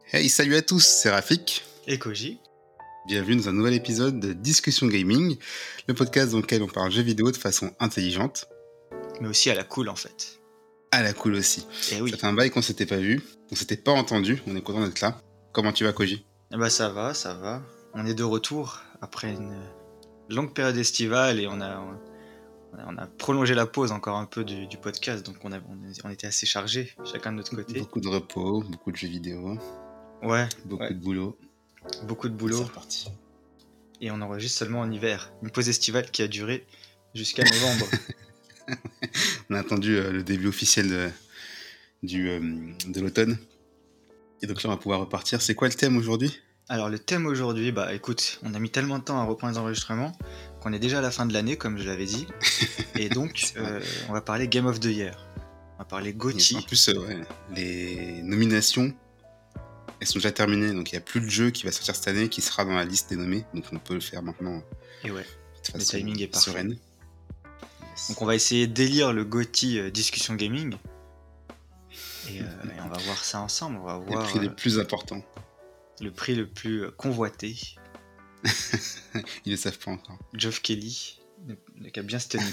Hey, salut à tous, c'est Rafik. Et Koji. Bienvenue dans un nouvel épisode de Discussion Gaming, le podcast dans lequel on parle jeux vidéo de façon intelligente. Mais aussi à la cool en fait. À la cool aussi. Et Ça oui. fait un bail qu'on s'était pas vu, on s'était pas entendu, on est content d'être là. Comment tu vas, Koji? Eh ben ça va. On est de retour après une longue période estivale et on a prolongé la pause encore un peu du podcast, donc on était assez chargés, chacun de notre côté. Beaucoup de repos, beaucoup de jeux vidéo, Ouais, beaucoup de boulot. beaucoup de Et boulot. c'est reparti. Et on enregistre seulement en hiver. Une pause estivale qui a duré jusqu'à novembre. On a attendu le début officiel de l'automne. Et donc là, on va pouvoir repartir. C'est quoi le thème aujourd'hui? Alors le thème aujourd'hui, bah écoute, on a mis tellement de temps à reprendre les enregistrements qu'on est déjà à la fin de l'année, comme je l'avais dit. Et donc, on va parler Game of the Year. On va parler GOTY. En plus, les nominations, elles sont déjà terminées, donc il n'y a plus de jeu qui va sortir cette année qui sera dans la liste des nommés, donc on peut le faire maintenant Et ouais, de le façon timing est parfait. sereine. Donc on va essayer d'élire le GOTY Discussion Gaming. Et on va voir ça ensemble. On va Les voir prix les plus importants. le prix le plus convoité. Ils le savent pas encore. Geoff Kelly n'a qu'à bien se tenir.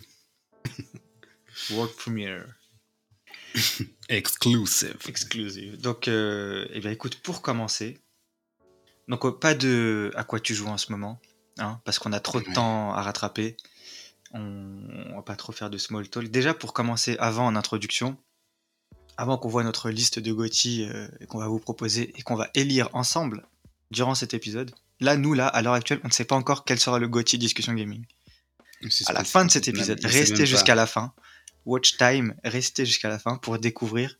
World Premiere. Exclusive. Donc, eh bien, écoute, pour commencer, donc pas de à quoi tu joues en ce moment, hein, parce qu'on a trop de temps à rattraper. On va pas trop faire de small talk. Déjà, pour commencer, avant en introduction, avant qu'on voit notre liste de GOTY qu'on va vous proposer et qu'on va élire ensemble durant cet épisode, là, à l'heure actuelle, on ne sait pas encore quel sera le GOTY Discussion Gaming. À la fin de cet épisode, restez jusqu'à la fin. Watch time, restez jusqu'à la fin pour découvrir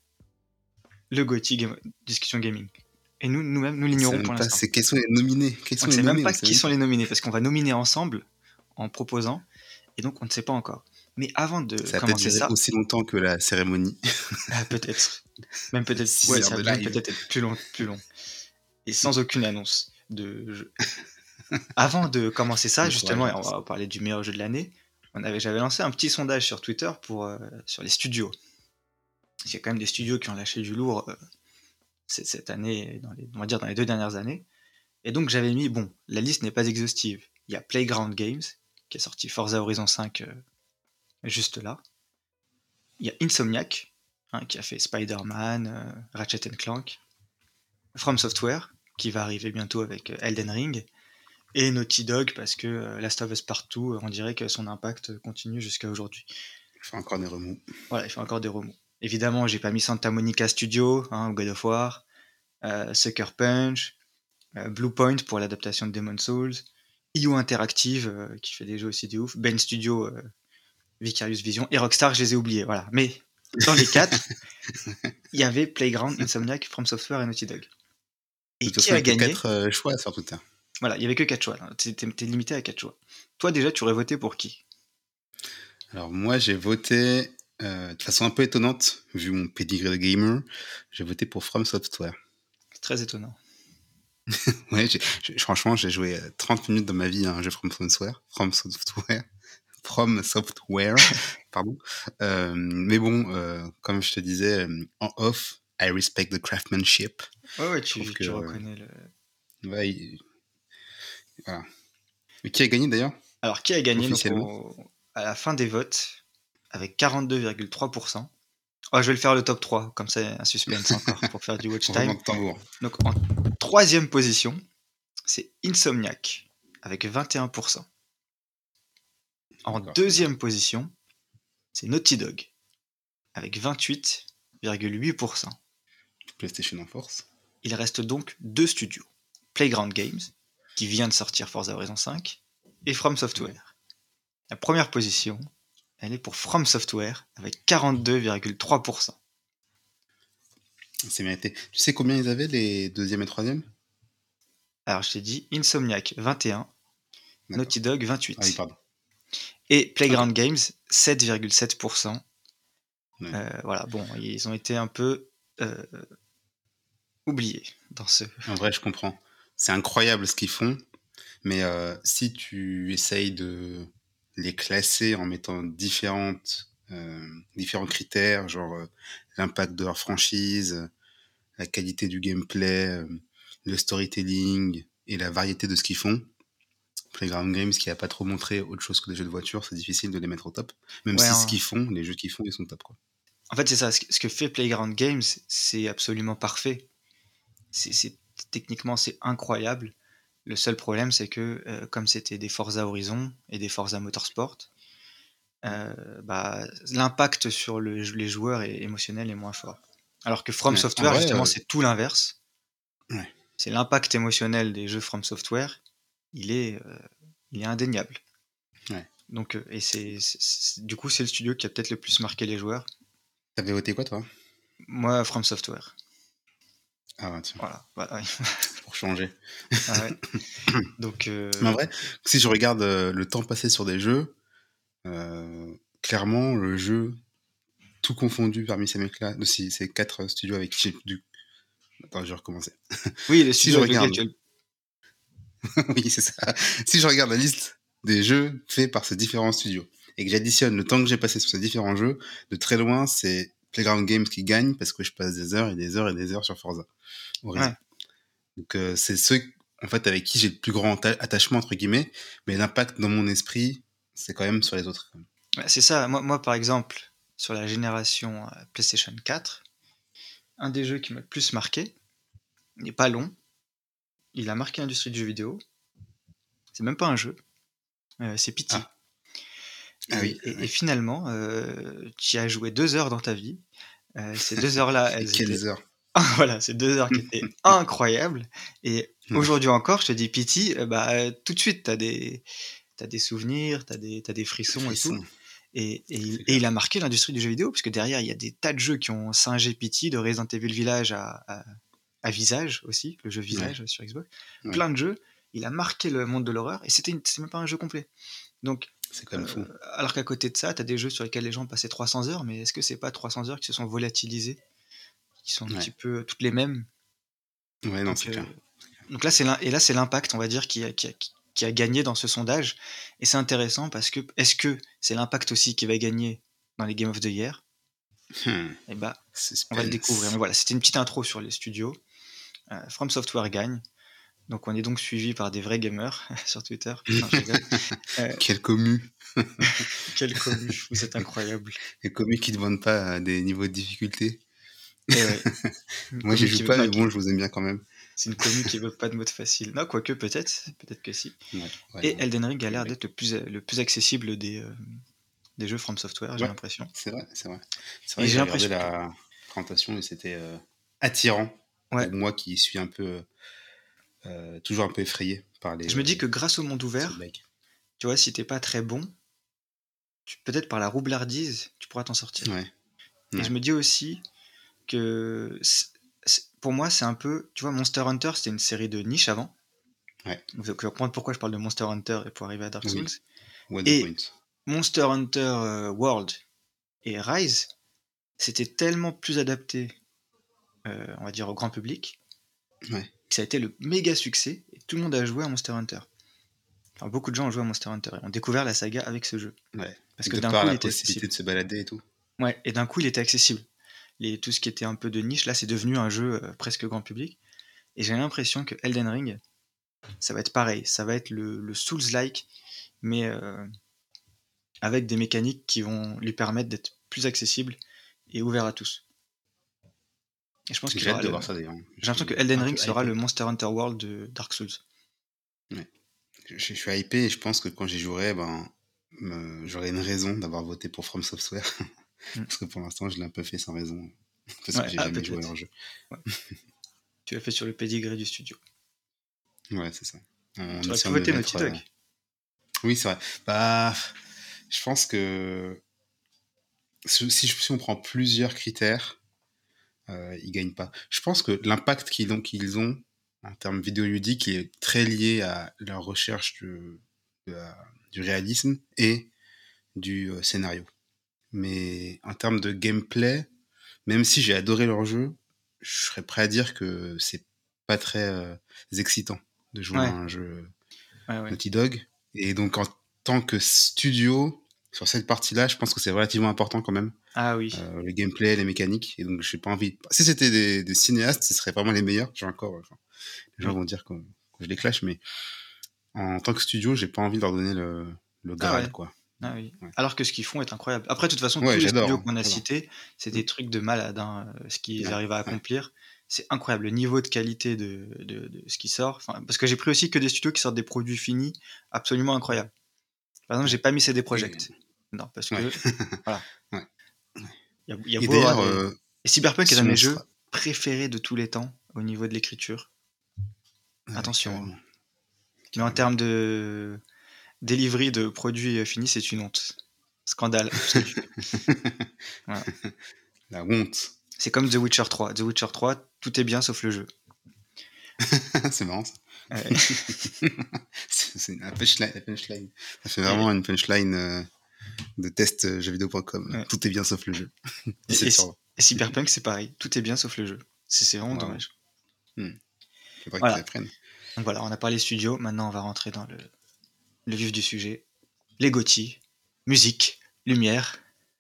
le GOTY Discussion Gaming. Et nous-mêmes, nous l'ignorons pour l'instant. C'est quels sont les nominés. On ne sait même pas qui sont les nominés, parce qu'on va nominer ensemble en proposant, et donc on ne sait pas encore. Mais avant de commencer ça... Ça a peut-être duré aussi longtemps que la cérémonie. Peut-être. Même peut-être... 6 Ouais, heures ça de va live. peut-être être plus long. Et sans aucune annonce de jeu. Avant de commencer ça, justement, et on va parler du meilleur jeu de l'année, j'avais lancé un petit sondage sur Twitter sur les studios. Il y a quand même des studios qui ont lâché du lourd cette année, on va dire dans les 2 dernières années. Et donc j'avais mis, la liste n'est pas exhaustive. Il y a Playground Games, qui a sorti Forza Horizon 5 juste là. Il y a Insomniac, qui a fait Spider-Man, Ratchet & Clank. From Software, qui va arriver bientôt avec Elden Ring. Et Naughty Dog, parce que Last of Us Part 2, on dirait que son impact continue jusqu'à aujourd'hui. Il fait encore des remous. Voilà, il fait encore des remous. Évidemment, j'ai pas mis Santa Monica Studio, God of War, Sucker Punch, Bluepoint pour l'adaptation de Demon's Souls, IO Interactive, qui fait des jeux aussi de ouf, Ben Studio, Vicarious Vision, et Rockstar, je les ai oubliés, voilà. Mais dans les 4, il y avait Playground, Insomniac, From Software et Naughty Dog. Et qui a gagné? 4 choix sur Twitter. Voilà, il y avait que 4 choix. T'es limité à 4 choix. Toi, déjà, tu aurais voté pour qui? Alors moi, j'ai voté de façon un peu étonnante, vu mon pedigree de gamer, j'ai voté pour From Software. C'est très étonnant. Ouais, franchement, j'ai joué 30 minutes dans ma vie à un jeu From Software, pardon. Mais bon, comme je te disais, en off, I respect the craftsmanship. Ouais, tu reconnais le... Ouais, voilà. Mais qui a gagné d'ailleurs? Alors, qui a gagné officiellement à la fin des votes, avec 42,3%. Oh, je vais le faire le top 3, comme ça, un suspense encore, pour faire du watch time. Donc, en 3e position, c'est Insomniac, avec 21%. En 2e position, c'est Naughty Dog, avec 28,8%. PlayStation en force. Il reste donc 2 studios. Playground Games, qui vient de sortir Forza Horizon 5, et From Software. La première position, elle est pour From Software, avec 42,3%. C'est mérité. Tu sais combien ils avaient, les 2e et 3e? Alors, je t'ai dit Insomniac 21, Naughty Dog 28. Ah oui, pardon. Et Playground Games 7,7%. Ouais. Voilà, ils ont été un peu oubliés dans ce... En vrai, je comprends. C'est incroyable ce qu'ils font, mais si tu essayes de les classer en mettant différents critères, genre l'impact de leur franchise, la qualité du gameplay, le storytelling et la variété de ce qu'ils font. Playground Games qui a pas trop montré autre chose que des jeux de voiture, c'est difficile de les mettre au top. Même Ouais, si ce qu'ils font, les jeux qu'ils font, ils sont top, quoi. en fait, c'est ça. Ce que fait Playground Games, c'est absolument parfait. Techniquement, c'est incroyable. Le seul problème, c'est que comme c'était des Forza Horizon et des Forza Motorsport, l'impact sur les joueurs est émotionnel et moins fort. Alors que From Ouais, en Software, vrai, justement, c'est tout l'inverse. ouais, C'est l'impact émotionnel des jeux From Software, il est, euh, il est indéniable. ouais. Donc, et du coup, c'est le studio qui a peut-être le plus marqué les joueurs. T'avais voté quoi, toi? Moi, From Software. Ah, ouais, tiens, Voilà. Bah, ouais. pour changer. Ah ouais. Donc, Mais en vrai, si je regarde le temps passé sur des jeux, clairement, le jeu, tout confondu parmi ces mecs-là, ces 4 studios avec qui j'ai dû... Attends, je vais recommencer. oui, le Si studio je avec lequel regarde... tu as le... oui, c'est ça. Si je regarde la liste des jeux faits par ces différents studios et que j'additionne le temps que j'ai passé sur ces différents jeux, de très loin, c'est Playground Games qui gagne parce que je passe des heures et des heures et des heures sur Forza Horizon. Ouais. Donc c'est ceux en fait avec qui j'ai le plus grand attachement entre guillemets, mais l'impact dans mon esprit, c'est quand même sur les autres. Ouais, c'est ça. Moi, par exemple, sur la génération PlayStation 4, un des jeux qui m'a le plus marqué, il n'est pas long, il a marqué l'industrie du jeu vidéo. C'est même pas un jeu, c'est Pity. Ah, ah oui, Et oui. finalement, tu y as joué 2 heures dans ta vie. Ces 2 heures-là, Et elles étaient quelles heures. voilà, ces 2 heures qui étaient incroyables. Et Ouais, aujourd'hui encore, je te dis Pity, tout de suite, t'as des souvenirs, t'as des le frissons et tout. frisson, c'est Et clair. il a marqué l'industrie du jeu vidéo, parce que derrière, il y a des tas de jeux qui ont singé Pity, de Resident Evil Village à Visage aussi, le jeu Ouais, Visage sur Xbox. ouais, Plein de jeux. Il a marqué le monde de l'horreur, et c'est même pas un jeu complet. Donc, c'est quand même fou. alors qu'à côté de ça, t'as des jeux sur lesquels les gens passaient 300 heures, mais est-ce que c'est pas 300 heures qui se sont volatilisées, qui sont un Ouais, petit peu toutes les mêmes? ouais, non, Donc, c'est clair. donc là, c'est l'impact, on va dire, qui a gagné dans ce sondage. Et c'est intéressant parce que est-ce que c'est l'impact aussi qui va gagner dans les Game of the Year? Eh ben, on va le découvrir. Suspense. Mais voilà, c'était une petite intro sur les studios. From Software gagne. Donc on est donc suivi par des vrais gamers sur Twitter. Non, je rigole. Euh, Quel commu. quel commu, vous êtes incroyable. Les commus qui ne demandent pas des niveaux de difficulté. Et ouais, une Moi, j'y commu qui joue veut pas, pas. mais bon, je vous aime bien quand même. C'est une commu qui veut pas de mode facile. Non, quoique peut-être que si. Ouais, ouais, Et non. Elden Ring a Les l'air mecs. d'être le plus accessible des jeux From Software, j'ai Ouais, l'impression. c'est vrai, c'est vrai. C'est Et vrai que j'ai j'ai regardé l'impression que, la présentation et c'était attirant ouais, pour moi qui suis un peu, toujours un peu effrayé par je me dis que grâce au monde les ouvert, Soulbikes. tu vois, si t'es pas très bon, peut-être par la roublardise, tu pourras t'en sortir. Ouais, Et je ouais, me dis aussi que pour moi, c'est un peu, tu vois, Monster Hunter, c'était une série de niche avant. ouais. Vous allez comprendre pourquoi je parle de Monster Hunter et pour arriver à Dark Souls. Oui, what the Et point. Monster Hunter World et Rise, c'était tellement plus adapté, on va dire, au grand public, Ouais, que ça a été le méga succès et tout le monde a joué à Monster Hunter. Enfin, beaucoup de gens ont joué à Monster Hunter et ont découvert la saga avec ce jeu. ouais. Parce que De d'un par coup, il la était possibilité accessible. de se balader et tout. Ouais, et d'un coup, il était accessible. Tout ce qui était un peu de niche, là, c'est devenu un jeu presque grand public. Et j'ai l'impression que Elden Ring, ça va être pareil. Ça va être le Souls-like, mais avec des mécaniques qui vont lui permettre d'être plus accessible et ouvert à tous. Et je pense qu'il J'ai hâte aura de le. voir ça d'ailleurs. J'ai Je l'impression que suis Elden un Ring peu sera le hypé. Monster Hunter World de Dark Souls. Ouais. Je suis hypé et je pense que quand j'y jouerai, ben, j'aurai une raison d'avoir voté pour From Software. Mm. Parce que pour l'instant, je l'ai un peu fait sans raison. Parce que Ouais, j'ai ah, jamais joué à peut-être. leur jeu. Ouais. Tu l'as fait sur le pedigree du studio. Ouais, c'est ça. En Tu aurais pu essayant de voter mettre. Naughty Dog. Oui, c'est vrai. Bah, je pense que si on prend plusieurs critères, ils gagnent pas. Je pense que l'impact qu'ils ont en termes vidéoludiques est très lié à leur recherche du réalisme et du scénario. Mais en termes de gameplay, même si j'ai adoré leur jeu, je serais prêt à dire que c'est pas très excitant de jouer à Ouais, un jeu ouais, ouais. Naughty Dog. Et donc en tant que studio, sur cette partie-là, je pense que c'est relativement important quand même. Ah oui. Le gameplay, les mécaniques. Et donc, j'ai pas envie. Si c'était des cinéastes, ce seraient vraiment les meilleurs. J'ai encore. Enfin, les gens Oui. vont dire que je les clash, mais en tant que studio, j'ai pas envie de leur donner le Ah Graal, ouais. quoi. Ah oui. Ouais, Alors que ce qu'ils font est incroyable. Après, de toute façon, tous ouais les j'adore, studios hein, qu'on a j'adore. cités, c'est Mm. des trucs de malade, hein, ce qu'ils Ouais, arrivent à ouais, accomplir. C'est incroyable, le niveau de qualité de ce qui sort. Enfin, parce que j'ai pris aussi que des studios qui sortent des produits finis absolument incroyables. Par exemple, j'ai ouais. pas mis CD Et, Projekt. Non, parce ouais. que, voilà, Ouais. il y a Et beau avoir d'ailleurs, des... Et Cyberpunk est un si de on mes sera. jeux préférés de tous les temps au niveau de l'écriture. Ouais, Attention, hein. carrément. Mais en Carrément. termes de delivery de produits finis, c'est une honte. Scandale absolu. Voilà. La honte. C'est comme The Witcher 3. The Witcher 3, tout est bien sauf le jeu. C'est marrant, ça. Euh, C'est une punchline, la punchline. Ça fait et, vraiment une punchline de test jeuxvideo.com. ouais. Tout est bien sauf le jeu. Et, 17 et, sur 20. et Cyberpunk, c'est pareil. Tout est bien sauf le jeu. C'est vraiment Waouh. dommage. Faudrait qu'ils Voilà. apprennent. Donc voilà, on a parlé studio. Maintenant, on va rentrer dans le vif du sujet. Les GOTY, musique, lumière,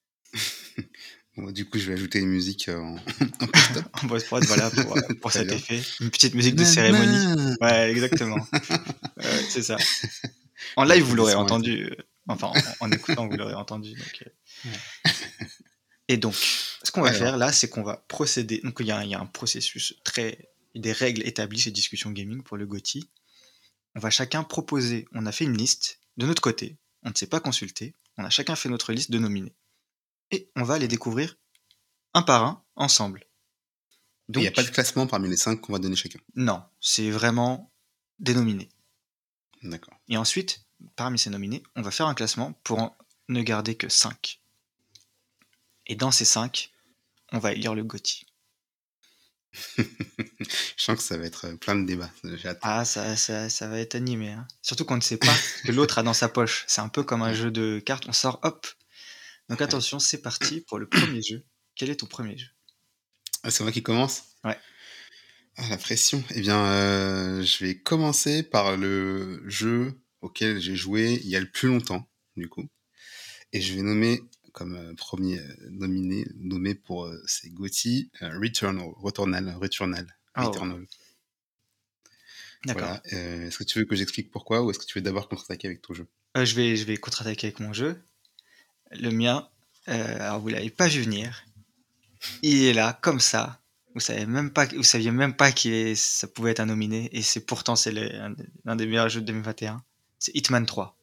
Bon, du coup, je vais ajouter une musique en post-up. en post-prod, voilà, pour Très cet bien. effet. Une petite musique de cérémonie. Nanana. Ouais, exactement. C'est ça. En live, vous l'aurez Applaudissements et tout. entendu. Enfin, en écoutant, vous l'aurez entendu. Donc. Ouais. Et donc, ce qu'on va faire Alors, là, c'est qu'on va procéder. Donc, il y a un processus des règles établies chez Discussion Gaming pour le GOTY. On va chacun proposer. On a fait une liste de notre côté. On ne s'est pas consulté. On a chacun fait notre liste de nominés. Et on va les découvrir un par un ensemble. il n'y a pas de Donc, classement parmi les 5 qu'on va donner chacun. non, c'est vraiment des nominés. D'accord. Et ensuite, parmi ces nominés, on va faire un classement pour en ne garder que 5. Et dans ces 5, on va élire le GOTY. Je sens que ça va être plein de débats. J'ai hâte. Ah, ça va être animé, hein. Surtout qu'on ne sait pas ce que l'autre a dans sa poche. C'est un peu comme un Ouais, jeu de cartes, on sort, hop. Donc ouais. attention, c'est parti pour le premier jeu. Quel est ton premier jeu? Ah, c'est moi qui commence. Ouais. Ah, la pression. Eh bien, je vais commencer par le jeu auquel j'ai joué il y a le plus longtemps, du coup. Et je vais nommer comme premier nommé pour ces GOTY, Oh, Returnal. d'accord. Voilà. Est-ce que tu veux que j'explique pourquoi ou est-ce que tu veux d'abord contre-attaquer avec ton jeu? Je vais contre-attaquer avec mon jeu. Le mien, alors vous l'avez pas vu venir. Il est là, comme ça. Vous saviez même pas ça pouvait être un nominé. Et pourtant, c'est l'un des meilleurs jeux de 2021. C'est Hitman 3.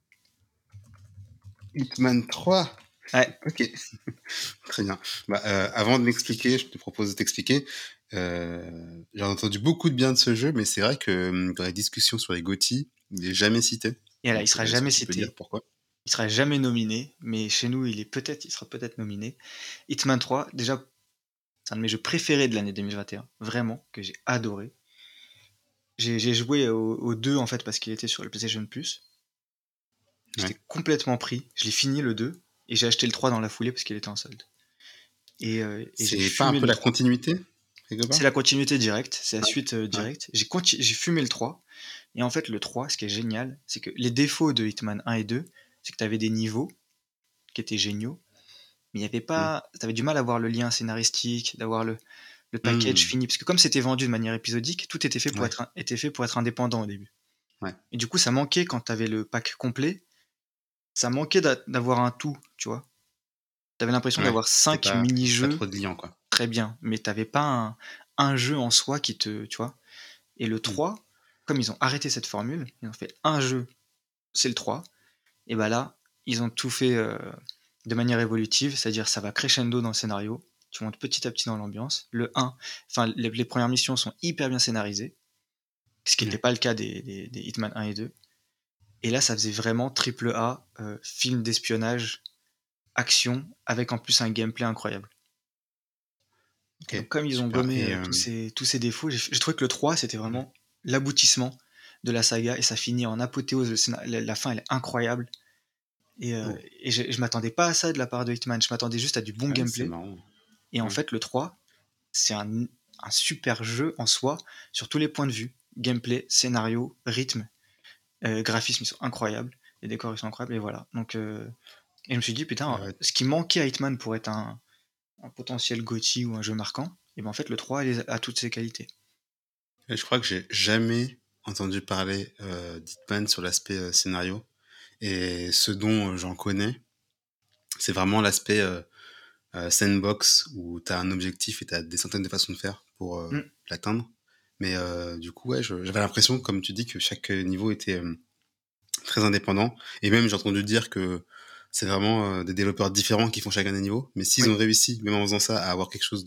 Hitman 3. Ouais, Ok, très bien. Bah, avant de m'expliquer, je te propose de t'expliquer. J'ai entendu beaucoup de bien de ce jeu, mais c'est vrai que dans les discussions sur les GOTY, il n'est jamais cité. et là, il Donc, sera est-ce que jamais tu peux dire cité. pourquoi? Il sera jamais nominé, mais chez nous, il sera peut-être nominé. Hitman 3, déjà, c'est un de mes jeux préférés de l'année 2021, vraiment, que j'ai adoré. J'ai joué au 2 en fait parce qu'il était sur le PlayStation Plus. Ouais. J'étais complètement pris. Je l'ai fini le 2 et j'ai acheté le 3 dans la foulée parce qu'il était en solde. Et j'ai C'est pas un fumé peu le la 3. continuité, quelque C'est part? la continuité directe, c'est la Ouais. suite Ouais. directe. J'ai fumé le 3. Et en fait, le 3, ce qui est génial, c'est que les défauts de Hitman 1 et 2, c'est que tu avais des niveaux qui étaient géniaux, mais il y avait Mm. pas, t'avais du mal à voir le lien scénaristique, d'avoir le package Mm. fini, parce que comme c'était vendu de manière épisodique, tout Ouais. était fait pour être indépendant au début. Ouais. Et du coup, ça manquait quand t'avais le pack complet, ça manquait d'avoir un tout, tu vois. T'avais l'impression Ouais. d'avoir C'était 5 pas, pas mini-jeux trop de liant, quoi. très bien, mais t'avais pas un jeu en soi tu vois. Et le Mm. 3, comme ils ont arrêté cette formule, ils ont fait un jeu, c'est le 3, et bah là, ils ont tout fait de manière évolutive, c'est-à-dire ça va crescendo dans le scénario, tu montes petit à petit dans l'ambiance. Le 1, enfin les premières missions sont hyper bien scénarisées, ce qui n'était Ouais. pas le cas des Hitman 1 et 2. Et là, ça faisait vraiment triple A, film d'espionnage, action, avec en plus un gameplay incroyable. Et donc Ok. comme ils ont Super. gommé Et tous ces défauts, j'ai trouvé que le 3, c'était vraiment l'aboutissement de la saga, et ça finit en apothéose. La fin, elle est incroyable. Et, euh, oh. et je m'attendais pas à ça de la part de Hitman, je m'attendais juste à du bon Ouais, c'est gameplay. marrant. Et en Ouais. fait, le 3, c'est un super jeu en soi, sur tous les points de vue. Gameplay, scénario, rythme, graphisme, ils sont incroyables. Les décors, ils sont incroyables. Et voilà. Donc, Et je me suis dit, putain, Euh, ce qui manquait à Hitman pour être un potentiel GOTY ou un jeu marquant, et ben en fait, le 3 a toutes ses qualités. je crois que j'ai jamais entendu parler d'Hitman sur l'aspect scénario. Et ce dont j'en connais, c'est vraiment l'aspect sandbox où tu as un objectif et tu as des centaines de façons de faire pour Mm. l'atteindre. Mais du coup, ouais, j'avais l'impression, comme tu dis, que chaque niveau était très indépendant. Et même, j'ai entendu dire que c'est vraiment des développeurs différents qui font chacun des niveaux. Mais s'ils Oui. ont réussi, même en faisant ça, à avoir quelque chose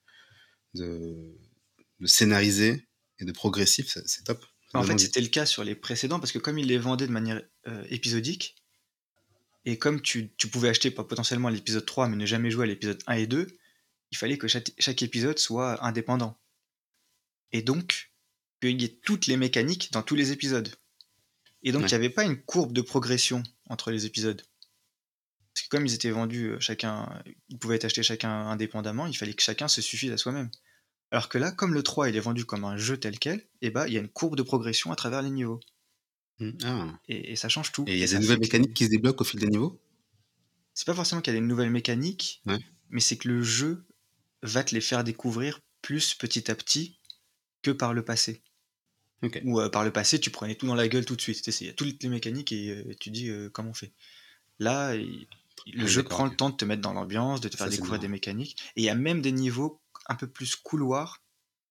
de, de scénarisé et de progressif, c'est top. Ça Bah, en donne fait, envie. c'était le cas sur les précédents, parce que comme ils les vendaient de manière épisodique, et comme tu pouvais acheter potentiellement l'épisode 3, mais ne jamais jouer à l'épisode 1 et 2, il fallait que chaque épisode soit indépendant. Et donc, qu'il y ait toutes les mécaniques dans tous les épisodes. Et donc, il Ouais. n'y avait pas une courbe de progression entre les épisodes. Parce que comme ils étaient vendus chacun, ils pouvaient être achetés chacun indépendamment, il fallait que chacun se suffise à soi-même. Alors que là, comme le 3 il est vendu comme un jeu tel quel, et bah il y a une courbe de progression à travers les niveaux. Ah. Et ça change tout. Et il y Et a des ça nouvelles fait que mécaniques qui se débloquent au fil des niveaux. c'est pas forcément qu'il y a des nouvelles mécaniques, Ouais. mais c'est que le jeu va te les faire découvrir plus petit à petit que par le passé. Ok. Ou par le passé, tu prenais tout dans la gueule tout de suite. Il y a toutes les mécaniques et tu dis comment on fait. Là, le Ah oui, jeu d'accord. prend le Ok. temps de te mettre dans l'ambiance, de te faire Ça, c'est découvrir bien. des mécaniques. Et il y a même des niveaux un peu plus couloirs,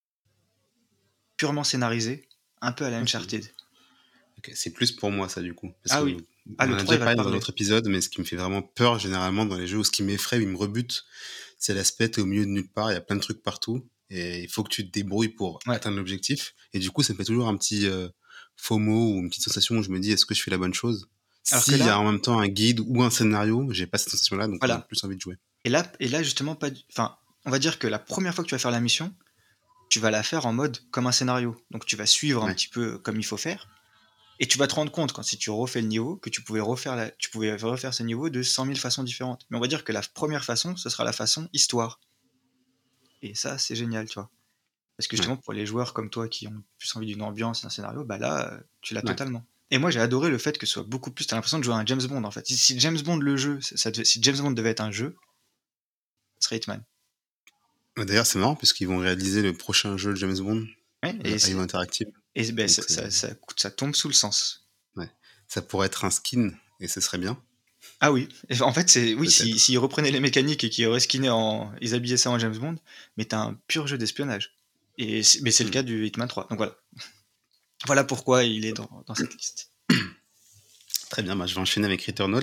purement scénarisés, un peu à la Ok. Uncharted. Ok, c'est plus pour moi ça du coup. Parce Ah que oui. Ah, on le en a 3 déjà il va te parlé dans un parler. autre épisode, mais ce qui me fait vraiment peur généralement dans les jeux, ou ce qui m'effraie, ou me rebute, c'est l'aspect t'es au milieu de nulle part, il y a plein de trucs partout, et il faut que tu te débrouilles pour Ouais. atteindre l'objectif. Et du coup, ça me fait toujours un petit FOMO ou une petite sensation où je me dis est-ce que je fais la bonne chose? Alors que S'il y a là, en même temps un guide ou un scénario, j'ai pas cette sensation-là, donc ça donne voilà. plus envie de jouer. Et là justement, enfin, on va dire que la première fois que tu vas faire la mission, tu vas la faire en mode comme un scénario. Donc tu vas suivre un Ouais, petit peu comme il faut faire. Et tu vas te rendre compte, quand si tu refais le niveau, que tu pouvais refaire ce niveau de 100 000 façons différentes. Mais on va dire que la première façon, ce sera la façon histoire. Et ça, c'est génial, tu vois. Parce que ouais, justement, pour les joueurs comme toi qui ont plus envie d'une ambiance, d'un scénario, bah là, tu l'as ouais. totalement. Et moi, j'ai adoré le fait que ce soit beaucoup plus. T'as l'impression de jouer à un James Bond, en fait. Si James Bond, le jeu, si James Bond devait être un jeu, ce serait Hitman. D'ailleurs, c'est marrant parce qu'ils vont réaliser le prochain jeu de James Bond, Ouais, IO Interactive. ben, Donc c'est ça tombe sous le sens. ouais. Ça pourrait être un skin et ce serait bien, Ah oui, et en fait, oui, peut-être. s'ils reprenaient les mécaniques et qu'ils ils habillaient ça en James Bond, mais t'as un pur jeu d'espionnage. Mais c'est le Hmm. cas du Hitman 3. Donc voilà. Voilà pourquoi il est dans cette liste. Très bien, bah, je vais enchaîner avec Returnal.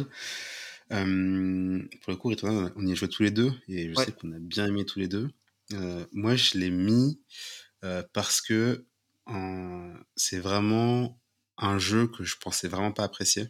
Pour le coup, Returnal, on y a joué tous les deux et je Ouais. sais qu'on a bien aimé tous les deux. Moi, je l'ai mis parce que c'est vraiment un jeu que je pensais vraiment pas apprécier.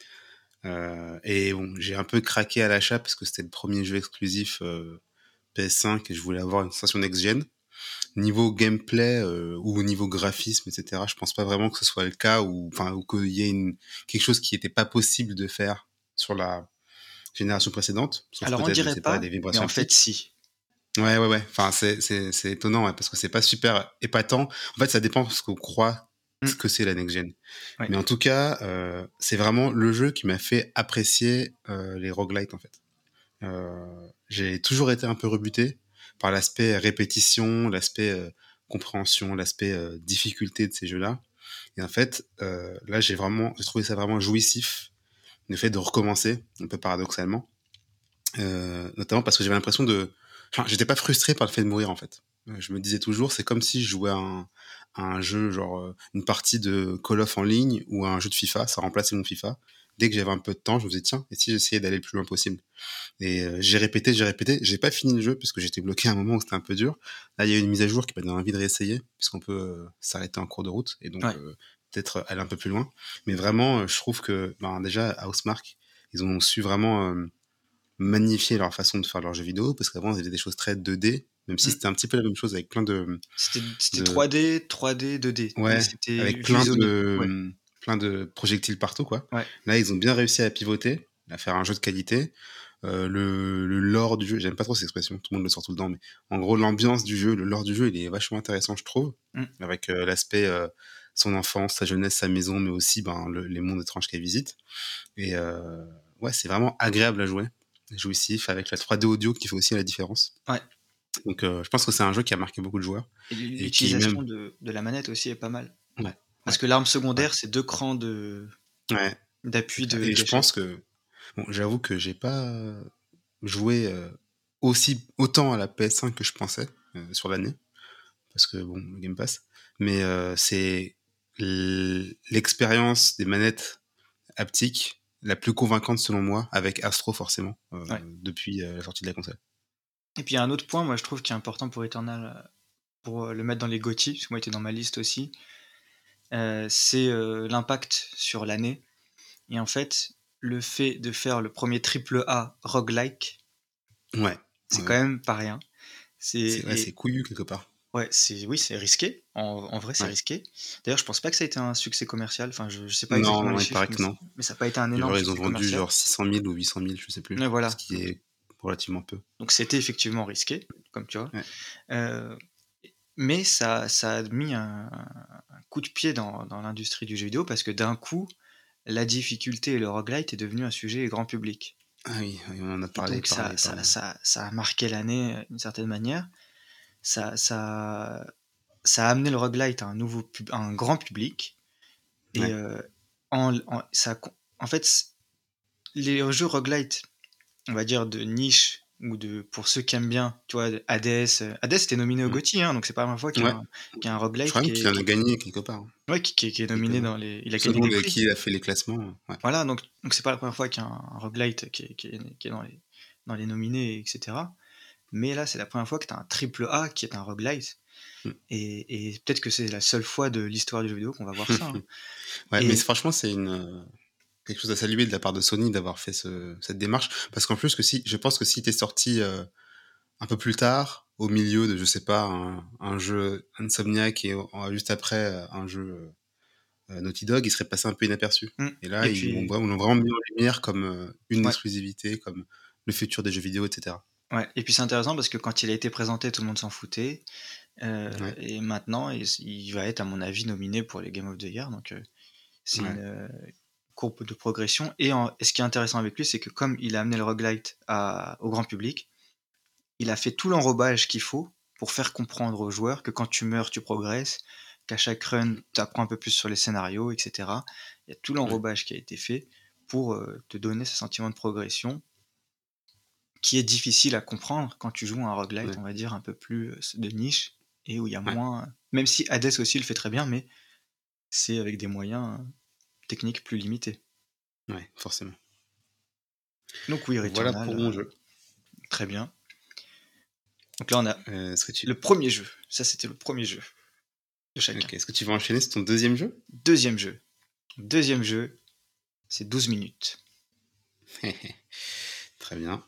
Et bon, j'ai un peu craqué à l'achat parce que c'était le premier jeu exclusif PS5 et je voulais avoir une sensation next-gen. Niveau gameplay ou au niveau graphisme, etc., je pense pas vraiment que ce soit le cas ou qu'il y ait quelque chose qui était pas possible de faire sur la génération précédente, sauf Alors on peut-être, je dirait sais pas, pas, des mais vibrations en fait optiques. si. Ouais. Enfin, c'est étonnant, ouais, parce que c'est pas super épatant. En fait, ça dépend de ce qu'on croit ce Hmm, que c'est la next-gen. ouais. Mais en tout cas, c'est vraiment le jeu qui m'a fait apprécier les roguelites, en fait. J'ai toujours été un peu rebuté par l'aspect répétition, l'aspect compréhension, l'aspect difficulté de ces jeux-là. Et en fait, là, j'ai trouvé ça vraiment jouissif, le fait de recommencer, un peu paradoxalement, notamment parce que j'avais l'impression enfin, j'étais pas frustré par le fait de mourir en fait. Je me disais toujours, c'est comme si je jouais à un jeu, genre une partie de Call of en ligne ou à un jeu de FIFA, ça remplaçait mon FIFA. Dès que j'avais un peu de temps, je me disais tiens, et si j'essayais d'aller le plus loin possible. Et j'ai répété, j'ai pas fini le jeu parce que j'étais bloqué à un moment où c'était un peu dur. Là, il y a eu une mise à jour qui m'a donné envie de réessayer puisqu'on peut s'arrêter en cours de route et donc Ouais. peut-être aller un peu plus loin. Mais vraiment, je trouve que ben, déjà Housemarque, ils ont su vraiment magnifier leur façon de faire leurs jeux vidéo parce qu'avant ils faisaient des choses très 2D, même si Hmm. c'était un petit peu la même chose avec plein C'était de 3D, 3D, 2D. Mais ouais, c'était avec visionné. Ouais. plein de projectiles partout quoi. Ouais. Là, ils ont bien réussi à pivoter, à faire un jeu de qualité. Le lore du jeu, j'aime pas trop cette expression, tout le monde le sort tout le temps, mais en gros, l'ambiance du jeu, le lore du jeu, il est vachement intéressant, je trouve, Hmm. avec l'aspect son enfance, sa jeunesse, sa maison, mais aussi ben, les mondes étranges qu'elle visite. Et ouais, c'est vraiment agréable à jouer. Jouissif, avec la 3D audio qui fait aussi la différence. Ouais. Donc, je pense que c'est un jeu qui a marqué beaucoup de joueurs. Et Et qui même... l'utilisation de la manette aussi est pas mal. Ouais, Parce ouais, que l'arme ouais, secondaire, c'est 2 crans ouais, c'est d'appui clair. de Et je gâchette. pense que... Bon, j'avoue que j'ai pas joué autant à la PS5 que je pensais sur l'année. Parce que, bon, le Game Pass. Mais c'est l'expérience des manettes haptiques la plus convaincante selon moi, avec Astro forcément, Ouais. depuis la sortie de la console. Et puis il y a un autre point, moi je trouve qui est important pour Eternal, pour le mettre dans les GOTY, parce que moi il était dans ma liste aussi, c'est l'impact sur l'année. Et en fait, le fait de faire le premier triple A roguelike, Ouais, c'est quand ouais. même pas rien. C'est couillu quelque part. Ouais, oui, c'est risqué. En vrai, c'est Ouais. risqué. D'ailleurs, je pense pas que ça a été un succès commercial. Enfin, je sais pas Non, exactement non, les il chiffres, paraît que non. mais ça n'a pas été un énorme Genre, ils ont succès vendu commercial. genre 600 000 ou 800 000, je sais plus. Ouais, Ce voilà. qui est relativement peu. Donc c'était effectivement risqué, comme tu vois. Ouais. Euh, mais ça a mis un coup de pied dans l'industrie du jeu vidéo parce que d'un coup, la difficulté et le roguelite est devenu un sujet grand public. Ah oui, oui, on en a Et parlé, donc parlé, parlé. ça a marqué l'année d'une certaine manière. Ça, ça, ça a amené le roguelite à un grand public. Et Ouais. en fait, les jeux roguelite, on va dire de niche, ou pour ceux qui aiment bien, tu vois, Hades. Hades était nominé au Mm. GOTY, hein, donc c'est pas la première fois Ouais. qu'il y a un Je roguelite crois même qu'il en a gagné quelque part. Hein. ouais, qui est nominé Quelques-uns. dans les. Il a gagné Selon des prix. qui a fait les classements. Ouais. Voilà, donc c'est pas la première fois qu'il y a un roguelite qui est dans les nominés, etc. Mais là, c'est la première fois que tu as un triple A qui est un roguelite. Mm. Et peut-être que c'est la seule fois de l'histoire du jeu vidéo qu'on va voir ça. Hein. Ouais, mais Et franchement, c'est quelque chose à saluer de la part de Sony d'avoir fait cette démarche. Parce qu'en plus, je pense que si t'es sorti un peu plus tard, au milieu de, je sais pas, un jeu Insomniac et juste après un jeu Naughty Dog, il serait passé un peu inaperçu. mm, Et là, et ils puis l'ont vraiment mis en lumière comme une ouais, exclusivité, comme le futur des jeux vidéo, etc. ouais. Et puis c'est intéressant parce que quand il a été présenté, tout le monde s'en foutait. Ouais, Et maintenant, il va être, à mon avis, nominé pour les Game of the Year. Donc c'est ouais, une courbe de progression. Et ce qui est intéressant avec lui, c'est que comme il a amené le roguelite au grand public, il a fait tout l'enrobage qu'il faut pour faire comprendre aux joueurs que quand tu meurs, tu progresses, qu'à chaque run, tu apprends un peu plus sur les scénarios, etc. Il y a tout ouais, l'enrobage qui a été fait pour te donner ce sentiment de progression qui est difficile à comprendre quand tu joues à un roguelite, ouais, on va dire, un peu plus de niche, et où il y a ouais, moins... Même si Hades aussi le fait très bien, mais c'est avec des moyens techniques plus limités. ouais, forcément. Donc oui, Voilà Returnal, pour mon jeu. très bien. Donc là, on a Est-ce que tu... le premier jeu. Ça, c'était le premier jeu de chacun. Ok, est-ce que tu vas enchaîner sur ton deuxième jeu? Deuxième jeu. Deuxième jeu, c'est 12 minutes. Très bien.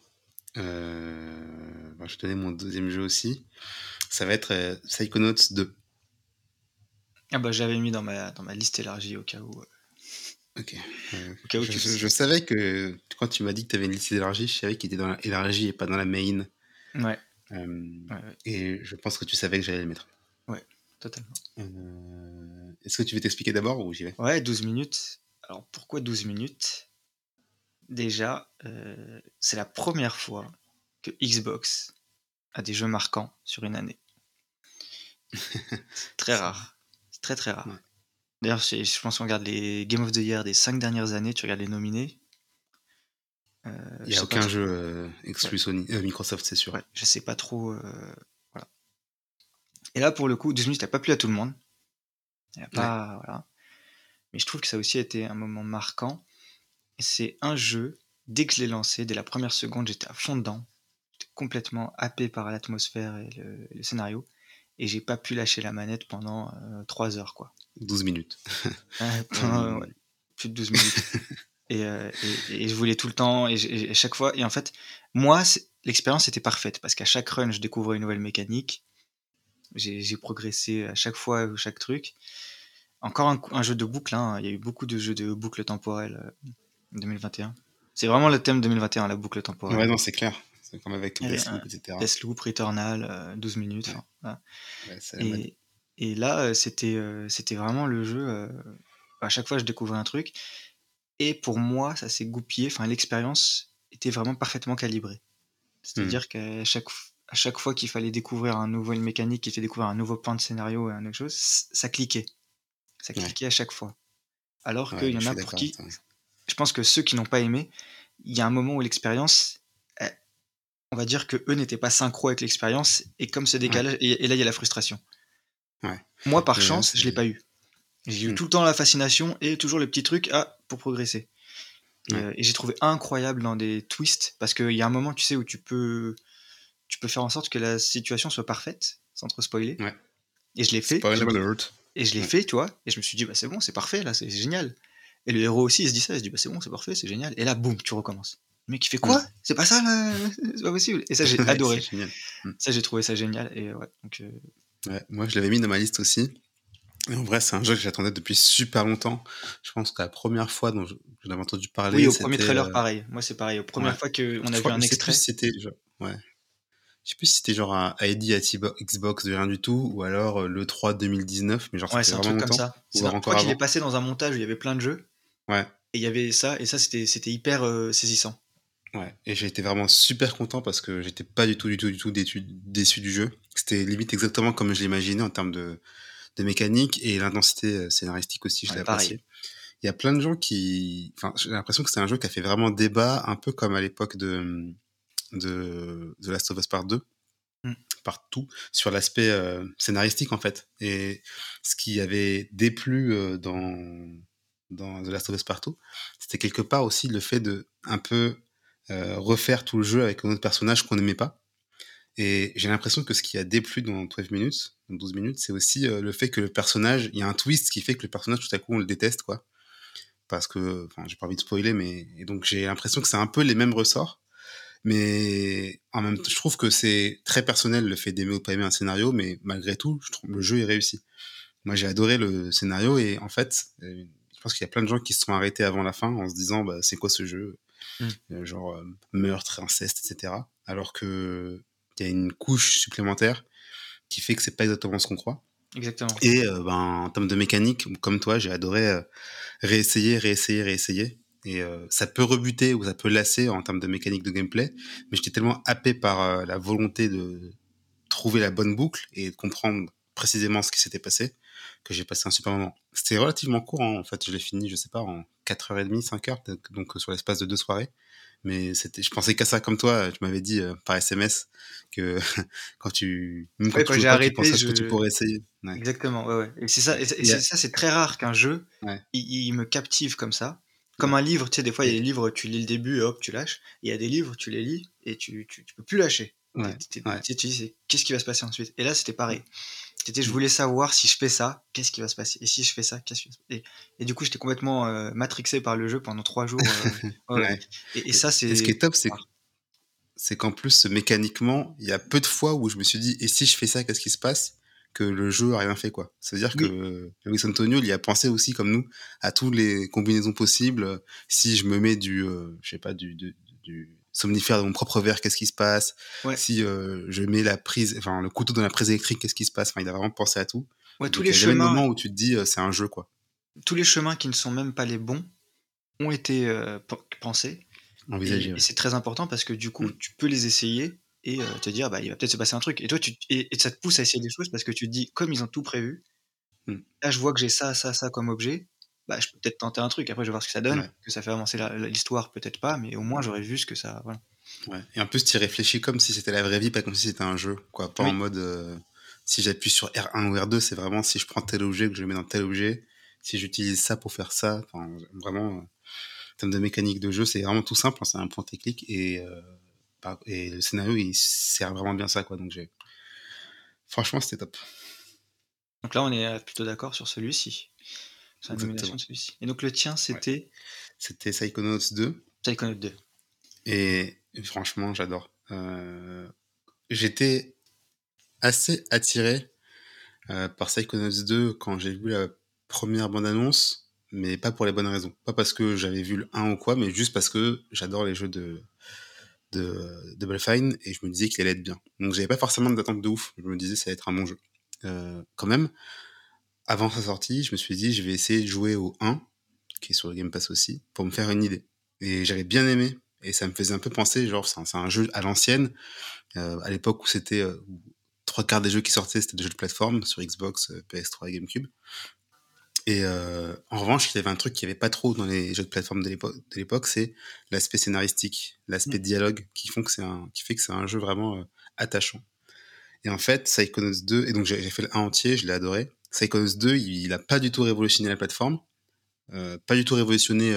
Je vais te donner mon deuxième jeu aussi. Ça va être Psychonauts 2. Ah bah j'avais mis dans ma liste élargie Ok. au cas où tu... Je savais que quand tu m'as dit que tu avais une liste élargie, je savais qu'il était dans la élargie et pas dans la main. Ouais, Euh, ouais, et je pense que tu savais que j'allais le mettre. ouais, totalement. Est-ce que tu veux t'expliquer d'abord ou j'y vais? Ouais, 12 minutes. Alors pourquoi 12 minutes? Déjà, c'est la première fois que Xbox a des jeux marquants sur une année. C'est très C'est vrai. rare. C'est très très Ouais. rare. D'ailleurs, je pense qu'on regarde les Game of the Year des 5 dernières années, tu regardes les nominés. Il Je n'y a sais pas aucun trop. jeu Ouais, exclu Microsoft, c'est sûr. ouais, je sais pas trop. Voilà. Et là, pour le coup, 12 minutes, t'as pas plu à tout le monde. Il a Ouais. pas, voilà. Mais je trouve que ça a aussi été un moment marquant. Et c'est un jeu, dès que je l'ai lancé, dès la première seconde, j'étais à fond dedans. J'étais complètement happé par l'atmosphère et le scénario. Et j'ai pas pu lâcher la manette pendant 3 heures, quoi. 12 minutes. Pendant, Euh, ouais, plus de 12 minutes. Et je voulais tout le temps, et à chaque fois. Et en fait, moi, l'expérience était parfaite parce qu'à chaque run, je découvrais une nouvelle mécanique. J'ai progressé à chaque fois, chaque truc. Encore un jeu de boucle, hein. Il y a eu beaucoup de jeux de boucle temporelle 2021. C'est vraiment le thème 2021, la boucle temporelle. Ouais, non, c'est clair. C'est comme avec Il y avait Deathloop, un etc. Deathloop, Returnal, 12 minutes. Ouais, Enfin, voilà. ouais, c'est la mode. Et là, c'était vraiment le jeu. À chaque fois, je découvrais un truc. Et pour moi, ça s'est goupillé, enfin l'expérience était vraiment parfaitement calibrée. Mmh. C'est-à-dire à chaque fois qu'il fallait découvrir un nouveau une mécanique, qu'il fallait découvrir un nouveau pan de scénario et un autre chose, ça cliquait. Ça Ouais, cliquait à chaque fois. Alors qu'il ouais, y je en a suis pour d'accord avec qui toi. je pense que ceux qui n'ont pas aimé, il y a un moment où l'expérience, on va dire qu'eux n'étaient pas synchro avec l'expérience et comme ce Ouais, décalage et là, il y a la frustration. ouais. Moi, par Mais ouais, chance, c'est je l'ai pas eu. J'ai eu mmh, tout le temps la fascination et toujours le petit truc, pour progresser ouais, et j'ai trouvé incroyable dans des twists parce qu'il y a un moment, tu sais, où tu peux faire en sorte que la situation soit parfaite, sans trop spoiler ouais. et je l'ai fait Spoiler alert. et je l'ai Ouais. fait, tu vois? Et je me suis dit: «Bah, c'est bon, c'est parfait là, c'est génial» et le héros aussi, il se dit ça, il se dit: «Bah, c'est bon, c'est parfait, c'est génial» et là, boum, tu recommences. Le mec, il fait: Mmh. «Quoi? C'est pas ça là? C'est pas possible» et ça, j'ai Ouais, c'est adoré. génial. Mmh. Ça, j'ai trouvé ça génial et ouais, donc Ouais, moi, je l'avais mis dans ma liste aussi et en vrai, c'est un jeu que j'attendais depuis super longtemps. Je pense que la première fois dont j'en avais entendu oui, parler, au premier c'était, trailer, pareil. Moi, c'est pareil. Aux ouais, premières fois qu'on a je vu crois un je sais plus si extrait, c'était genre ouais, je sais plus si c'était genre un ID à Xbox de rien du tout ou alors, l'E3 2019, mais genre ça ouais, fait c'est un vraiment truc comme longtemps, ça. ou voire Je crois encore qu'il est avant. passé dans un montage où il y avait plein de jeux Ouais, et il y avait ça et ça, c'était hyper, saisissant. ouais, et j'ai été vraiment super content parce que j'étais pas du tout déçu du jeu. C'était limite exactement comme je l'imaginais en termes de mécanique, et l'intensité, scénaristique aussi, je Ouais, l'ai pareil. apprécié. Il y a plein de gens qui enfin, j'ai l'impression que c'est un jeu qui a fait vraiment débat, un peu comme à l'époque de The Last of Us Part 2, Mmh. partout, sur l'aspect, scénaristique, en fait, et ce qui avait déplu, dans The Last of Us Part 2, c'était quelque part aussi le fait de un peu, refaire tout le jeu avec un autre personnage qu'on n'aimait pas, et j'ai l'impression que ce qui a déplu dans 12 minutes, dans 12 minutes, c'est aussi, le fait que le personnage, il y a un twist qui fait que le personnage, tout à coup, on le déteste, quoi. Parce que, enfin, j'ai pas envie de spoiler, mais et donc j'ai l'impression que c'est un peu les mêmes ressorts, mais en même temps, je trouve que c'est très personnel le fait d'aimer ou pas aimer un scénario, mais malgré tout, je trouve le jeu est réussi. Moi, j'ai adoré le scénario et en fait, je pense qu'il y a plein de gens qui se sont arrêtés avant la fin en se disant, bah, c'est quoi ce jeu? Mmh. Genre, meurtre, inceste, etc. Alors que il y a une couche supplémentaire qui fait que c'est pas exactement ce qu'on croit. Exactement. Et ben, en termes de mécanique, comme toi, j'ai adoré, réessayer, réessayer, réessayer, et ça peut rebuter ou ça peut lasser en termes de mécanique de gameplay, mais j'étais tellement happé par, la volonté de trouver la bonne boucle et de comprendre précisément ce qui s'était passé, que j'ai passé un super moment. C'était relativement court, hein, en fait, je l'ai fini, je sais pas, en 4h30, 5 heures, donc sur l'espace de 2 soirées. Mais c'était, je pensais qu'à ça comme toi, tu m'avais dit, par SMS que même quand Ouais, tu quand jouais j'ai pas, tu arrêté, pensais à ce que tu je pourrais essayer. Ouais. exactement, ouais, ouais et c'est ça et Et c'est ça, c'est très rare qu'un jeu, ouais, il me captive comme ça. Comme ouais. un livre, tu sais, des fois, il y a Et des livres, tu lis le début et hop, tu lâches. Il y a des livres, tu les lis et tu peux plus lâcher. ouais, ouais. Tu dis: «C'est qu'est-ce qui va se passer ensuite?» et là, c'était pareil. C'était je Mmh. voulais savoir si je fais ça, qu'est-ce qui va se passer? Et si je fais ça, qu'est-ce qui va se et du coup, j'étais complètement, matrixé par le jeu pendant 3 jours, ouais, ouais Ouais. et Et ça, ce qui c'est est top, c'est rare. qu'en plus, mécaniquement, il y a peu de fois où je me suis dit: «Et si je fais ça, qu'est-ce qui se passe?» que le jeu a rien fait, quoi. Ça veut dire Oui, que Luis Antonio, il y a pensé aussi comme nous à tous les combinaisons possibles. Si je me mets je sais pas, du somnifère dans mon propre verre, qu'est-ce qui se passe? ouais, Si, je mets le couteau dans la prise électrique, qu'est-ce qui se passe? Enfin, il a vraiment pensé à tout. ouais, Et donc il y a jamais de moment où tu te dis, «C'est un jeu», quoi. tous les chemins qui ne sont même pas les bons ont été, pensés Envisagé, et ouais. c'est très important parce que du coup, Mmh, tu peux les essayer et te dire: «Bah, il va peut-être se passer un truc» et toi, ça te pousse à essayer des choses parce que tu te dis: «Comme ils ont tout prévu, mmh, là, je vois que j'ai ça, ça, ça comme objet, bah, je peux peut-être tenter un truc. Après, je vais voir ce que ça donne, ouais. que ça fait avancer l'histoire, peut-être pas, mais au moins j'aurais vu ce que ça» voilà. Ouais, et en plus, tu y réfléchis comme si c'était la vraie vie, pas comme si c'était un jeu, quoi. Pas en Oui, mode, si j'appuie sur R1 ou R2, c'est vraiment si je prends tel objet, que je le mets dans tel objet, si j'utilise ça pour faire ça. Enfin, vraiment, en termes de mécanique de jeu, c'est vraiment tout simple, hein, c'est un point technique, et le scénario, il sert vraiment bien ça, quoi. Donc franchement, c'était top. donc là, on est, plutôt d'accord sur celui-ci, sur la nomination Exactement. de celui-ci et donc le tien, Ouais. c'était C'était Psychonauts 2, Psychonauts 2. et franchement, j'adore. J'étais assez attiré par Psychonauts 2 quand j'ai vu la première bande-annonce, mais pas pour les bonnes raisons. Pas parce que j'avais vu le 1 ou quoi, mais juste parce que j'adore les jeux de Double Fine et je me disais qu'il allait être bien. Donc j'avais pas forcément d'attente de ouf. Je me disais ça allait être un bon jeu. Quand même, avant sa sortie, je me suis dit je vais essayer de jouer au 1 qui est sur le Game Pass aussi, pour me faire une idée. Et j'avais bien aimé, et ça me faisait un peu penser, genre, c'est un jeu à l'ancienne, à l'époque où c'était où 3/4 des jeux qui sortaient, c'était des jeux de plateforme sur Xbox, PS3 et GameCube. Et en revanche, il y avait un truc qu'il n'y avait pas trop dans les jeux de plateforme de l'époque, c'est l'aspect scénaristique, l'aspect dialogue, qui fait que c'est un jeu vraiment attachant. Et en fait, Psychonauts 2, et donc j'ai fait le 1 entier, je l'ai adoré. Psychonauts 2, il a pas du tout révolutionné la plateforme, pas du tout révolutionné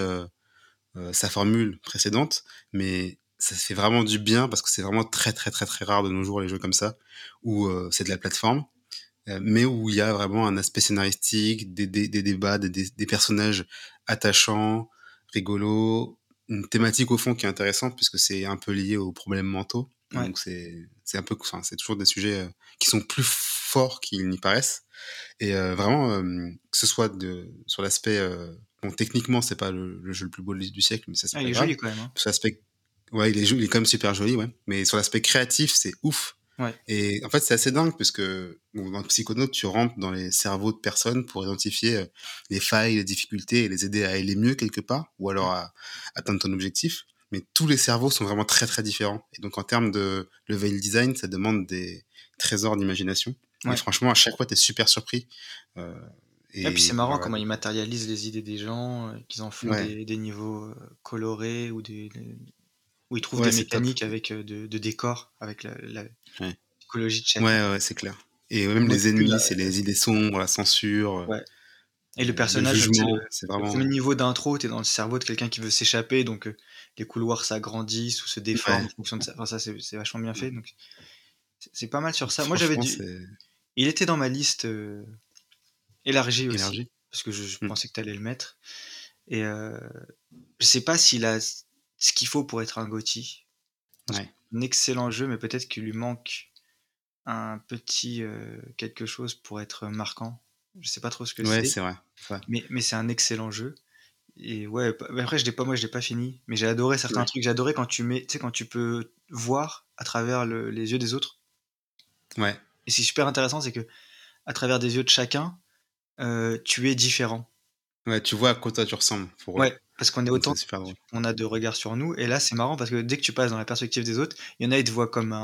sa formule précédente, mais ça se fait vraiment du bien parce que c'est vraiment très très très très rare de nos jours les jeux comme ça, où c'est de la plateforme, mais où il y a vraiment un aspect scénaristique, des débats, des personnages attachants, rigolos, une thématique au fond qui est intéressante puisque c'est un peu lié aux problèmes mentaux. Ouais. Donc c'est un peu, enfin c'est toujours des sujets qui sont plus forts qu'ils n'y paraissent. Et vraiment que ce soit sur l'aspect bon techniquement c'est pas le jeu le plus beau du siècle, mais ça c'est Ah, il pas est grave. joli quand même, hein. Sur l'aspect ouais il est quand même super joli, ouais, mais sur l'aspect créatif c'est ouf. Ouais. Et en fait, c'est assez dingue parce que bon, dans Psychonaut, tu rentres dans les cerveaux de personnes pour identifier les failles, les difficultés et les aider à aller mieux quelque part ou alors à atteindre ton objectif. Mais tous les cerveaux sont vraiment très très différents. Et donc en termes de level design, ça demande des trésors d'imagination. Et Ouais. franchement, à chaque fois, t'es super surpris. Euh, Et puis c'est marrant voilà, comment donc, ils matérialisent les idées des gens, qu'ils en font ouais, des niveaux colorés ou où ils trouvent ouais, des c'est top. mécaniques avec de décors, avec la Ouais, psychologie de chacun. ouais, c'est clair. Et Ils même les modulent ennemis, c'est les idées sombres, la censure, ouais. Et le le personnage, tu sais, jugement. C'est le 1er vraiment. niveau d'intro, tu es dans le cerveau de quelqu'un qui veut s'échapper, donc les couloirs s'agrandissent ou se déforment Ouais, en fonction de ça. Enfin ça, c'est vachement bien fait, donc c'est pas mal sur ça. Moi, franchement, c'est il était dans ma liste, élargie aussi, élargi. parce que je Mm. pensais que tu allais le mettre et je sais pas s'il a ce qu'il faut pour être un GOTY. Ouais. Un excellent jeu, mais peut-être qu'il lui manque un petit, quelque chose pour être marquant. Je sais pas trop ce que Ouais, c'est, c'est vrai. C'est vrai. mais c'est un excellent jeu et ouais, mais après je l'ai pas fini, mais j'ai adoré certains Ouais. trucs. J'ai adoré quand tu sais, quand tu peux voir à travers les yeux des autres Ouais. et c'est super intéressant, c'est que à travers des yeux de chacun, tu es différent. Ouais, tu vois à quoi toi tu ressembles pour eux. Ouais, parce qu'on est Donc autant c'est super drôle. on a de regards sur nous et là, c'est marrant parce que dès que tu passes dans la perspective des autres, il y en a, ils te voient comme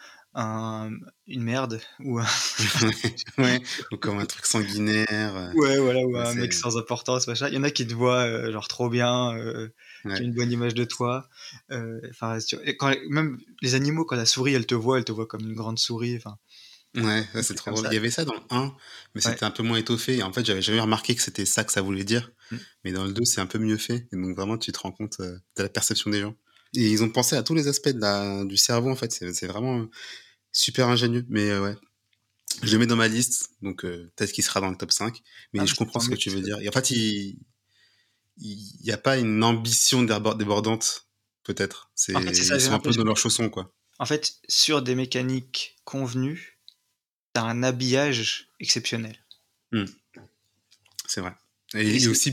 un une merde ou un Ouais, ou comme un truc sanguinaire. ouais, voilà, ou Ouais, un mec c'est sans importance, machin. Il y en a qui te voient, genre trop bien, qui ont ouais. une bonne image de toi, enfin, tu vois? Et quand même les animaux, quand la souris, elle te voit comme une grande souris, enfin, Ouais, des c'est trucs trop comme drôle. ça. Il y avait ça dans le 1, mais Ouais. c'était un peu moins étoffé et en fait, j'avais jamais remarqué que c'était ça que ça voulait dire. Mmh. Mais dans le 2, c'est un peu mieux fait et donc vraiment tu te rends compte de la perception des gens. Et ils ont pensé à tous les aspects du cerveau en fait, c'est vraiment super ingénieux mais ouais. Je le mets dans ma liste, donc peut-être qu'il sera dans le top 5, Ah mais bah, je comprends tant ce que mieux tu parce veux que dire. Et en fait, il y a pas une ambition débordante, peut-être. en fait, c'est ça, Ils j'ai sont un peu l'impression dans leurs que chaussons, quoi. en fait, sur des mécaniques convenues, tu as un habillage exceptionnel Mmh, c'est vrai. et Et c'est aussi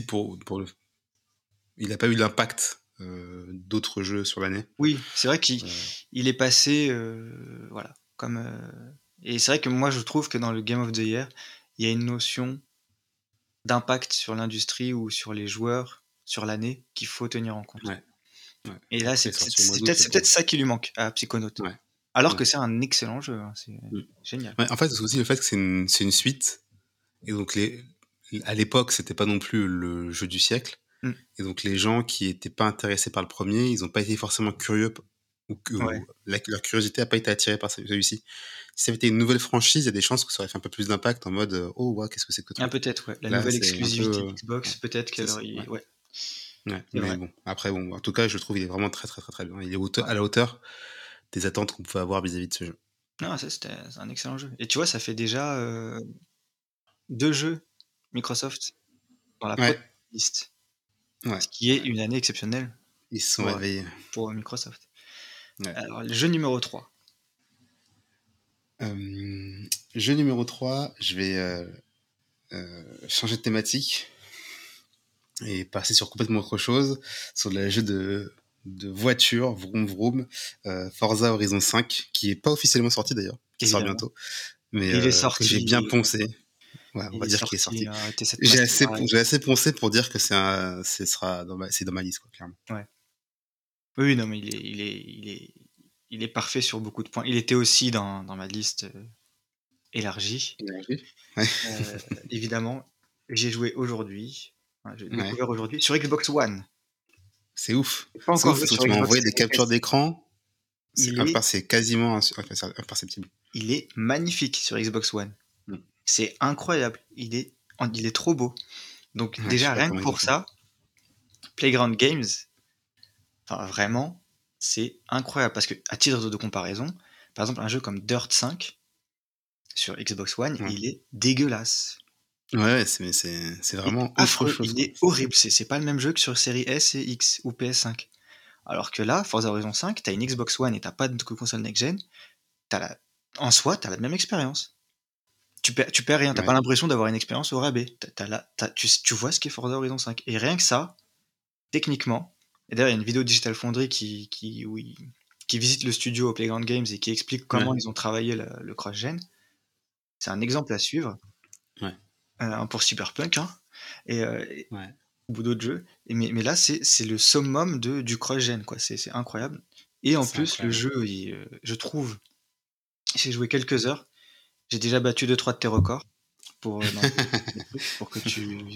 il a pas eu l'impact d'autres jeux sur l'année. oui, c'est vrai qu'il Heu, il est passé, voilà, comme, et c'est vrai que moi, je trouve que dans le Game of the Year, il y a une notion d'impact sur l'industrie ou sur les joueurs, sur l'année, qu'il faut tenir en compte. ouais, ouais. Et là, Après, il est sorti au mois d'août, mais c'est peut-être bon. ça qui lui manque à Psychonauts. Ouais, Alors ouais. que c'est un excellent jeu, hein, c'est Mmh. génial. Ouais, en fait, c'est aussi le fait que c'est une suite et donc à l'époque, c'était pas non plus le jeu du siècle. Mmh, Et donc les gens qui étaient pas intéressés par le premier, ils ont pas été forcément curieux ouais. ou leur curiosité a pas été attirée par celui-ci. Si ça avait été une nouvelle franchise, il y a des chances que ça aurait fait un peu plus d'impact en mode oh ouais, qu'est-ce que c'est que ce Ah truc. peut-être, ouais, la Là, nouvelle c'est un peu exclusivité ouais, d'Xbox, peut-être c'est ça, qu'alors ouais. il ouais, Ouais, c'est mais vrai. bon, après bon, en tout cas, je le trouve il est vraiment très très très très bien. Il est Ouais. à la hauteur des attentes qu'on pouvait avoir vis-à-vis de ce jeu. Non, ça c'est un excellent jeu et tu vois, ça fait déjà, 2 jeux Microsoft dans la première Ouais, liste, ouais, ce qui est une année exceptionnelle ils se sont pour, réveillés. Microsoft. Ouais. Alors le jeu numéro 3. Jeu numéro 3, je vais changer de thématique et passer sur complètement autre chose, sur le jeu de voiture, vroom vroom, Forza Horizon 5, qui est pas officiellement sorti d'ailleurs, qui sort Évidemment bientôt, mais et il est que j'ai bien sorti poncé. Ouais, on Il va est dire qu'il est sorti, sorti. T7 J'ai Master assez, Race. j'ai assez poncé pour dire que c'est dans ma liste, quoi, clairement. Ouais. Oui, non, mais il est parfait sur beaucoup de points. Il était aussi dans ma liste, élargie. Énergie. Ouais, Évidemment, j'ai joué aujourd'hui, enfin, j'ai ouais. découvert aujourd'hui sur Xbox One. C'est ouf. J'ai pas C'est encore ouf joué parce que sur tu m'as Xbox envoyé des Series captures S. d'écran. Il est C'est quasiment imperceptible. il est magnifique sur Xbox One. Mm. C'est incroyable. Il est trop beau. Donc Ouais, je sais déjà pas rien que comment ils ont pour fait. ça, Playground Games, enfin vraiment, c'est incroyable parce que à titre de comparaison, par exemple un jeu comme Dirt 5 sur Xbox One, Ouais, il est dégueulasse. ouais, c'est Il est vraiment autre affreux, chose, il quoi. est horrible, c'est pas le même jeu que sur série S et X ou PS5. Alors que là, Forza Horizon 5, t'as une Xbox One et t'as pas de console next-gen, t'as la... en soi, t'as la même expérience. Tu perds rien, t'as pas Ouais, l'impression d'avoir une expérience au rabais. Tu vois ce qu'est Forza Horizon 5. Et rien que ça, techniquement, et d'ailleurs, il y a une vidéo de Digital Foundry qui visite le studio au Playground Games et qui explique ouais, comment ils ont travaillé le cross-gen. C'est un exemple à suivre ouais, pour Cyberpunk, hein, et ouais. ou d'autres jeux. Mais là, c'est le summum du cross-gen, quoi. C'est incroyable. Et en C'est plus, le incroyable. jeu, je trouve, j'ai joué quelques heures, j'ai déjà battu 2-3 de tes records dans les trucs, pour que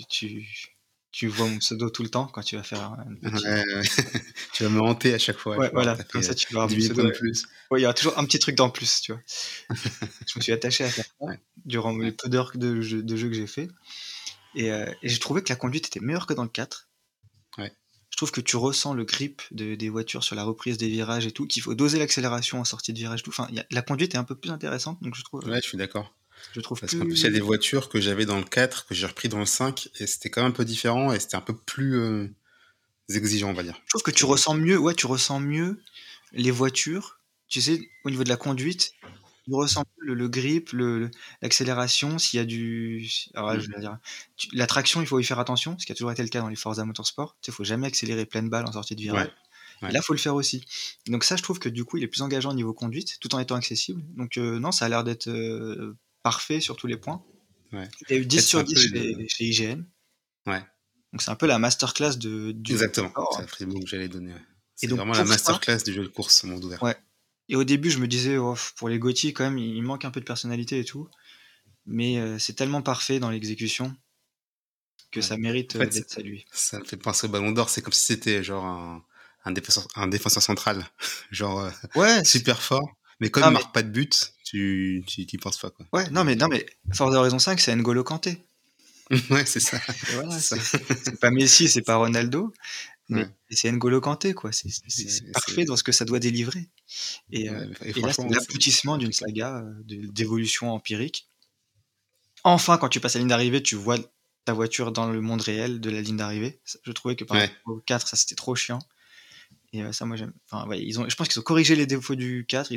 tu vois mon pseudo tout le temps quand tu vas faire un Ouais, petit. ouais. Tu vas me hanter à chaque fois. Ouais, Je vais avoir voilà, comme tapé ça tu verras mon 10 000 pseudo. points de Ouais, plus. ouais, il y aura toujours un petit truc d'en plus, tu vois. Je me suis attaché à faire ça Ouais, durant les ouais, peu d'heures de jeu que j'ai fait. Et j'ai trouvé que la conduite était meilleure que dans le 4. ouais. Je trouve que tu ressens le grip des voitures sur la reprise des virages et tout, qu'il faut doser l'accélération en sortie de virage et tout. Enfin, la conduite est un peu plus intéressante, donc Ouais, je suis d'accord. je trouve Parce qu'en plus, il y a plus. des voitures que j'avais dans le 4, que j'ai repris dans le 5, et c'était quand même un peu différent, et c'était un peu plus exigeant, on va dire. Je trouve que Tu tu vois. ressens mieux, ouais, tu ressens mieux les voitures. Tu sais, au niveau de la conduite, tu ressens le grip, l'accélération, s'il y a du. Alors là, Mm. je vais dire. La traction, il faut y faire attention, ce qui a toujours été le cas dans les Forza Motorsport. Tu sais, il faut jamais accélérer pleine balle en sortie de virage. Ouais, Et ouais. là, il faut le faire aussi. Donc ça, je trouve que du coup, il est plus engageant au niveau conduite, tout en étant accessible. Donc non, ça a l'air d'être parfait sur tous les points. Ouais. Il y a eu En 10 fait, c'est sur un 10 peu chez IGN. Ouais, Donc c'est un peu la masterclass du exactement. sport. C'est la le mot que j'allais donner. Ouais. Et C'est donc vraiment la pour ça, masterclass du jeu de course monde ouvert. ouais. Et au début, je me disais, oh, pour les GOTY, quand même, il manque un peu de personnalité et tout. Mais c'est tellement parfait dans l'exécution que Ouais. ça En mérite fait, d'être salué. ça me fait penser au Ballon d'Or. C'est comme si c'était genre un défenseur central. Genre Ouais, super fort. Mais comme non il mais, marque pas de but, tu t'y penses pas, quoi. ouais, non mais, Forza Horizon 5, c'est N'Golo Kanté. Ouais, c'est ça. Et voilà, C'est ça. c'est pas Messi, c'est pas Ronaldo, mais Ouais. c'est N'Golo Kanté, quoi. C'est Mais parfait dans ce que ça doit délivrer. Et, ouais, et et là, c'est franchement, l'aboutissement c'est d'une impeccable. saga d'évolution empirique. Enfin, quand tu passes la ligne d'arrivée, tu vois ta voiture dans le monde réel de la ligne d'arrivée. Je trouvais que par Ouais. rapport au 4, ça c'était trop chiant. Et ça, moi j'aime. Enfin, ouais, je pense qu'ils ont corrigé les défauts du 4.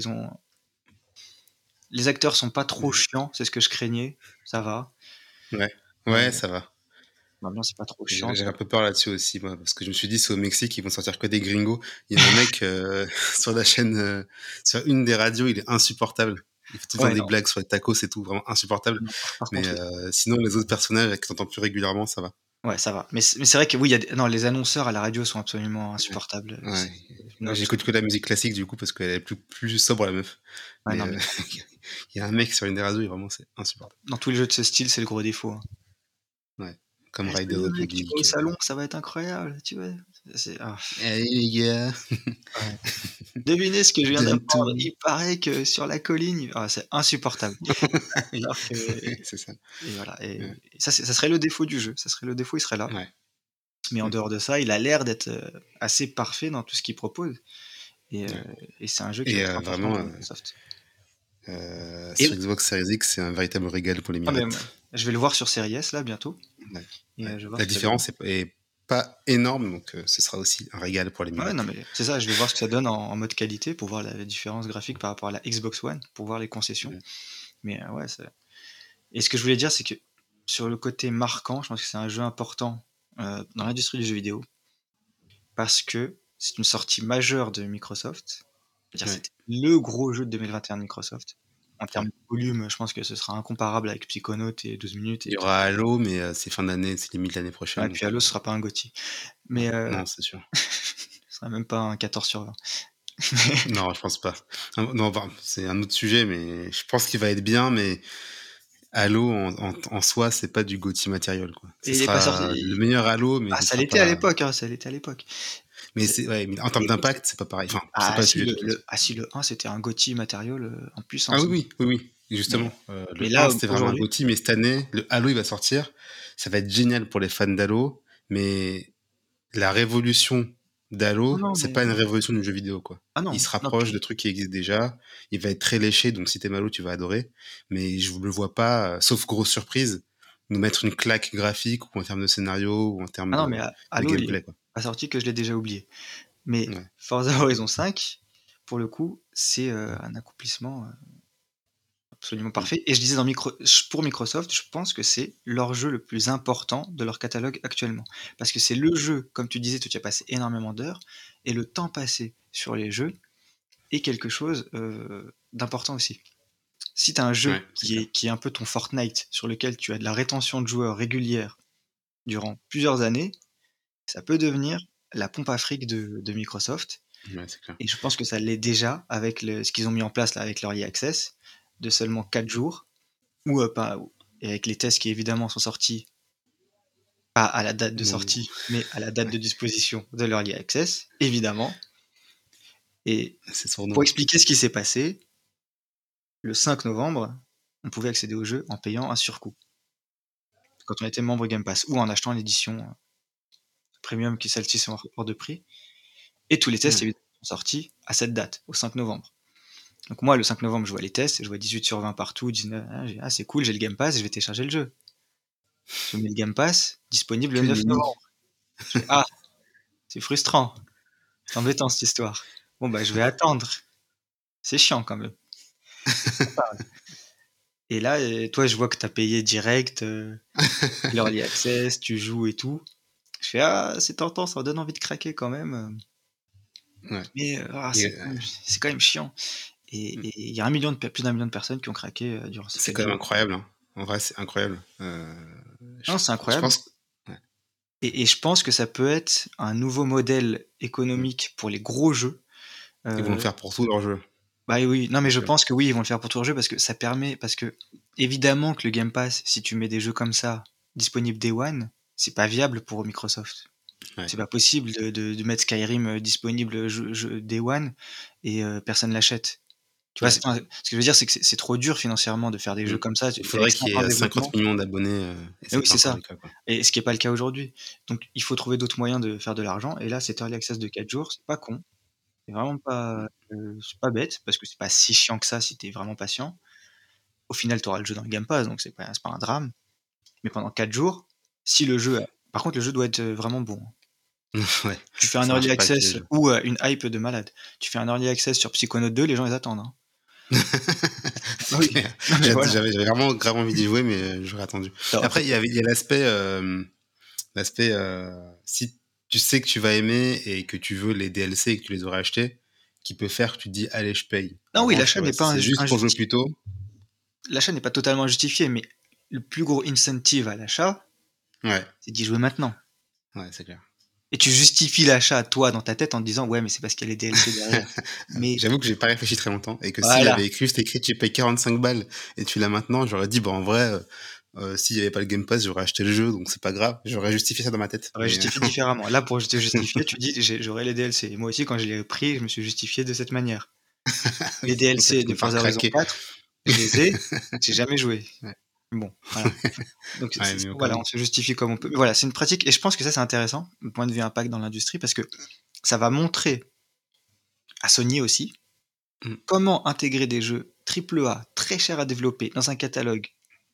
Les acteurs sont pas trop Ouais. chiants, c'est ce que je craignais. Ça va. Ouais. Euh, Ouais, ça va. Maintenant, c'est pas trop chiant. J'ai un peu peur là-dessus aussi, moi, parce que je me suis dit, c'est au Mexique, ils vont sortir que des gringos. Il y a un mec sur la chaîne, sur une des radios, il est insupportable. Il fait tout le temps Ouais, des non, blagues sur les tacos et tout, vraiment insupportable. non, par Mais contre, oui. sinon, les autres personnages que t'entends plus régulièrement, ça va. Ouais, ça va. Mais c'est vrai que oui, non, les annenceurs à la radio sont absolument Ouais. insupportables. Ouais. Une Ouais, option. j'écoute que la musique classique du coup parce qu'elle est plus sobre la meuf. Ouais, Mais non, mais il y a un mec sur une des radios et vraiment c'est insupportable. dans tous les jeux de ce style, c'est le gros défaut, hein. Ouais. Comme Eh, Rider salut mec, tu vas au Republic. salon, ça va être incroyable, tu vois. Ah, Allez les gars. ouais. Devinez ce que je viens d'apprendre. Bientôt. Il paraît que sur la colline, c'est insupportable. Alors que, C'est ça. et voilà. Ouais. Et ça, ça serait le défaut du jeu. Ça serait le défaut, il serait là. Ouais. Mais en Mm. dehors de ça, il a l'air d'être assez parfait dans tout ce qu'il propose. Et, euh, Ouais. et c'est un jeu qui va Et être important vraiment, pour Microsoft. sur Et Xbox Series X, c'est un véritable régal pour les ah, mais, mirettes. je vais le voir sur Series S là bientôt. Ouais. Et Ouais. je vais voir La ce que ça donne. différence est pas énorme, donc ce sera aussi un régal pour les Ouais, non, mirettes. mais c'est ça, je vais voir ce que ça donne en mode qualité pour voir la différence graphique par rapport à la Xbox One, pour voir les concessions. Ouais. Mais ouais, et ce que je voulais dire, c'est que sur le côté marquant, je pense que c'est un jeu important dans l'industrie du jeu vidéo parce que c'est une sortie majeure de Microsoft. C'est-à-dire, Ouais. c'était le gros jeu de 2021 de Microsoft. En termes de volume, je pense que ce sera incomparable avec Psychonaut et 12 minutes. Il y aura Halo, mais c'est fin d'année, c'est limite l'année prochaine. Ouais, puis Halo, ce sera pas un GOTY. Mais non, c'est sûr. ce sera même pas un 14/20. Non, je pense pas. Non, c'est un autre sujet, mais je pense qu'il va être bien, mais Halo en soi, c'est pas du GOTY matériel, quoi. Ce Et il est pas sorti. sera le meilleur Halo, mais ce Ça sera l'était à pas. l'époque, hein, ça l'était à l'époque. Mais mais en termes d'impact, c'est pas pareil. Enfin, c'est pas le sujet de toute façon. Si, le 1, c'était un GOTY matériel en Ah puissance. oui, justement. Mais Le là, 1, c'était vraiment un aujourd'hui, GOTY, mais cette année, le Halo, il va sortir. Ça va être génial pour les fans d'Halo, mais la révolution d'Halo, non, c'est mais pas une révolution du jeu vidéo, quoi. Il se non, rapproche de trucs qui existent déjà. Il va être très léché, donc si t'aimes Halo, tu vas adorer. Mais je le vois pas, sauf grosse surprise, nous mettre une claque graphique ou en termes de scénario ou en termes non, mais de Halo, il gameplay, est quoi. pas sorti que je l'ai déjà oublié. Mais Ouais. Forza Horizon 5, pour le coup, c'est un accomplissement absolument parfait. Et je disais pour Microsoft, je pense que c'est leur jeu le plus important de leur catalogue actuellement. Parce que c'est le jeu, comme tu disais, tu as passé énormément d'heures, et le temps passé sur les jeux est quelque chose d'important aussi. Si tu as un jeu Ouais, c'est clair. qui est un peu ton Fortnite, sur lequel tu as de la rétention de joueurs régulière durant plusieurs années, ça peut devenir la pompe à fric de Microsoft. Ouais, c'est clair. Et je pense que ça l'est déjà avec ce qu'ils ont mis en place là, avec leur EA Access, de seulement 4 jours, et avec les tests qui évidemment sont sortis, pas à la date de Bon, sortie, mais à la date ouais, de disposition de leur EA Access, évidemment. Et c'est sournois. pour expliquer ce qui s'est passé, le 5 novembre, on pouvait accéder au jeu en payant un surcoût. Quand on était membre Game Pass, ou en achetant l'édition premium qui celle-ci sont en rapport de prix. Et tous les tests Ouais. évidemment sont sortis à cette date, au 5 novembre. Donc moi, le 5 novembre, je vois les tests, je vois 18/20 partout, 19, c'est cool, j'ai le Game Pass, je vais télécharger le jeu. Je mets le Game Pass, disponible le Que 9 nenni. novembre. Je fais, c'est frustrant, c'est embêtant cette histoire. Bon bah je vais attendre. C'est chiant quand même. Et là, toi, je vois que t'as payé direct, l'Early Access, tu joues et tout. Je fais, c'est tentant, ça donne envie de craquer quand même. Ouais. Mais Et, c'est quand même chiant. Et il y a plus d'1 million de personnes qui ont craqué durant ces c'est 4 quand même jours. incroyable, hein. En vrai, c'est incroyable. Non, c'est Je incroyable. pense. Ouais. Et je pense que ça peut être un nouveau modèle économique pour les gros jeux. Ils vont le faire pour tous leurs jeux. Bah oui, non mais C'est je sûr. pense que oui, ils vont le faire pour tous leurs jeux parce que ça permet, parce que évidemment que le Game Pass, si tu mets des jeux comme ça disponibles Day One, c'est pas viable pour Microsoft. Ouais. C'est pas possible de mettre Skyrim disponible Day One et personne l'achète. Tu vois, Ouais. ce que je veux dire, c'est que c'est trop dur financièrement de faire des jeux comme ça. Il Avec faudrait 5 qu'il y ans de ait développement. 50 millions d'abonnés, et Mais c'est oui, pas c'est encore ça. le cas, quoi. Et ce qui est pas le cas aujourd'hui. Donc il faut trouver d'autres moyens de faire de l'argent. Et là, cet early access de 4 jours, c'est pas con. C'est vraiment c'est pas bête parce que c'est pas si chiant que ça si t'es vraiment patient. Au final, tu auras le jeu dans le Game Pass, donc c'est pas un drame. Mais pendant 4 jours, si le jeu. Par contre, le jeu doit être vraiment bon. Ouais. Tu fais un Ça early marche pas avec tous les access jeux. ou une hype de malade. Tu fais un early access sur Psychonaut 2, les gens ils attendent. Hein. C'est Ah oui. clair. Non mais voilà. J'avais vraiment grave envie d'y jouer, mais j'aurais attendu. En Après, fait, il y a l'aspect, si tu sais que tu vas aimer et que tu veux les DLC et que tu les aurais achetés, qui peut faire que tu te dis, allez, je paye. En non oui, revanche, l'achat n'est si pas c'est juste pour jouer injustifié. plus tôt, L'achat n'est pas totalement injustifié, mais le plus gros incentive à l'achat, ouais, c'est d'y jouer maintenant. ouais, c'est clair. Et tu justifies l'achat, toi, dans ta tête, en te disant, ouais, mais c'est parce qu'il y a les DLC derrière. Mais J'avoue que j'ai pas réfléchi très longtemps et que s'il voilà, avait écrit, c'était écrit, tu payes 45 balles et tu l'as maintenant, j'aurais dit, bon, en vrai, s'il y avait pas le Game Pass, j'aurais acheté le jeu, donc c'est pas grave. J'aurais justifié ça dans ma tête. j'aurais justifié différemment. Là, pour te justifier, tu dis, j'aurai les DLC. Et moi aussi, quand je l'ai pris, je me suis justifié de cette manière. Les Oui, donc t'as DLC de fini par Forza Horizon craquer. 4, je les ai, j'ai jamais joué. Ouais, Bon, voilà. Donc ouais, mais au cas voilà, où. on se justifie comme on peut. Mais voilà, c'est une pratique, et je pense que ça, c'est intéressant, du point de vue impact dans l'industrie, parce que ça va montrer à Sony aussi Mm. comment intégrer des jeux AAA très chers à développer dans un catalogue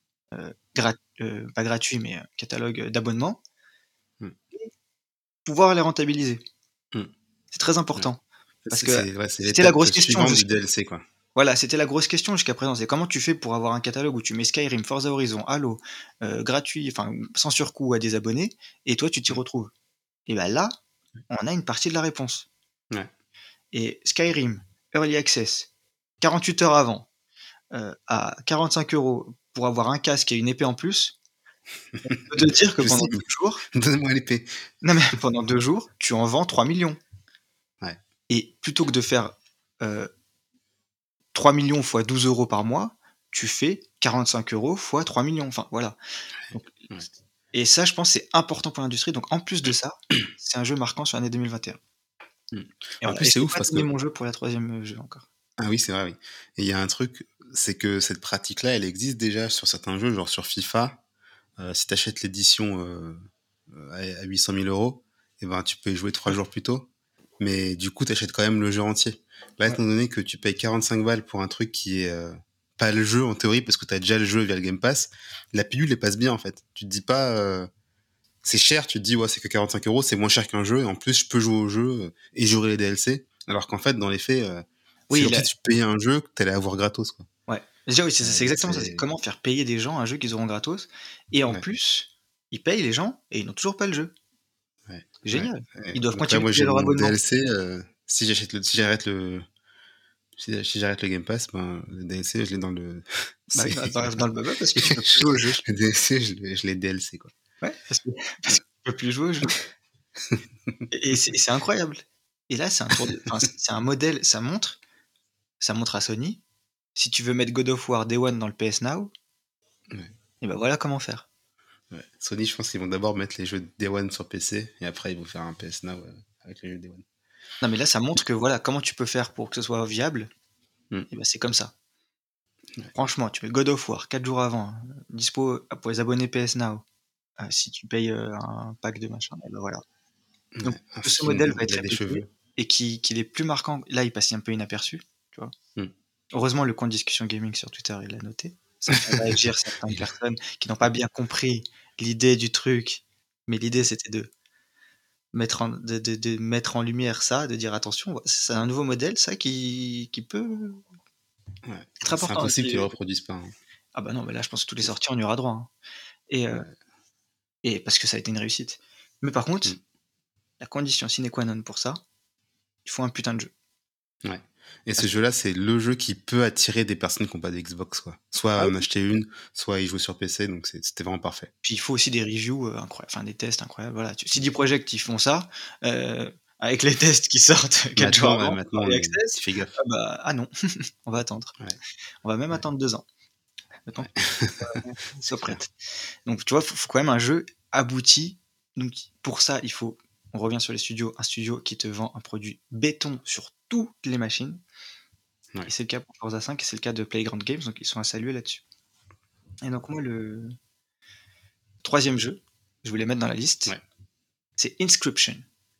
pas gratuit, mais catalogue d'abonnement, Mm. pouvoir les rentabiliser. Mm. C'est très Ouais. important. Parce que C'est c'était la l'étape grosse question suivante du DLC, quoi. voilà, c'était la grosse question jusqu'à présent. C'est comment tu fais pour avoir un catalogue où tu mets Skyrim, Forza Horizon, Halo, gratuit, enfin sans surcoût à des abonnés, et toi tu t'y Mm. retrouves. Et ben là, on a une partie de la réponse. Ouais. Et Skyrim, Early Access, 48 heures avant, à 45 € pour avoir un casque et une épée en plus, je peux te dire que Je pendant sais, 2 mais jours donne-moi l'épée. non mais pendant 2 jours, tu en vends 3 millions Ouais. et plutôt que de faire, heu, 3 000 000 fois 12 € par mois, tu fais 45 € fois 3 millions. Enfin voilà, donc Ouais. et ça, je pense, c'est important pour l'industrie, donc en plus de ça, c'est un jeu marquant sur l'année 2021 Mmh. et En voilà plus, et je c'est t'ai ouf pas parce donné que mon jeu pour la 3e jeu encore. ah oui, c'est vrai, oui. Et il y a un truc, c'est que cette pratique-là, elle existe déjà sur certains jeux, genre sur FIFA. Si tu achètes l'édition à 800 000 euros, et ben, tu peux y jouer 3 jours plus tôt. Mais du coup, tu achètes quand même le jeu entier. Là, Ouais. étant donné que tu payes 45 balles pour un truc qui est pas le jeu en théorie, parce que tu as déjà le jeu via le Game Pass, la pilule, elle passe bien en fait. Tu te dis pas, c'est cher, tu te dis, ouais, c'est que 45 euros, c'est moins cher qu'un jeu, et en plus, je peux jouer au jeu et jouer les DLC. Alors qu'en fait, dans les faits, c'est Oui, comme si tu payais un jeu que tu allais avoir gratos, quoi. ouais. Déjà, oui, c'est Donc exactement ça, c'est c'est. comment faire payer des gens un jeu qu'ils auront gratos et en Ouais, plus, ils payent les gens et ils n'ont toujours pas le jeu. ouais, ouais. Génial. Ouais. Ils doivent Donc là, continuer de moi, payer j'ai leur mon abonnement. DLC. Si j'arrête le Game Pass, ben, le DLC, je l'ai dans le. Bah C'est. oui, dans le baba parce que tu peux plus jouer au jeu. Le DLC, je l'ai DLC, quoi. Ouais, parce Ouais. que tu peux plus jouer au jeu et c'est incroyable et là, c'est un tour de enfin, c'est un modèle, ça montre à Sony, si tu veux mettre God of War Day One dans le PS Now, Ouais, et ben voilà comment faire. ouais. Sony, je pense qu'ils vont d'abord mettre les jeux Day One sur PC et après ils vont faire un PS Now avec les jeux Day One. Non, mais là, ça montre que voilà, comment tu peux faire pour que ce soit viable, Mm. et ben c'est comme ça. Ouais. Franchement, tu mets God of War 4 jours avant, dispo pour les abonnés PS Now, si tu payes, un pack de machin et ben voilà. Donc Ouais. Un que ce film modèle où va être il a des répliqué cheveux. et qu'il est plus marquant là, il passe un peu inaperçu, tu vois? Mm. Heureusement, le compte discussion gaming sur Twitter, il l'a noté. Ça fait réagir certaines Il a- personnes qui n'ont pas bien compris l'idée du truc, mais l'idée c'était de mettre en lumière ça, de dire: «Attention, c'est un nouveau modèle ça qui peut Ouais. être C'est important» et impossible puis, qu'ils le reproduisent pas, hein. ah bah non, mais là, je pense que toutes les sorties, on y aura droit, hein et heu Ouais. et parce que ça a été une réussite. Mais par contre, Mm. la condition sine qua non pour ça, il faut un putain de jeu. Ouais. Et ce Parce jeu-là, c'est le jeu qui peut attirer des personnes qui n'ont pas d'Xbox, quoi. Soit ah en oui, acheter une, soit y jouer sur PC, donc c'était vraiment parfait. puis il faut aussi des reviews, incroyables, enfin des tests incroyables, voilà. CD Projekt, ils font ça, avec les tests qui sortent 4 jours Maintenant, ouais, avant, maintenant, Early Access, tu fais ah gaffe. bah, ah non, on va attendre. Ouais, On va même ouais, attendre 2 ans, le temps ouais. que tout C'est soit clair. prête. Donc tu vois, faut quand même un jeu abouti. Donc pour ça, il faut on revient sur les studios, un studio qui te vend un produit béton sur toutes les machines et Ouais, c'est le cas pour Forza 5 et c'est le cas de Playground Games, donc ils sont à saluer là-dessus. Et donc moi, le 3e jeu, je voulais mettre dans la liste, ouais. c'est Inscription.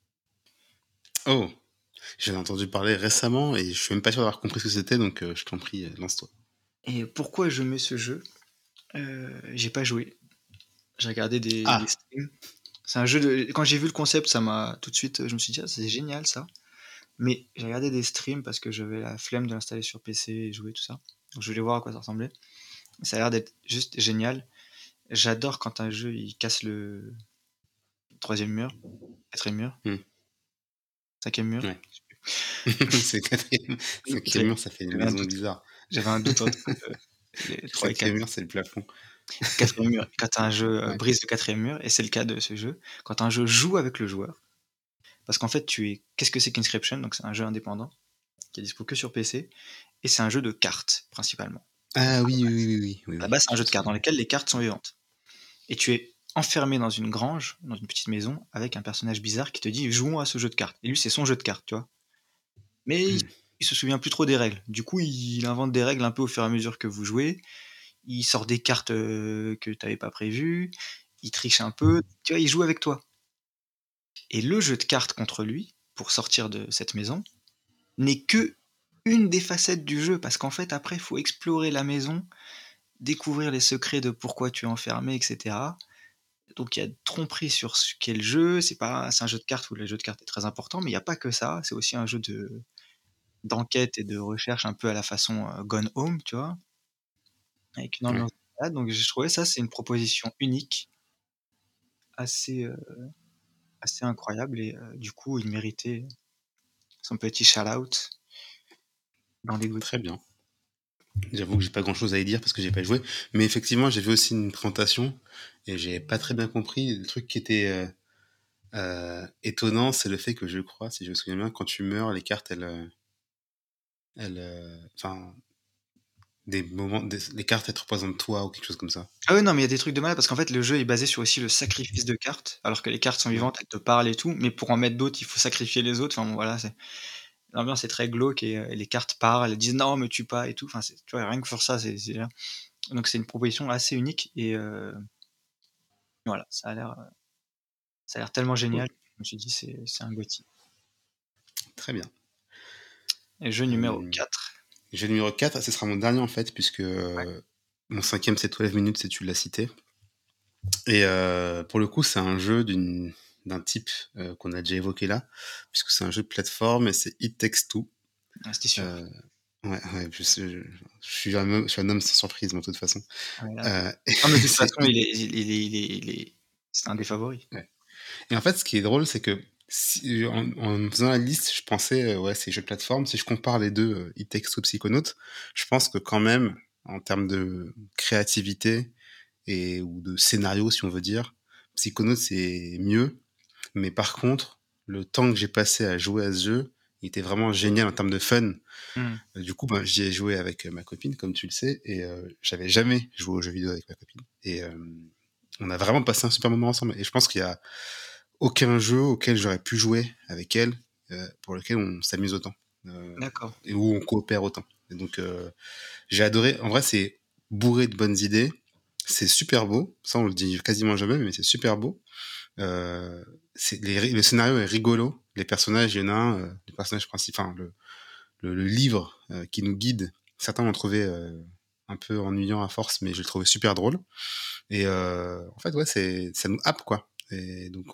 Oh! J'en ai entendu parler récemment et je suis même pas sûr d'avoir compris ce que c'était, donc je t'en prie, lance-toi. Et pourquoi je mets ce jeu? J'ai pas joué. J'ai regardé des Ah! streams. C'est un jeu de quand j'ai vu le concept, ça m'a tout de suite, je me suis dit: «Ah, c'est génial ça». Mais j'ai regardé des streams parce que j'avais la flemme de l'installer sur PC et jouer tout ça. Donc je voulais voir à quoi ça ressemblait. Ça a l'air d'être juste génial. J'adore quand un jeu il casse le 3e mur, 4e mur, Mmh, 5e mur. ouais. C'est le 4e. 5e J'ai mur, ça fait une j'avais un maison doute. bizarre. J'avais un doute entre, les 3 et 4. 5e mur, c'est le plafond. 4e mur, quand un jeu, Ouais, brise le 4e mur et c'est le cas de ce jeu, quand un jeu joue avec le joueur, parce qu'en fait qu'est-ce que c'est qu'Inscription? Donc c'est un jeu indépendant qui est dispo que sur PC et c'est un jeu de cartes principalement. ah oui, oui, oui, oui, oui, À la oui, base, c'est un je jeu me de cartes dans souviens. lequel les cartes sont vivantes et tu es enfermé dans une grange, dans une petite maison avec un personnage bizarre qui te dit: «Jouons à ce jeu de cartes» et lui, c'est son jeu de cartes, tu vois? Mais Mmh, il se souvient plus trop des règles. Du coup, il invente des règles un peu au fur et à mesure que vous jouez. Il sort des cartes, que tu avais pas prévues, il triche un peu, tu vois? Il joue avec toi et le jeu de cartes contre lui, pour sortir de cette maison, n'est que une des facettes du jeu parce qu'en fait, après, il faut explorer la maison, découvrir les secrets de pourquoi tu es enfermé et cetera. Donc il y a tromperie sur ce qu'est le jeu, c'est un jeu de cartes où le jeu de cartes est très important, mais il y a pas que ça, c'est aussi un jeu d'enquête et de recherche un peu à la façon, Gone Home, tu vois? Avec une ouais. ambiance de malade, donc j'ai trouvé ça, c'est une proposition unique, assez, assez incroyable et du coup, il méritait son petit shout out dans les GOTY. Très bien. J'avoue que j'ai pas grand-chose à y dire parce que j'ai pas joué. Mais effectivement, j'ai vu aussi une présentation et j'ai pas très bien compris. Le truc qui était étonnant, c'est le fait que je crois, si je me souviens bien, quand tu meurs, les cartes, enfin, les cartes, elles te représentent toi ou quelque chose comme ça. Ah ouais, non, mais il y a des trucs de malade parce qu'en fait, le jeu est basé sur aussi le sacrifice de cartes, alors que les cartes sont Ouais. vivantes, elles te parlent et tout, mais pour en mettre d'autres, il faut sacrifier les autres. Enfin bon, voilà, c'est l'ambiance est très glauque et les cartes parlent, elles disent: «Non, me tue pas» et tout. Enfin, c'est tu vois, rien que sur ça, c'est bien. Donc c'est une proposition assez unique et voilà, ça a l'air tellement Cool. génial. Je me suis dit: «C'est un GOTY» Très bien. et jeu numéro Euh, 4. Jeu numéro 4, ce sera mon dernier en fait, puisque Ouais. mon cinquième c'est 12 minutes, si tu l'as cité. Et pour le coup, c'est un jeu d'un type qu'on a déjà évoqué là, puisque c'est un jeu de plateforme et c'est It Takes Two. Ah, c'était sûr. Euh, ouais, je suis un homme sans surprise, moi, de toute façon. Ah ouais, là Euh, non, mais de toute c'est façon, c'est un des favoris. ouais. Et en fait, ce qui est drôle, c'est que en faisant la liste, je pensais, ouais, c'est jeux de plateforme. Si je compare les deux, It Takes Two, Psychonaut, je pense que quand même, en termes de créativité ou de scénario, si on veut dire, Psychonaut, c'est mieux. Mais par contre, le temps que j'ai passé à jouer à ce jeu, il était vraiment génial en termes de fun. Mmh. Du coup, ben, j'y ai joué avec ma copine, comme tu le sais, et j'avais jamais joué aux jeux vidéo avec ma copine. Et on a vraiment passé un super moment ensemble. Et je pense qu'il y a aucun jeu auquel j'aurais pu jouer avec elle, pour lequel on s'amuse autant, D'accord. et où on coopère autant. Et donc, j'ai adoré. En vrai, c'est bourré de bonnes idées. C'est super beau. Ça, on le dit quasiment jamais, mais c'est super beau. Euh, le scénario est rigolo. Les personnages, il y en a un, les personnages principaux, enfin, le livre qui nous guide. Certains l'ont trouvé un peu ennuyant à force, mais je le trouvais super drôle. Et en fait, ouais, ça nous happe, quoi. Et donc,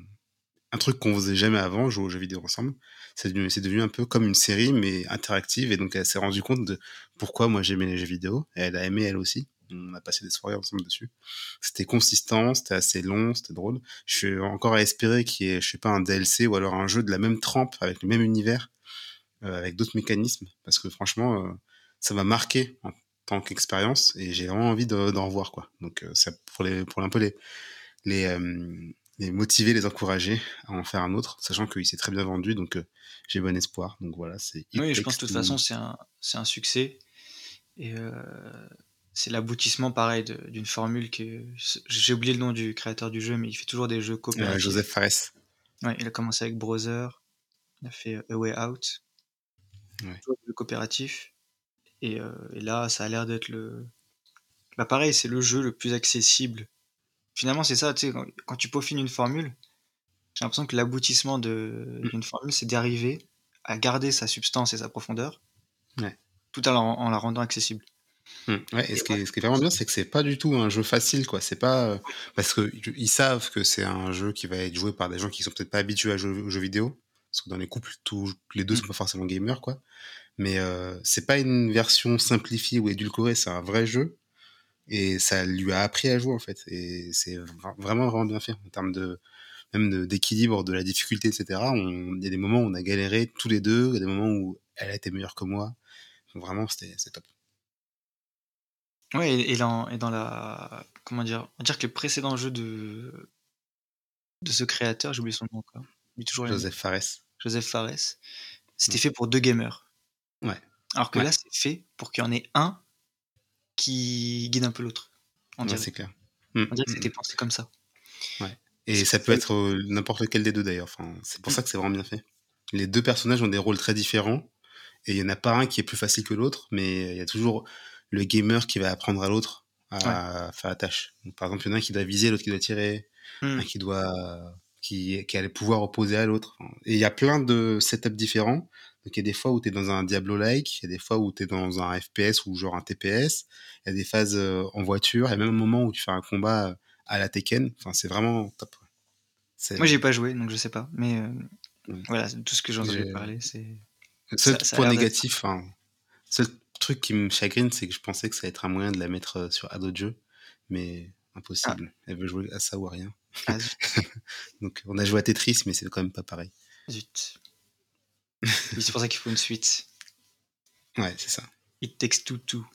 un truc qu'on faisait jamais avant, jouer aux jeux vidéo ensemble. C'est devenu un peu comme une série, mais interactive. Et donc, elle s'est rendue compte de pourquoi moi j'aimais les jeux vidéo. Et elle a aimé elle aussi. On a passé des soirées ensemble dessus. C'était consistant, c'était assez long, c'était drôle. Je suis encore à espérer qu'il y ait, je sais pas, un DLC ou alors un jeu de la même trempe avec le même univers, avec d'autres mécanismes. Parce que franchement, ça m'a marqué en tant qu'expérience et j'ai vraiment envie d'en revoir, quoi. Donc, ça, pour un peu les, euh, les motiver, les encourager à en faire un autre, sachant qu'il s'est très bien vendu, donc j'ai bon espoir. Donc voilà, c'est It Oui, je pense de Takes toute Two. façon, c'est un succès et c'est l'aboutissement pareil d'une formule que j'ai oublié le nom du créateur du jeu, mais il fait toujours des jeux coopératifs. Joseph Fares. Ouais, il a commencé avec Brother, il a fait A Way Out, Ouais. toujours des jeux coopératifs et là, ça a l'air d'être bah, pareil, c'est le jeu le plus accessible. Finalement, c'est ça, tu sais, quand tu peaufines une formule, j'ai l'impression que l'aboutissement Mm. d'une formule, c'est d'arriver à garder sa substance et sa profondeur, Ouais. tout en la rendant accessible. Ouais, et Et ce qui est vraiment bien, c'est que c'est pas du tout un jeu facile, quoi. C'est pas oui, parce que ils savent que c'est un jeu qui va être joué par des gens qui sont peut-être pas habitués à jouer aux jeux vidéo, parce que dans les couples, les deux mmh, sont pas forcément gamers, quoi. Mais c'est pas une version simplifiée ou édulcorée, c'est un vrai jeu. Et ça lui a appris à jouer, en fait. Et c'est vraiment, vraiment bien fait en termes d'équilibre, de la difficulté, etc. Il y a des moments où on a galéré tous les deux, il y a des moments où elle a été meilleure que moi. Vraiment, c'est top. ouais et dans la comment dire? On va dire que le précédent jeu de ce créateur, j'ai oublié son nom encore, j'oublie toujours les noms, Joseph Fares. Joseph Fares, c'était Ouais. fait pour 2 gamers. Ouais. Alors que Ouais, là, c'est fait pour qu'il y en ait un qui guide un peu l'autre, on ouais, dirait. c'est clair. On dirait que c'était pensé comme ça Ouais. et Et c'est ça peut-être peut ça le être n'importe lequel des deux, d'ailleurs. Enfin, c'est pour mmh, ça que c'est vraiment bien fait. Les deux personnages ont des rôles très différents. Et il y en a pas un qui est plus facile que l'autre, mais il y a toujours le gamer qui va apprendre à l'autre ouais. à faire la tâche. Donc, par exemple, il y en a un qui doit viser, l'autre qui doit tirer, un Mmh. qui a les pouvoirs opposés à l'autre. Et il y a plein de setups différents. Donc il y a des fois où tu es dans un Diablo-like, il y a des fois où tu es dans un FPS ou genre un TPS, il y a des phases en voiture, il y a même un moment où tu fais un combat à la Tekken. Enfin, c'est vraiment top. Moi, j'y ai C'est pas joué, donc je sais pas, mais ouais. voilà, tout ce que j'ai entendu J'ai- parler, le seul ça a point l'air d'être ça. négatif, enfin, seul truc qui me chagrine, c'est que je pensais que ça allait être un moyen de la mettre sur à d'autres jeux, mais Ah, impossible. Elle veut jouer à ça ou à rien. ah zut, Donc on a joué à Tetris, mais c'est quand même pas pareil. zut. Oui, c'est pour ça qu'il faut une suite. Ouais, c'est ça. It Takes Two Two.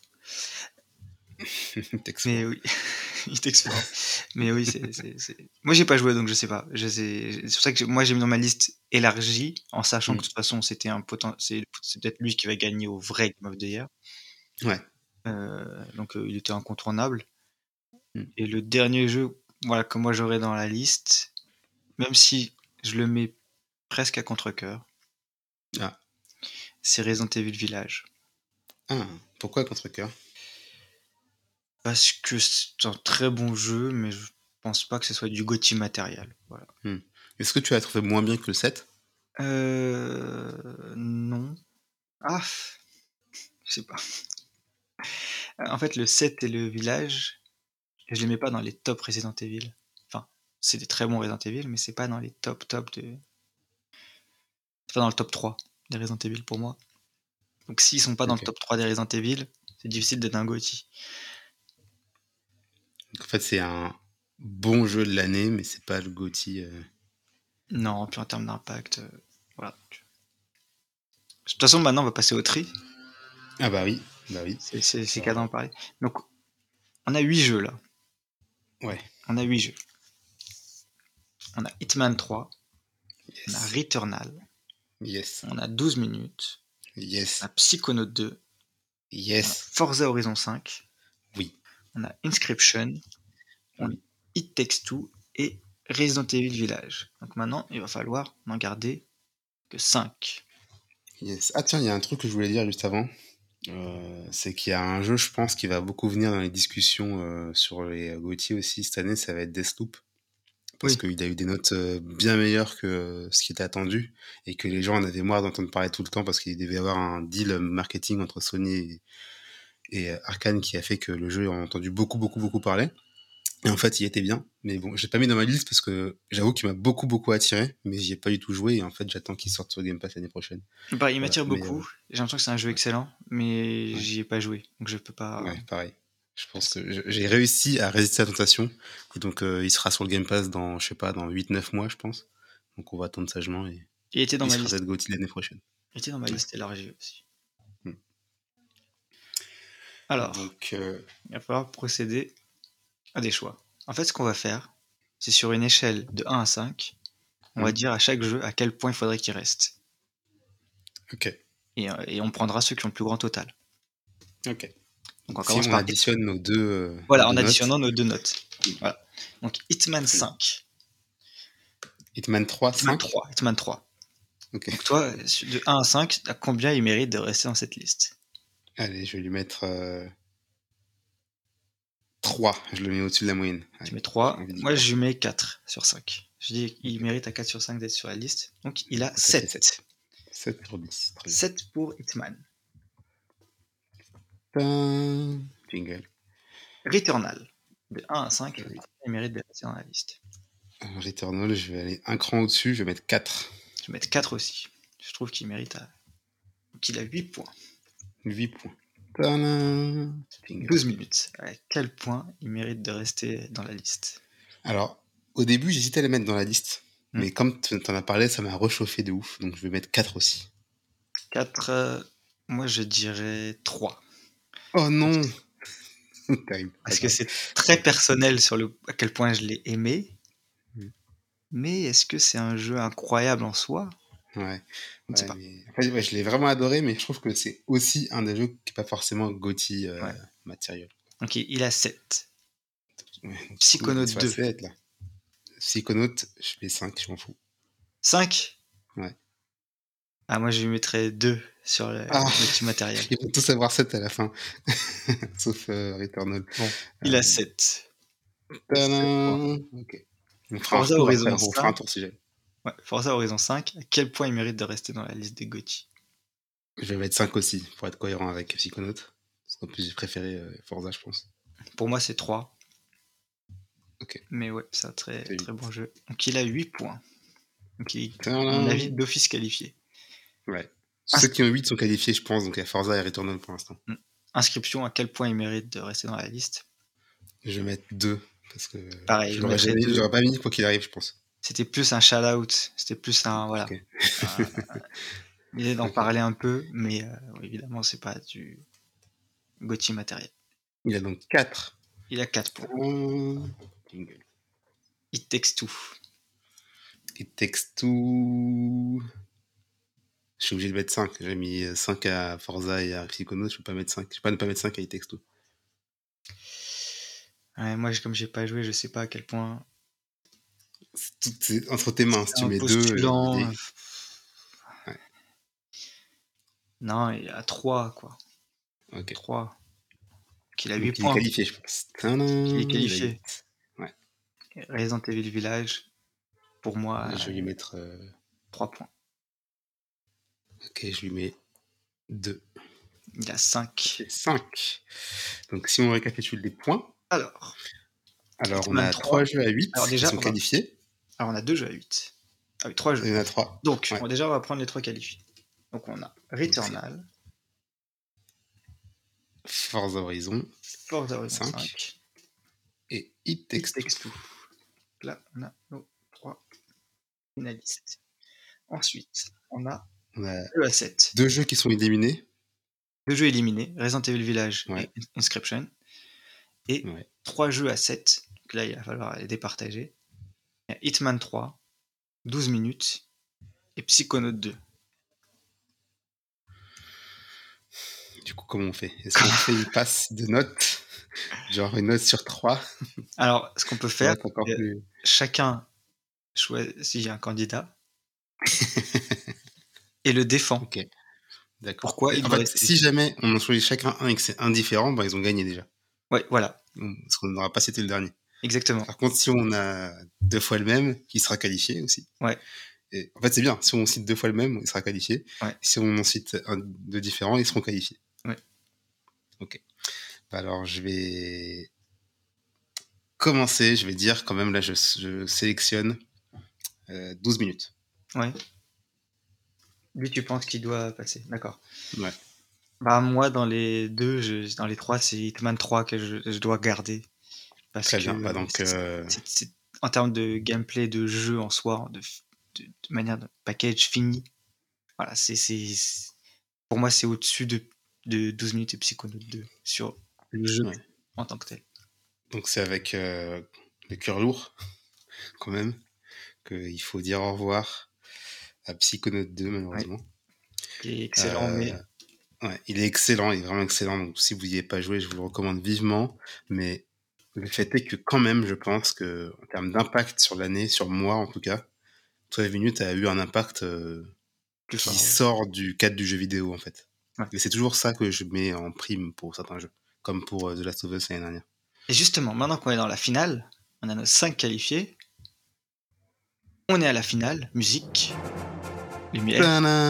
Texte Mais oui, It Takes Four. Mais oui, moi j'ai pas joué donc je sais pas. C'est pour ça que moi j'ai mis dans ma liste élargie en sachant que de toute façon c'était c'est peut-être lui qui va gagner au vrai Game of the Year. Ouais. Donc il était incontournable. Mm. Et le dernier jeu, voilà, que moi j'aurais dans la liste, même si je le mets presque à contre-cœur, Ah. c'est Resident Evil Village. Ah, pourquoi contre-cœur? Parce que c'est un très bon jeu, mais je pense pas que ce soit du GOTY matériel. Voilà. Est-ce que tu as trouvé moins bien que le 7? Non. Ah, je sais pas. En fait, le 7 et le Village, je les mets pas dans les top Resident Evil. Enfin, c'est des très bons Resident Evil, mais c'est pas dans les top de. C'est pas dans le top 3 des Resident Evil pour moi. Donc s'ils sont pas dans le Ok. top 3 des Resident Evil, c'est difficile d'être un GOTY. Donc, en fait, c'est un bon jeu de l'année, mais c'est pas le GOTY. Non, puis en termes d'impact, voilà. De toute façon, maintenant, on va passer au tri. Ah bah oui, bah oui. C'est qu'à d'en parler. Donc, on a 8 jeux là. Ouais. On a 8 jeux. On a Hitman 3, on a Yes. Returnal, Yes. on a 12 minutes, Yes. on a Psychonaut 2, on a Yes. Forza Horizon 5, Oui. on a Inscription, on a Oui. It Takes Two et Resident Evil Village. Donc maintenant, il va falloir n'en garder que 5. Yes. Ah tiens, il y a un truc que je voulais dire juste avant. C'est qu'il y a un jeu, je pense, qui va beaucoup venir dans les discussions sur les GOTY aussi cette année, ça va être Deathloop. Parce Oui. qu'il a eu des notes bien meilleures que ce qui était attendu et que les gens en avaient marre d'entendre parler tout le temps parce qu'il devait y avoir un deal marketing entre Sony et Arkane qui a fait que le jeu en a entendu beaucoup parler. Et en fait, il était bien. Mais bon, j'ai pas mis dans ma liste parce que j'avoue qu'il m'a beaucoup attiré, mais j'y ai pas du tout joué et en fait, j'attends qu'il sorte sur Game Pass l'année prochaine. Bah, il Voilà. m'attire Mais beaucoup. J'ai l'impression que c'est un jeu excellent, mais ouais, j'y ai pas joué. Donc je peux pas. ouais, pareil. Je pense que j'ai réussi à résister à la tentation. Et donc, il sera sur le Game Pass dans, je sais pas, dans 8-9 mois, je pense. Donc, on va attendre sagement et Il était dans il ma sera liste. peut-être GOTY l'année prochaine. Il était dans ma Ouais. liste élargie aussi. Hmm. Alors, Donc, il va falloir procéder à des choix. En fait, ce qu'on va faire, c'est sur une échelle de 1 à 5, on va dire à chaque jeu à quel point il faudrait qu'il reste. ok. Et on prendra ceux qui ont le plus grand total. Ok. Donc on Si commence on par additionne nos deux, voilà, nos en deux additionnant notes, nos deux notes. Voilà. Donc Hitman 5. Hitman 3, Hitman 5. 3. Hitman 3. Ok. Donc toi, de 1 à 5, à combien il mérite de rester dans cette liste? Allez, je vais lui mettre 3. Je le mets au-dessus de la moyenne. Tu Allez, mets 3. je dis Moi, 3. je lui mets 4 sur 5. Je dis qu'il Ok. mérite à 4 sur 5 d'être sur la liste. Donc il a Ça fait 7. 7. 7 sur 10. Très bien. 7 pour Hitman. Jingle. Returnal. De 1 à 5, il mérite de rester dans la liste. Returnal, je vais aller un cran au-dessus, je vais mettre 4. Je vais mettre 4 aussi. Je trouve qu'il mérite qu'il a 8 points. 8 points. Tadam. 12 minutes. À quel point il mérite de rester dans la liste? Alors, au début, j'hésitais à les mettre dans la liste. Hmm. Mais comme tu en as parlé, ça m'a réchauffé de ouf. Donc, je vais mettre 4 aussi. 4, moi je dirais 3. Oh non. Terrible. Parce que c'est très personnel sur à quel point je l'ai aimé. Mais est-ce que c'est un jeu incroyable en soi? Ouais. Je ne sais pas. Mais... En fait, ouais, je l'ai vraiment adoré, mais je trouve que c'est aussi un des jeux qui n'est pas forcément GOTY Ouais. matériel. Ok, il a 7. Ouais, Psychonaut 2. 7, là. Psychonaut, je mets 5, je m'en fous. 5? Ouais. Ah, moi je lui mettrais 2 sur le petit matériel. Ils vont tous avoir 7 à la fin. Sauf Returnal. Bon, il a 7. Ok. On fera un Forza retour Horizon après, on fera un 5. tour si jamais. Ouais, Forza Horizon 5, à quel point il mérite de rester dans la liste des GOTY? Je vais mettre 5 aussi, pour être cohérent avec Psychonaut. Parce qu'en plus, j'ai préféré Forza, je pense. Pour moi, c'est 3. Ok. Mais ouais, c'est un très bon jeu. Donc il a 8 points. Donc il est, à Tadam. mon avis, d'office qualifié. Ouais. Ceux qui ont 8 sont qualifiés, je pense, donc il y a Forza et Returnal pour l'instant. Inscription, à quel point il mérite de rester dans la liste? Je vais mettre 2, parce que pareil, je l'aurais pas mis quoi qu'il arrive, je pense. C'était plus un shout-out, c'était plus un... Voilà. Okay. L'idée d'en parler un peu, mais évidemment, c'est pas du... GOTY matériel. Il a donc 4. Il a 4 points. Jingle. It Takes Two. It Takes Two. Je suis obligé de mettre 5. J'ai mis 5 à Forza et à Psychonauts. Je peux pas mettre 5. Je peux pas ne pas mettre 5 à It Takes Two. Ouais, moi, comme j'ai pas joué, je sais pas à quel point. C'est entre tes mains. Si tu Un mets 2, postulant. Ouais. Non, il a 3, quoi. Ok. 3. Qu'il a Donc, 8 il est points. qualifié, je pense. Tadam, Il est il a qualifié. 8. Ouais. Resident Evil Village, pour moi, Je vais lui mettre 3 points. Ok, je lui mets 2. Il a 5. 5. Donc, si on récapitule les points. Alors, on a 3 jeux à 8 Alors, déjà, qui sont qualifiés. Alors, on a 2 jeux à 8. Ah oui, 3 jeux. Il y en a 3. Donc, Ouais. déjà, on va prendre les 3 qualifiés. Donc, on a Returnal, Forza Horizon Forza Horizon 5 et It Takes Two. Là, on a nos 3 finalistes. Ensuite, on a 2 à 7. 2 jeux qui sont éliminés. 2 jeux éliminés, Resident Evil Village Ouais. et Inscription. Et 3 jeux à 7. Donc là, il va falloir les départager. Il y a Hitman 3, 12 minutes et Psychonaut 2. Du coup, comment on fait? Est-ce qu'on fait une passe de notes? Genre une note sur 3? Alors, ce qu'on peut faire, plus... chacun choisit un candidat et le défend. Ok, d'accord. Pourquoi en fait, si jamais on en choisit chacun un et que c'est indifférent, ils ont gagné déjà. Ouais, voilà. Parce qu'on n'aura pas cité le dernier. Exactement. Par contre, si on a 2 fois le même, il sera qualifié aussi. Ouais. Et en fait, c'est bien. Si on cite 2 fois le même, il sera qualifié. Ouais. Si on en cite deux différents, ils seront qualifiés. Ouais. Ok. Alors, je vais commencer. Je vais dire quand même, là, je sélectionne 12 minutes. Ouais. Lui, tu penses qu'il doit passer. D'accord. Ouais. Bah, moi, dans les 2, dans les 3, c'est Hitman 3 que je dois garder. Parce Très que bien. Bah, donc, c'est, en termes de gameplay, de jeu en soi, de manière de package fini, voilà, pour moi, c'est au-dessus de 12 minutes et Psychonaut 2 sur le jeu en tant que tel. Donc, c'est avec le cœur lourd, quand même, qu'il faut dire au revoir à Psychonaut 2, malheureusement. Ouais. Qui est excellent, mais... Ouais, il est excellent, il est vraiment excellent. Donc, si vous n'y avez pas joué, je vous le recommande vivement. Mais le fait est que, quand même, je pense que, en termes d'impact sur l'année, sur moi en tout cas, 12 minutes a eu un impact qui sort du cadre du jeu vidéo, en fait. Ouais. Et c'est toujours ça que je mets en prime pour certains jeux, comme pour The Last of Us l'année dernière. Et justement, maintenant qu'on est dans la finale, on a nos 5 qualifiés. On est à la finale, musique, lumière.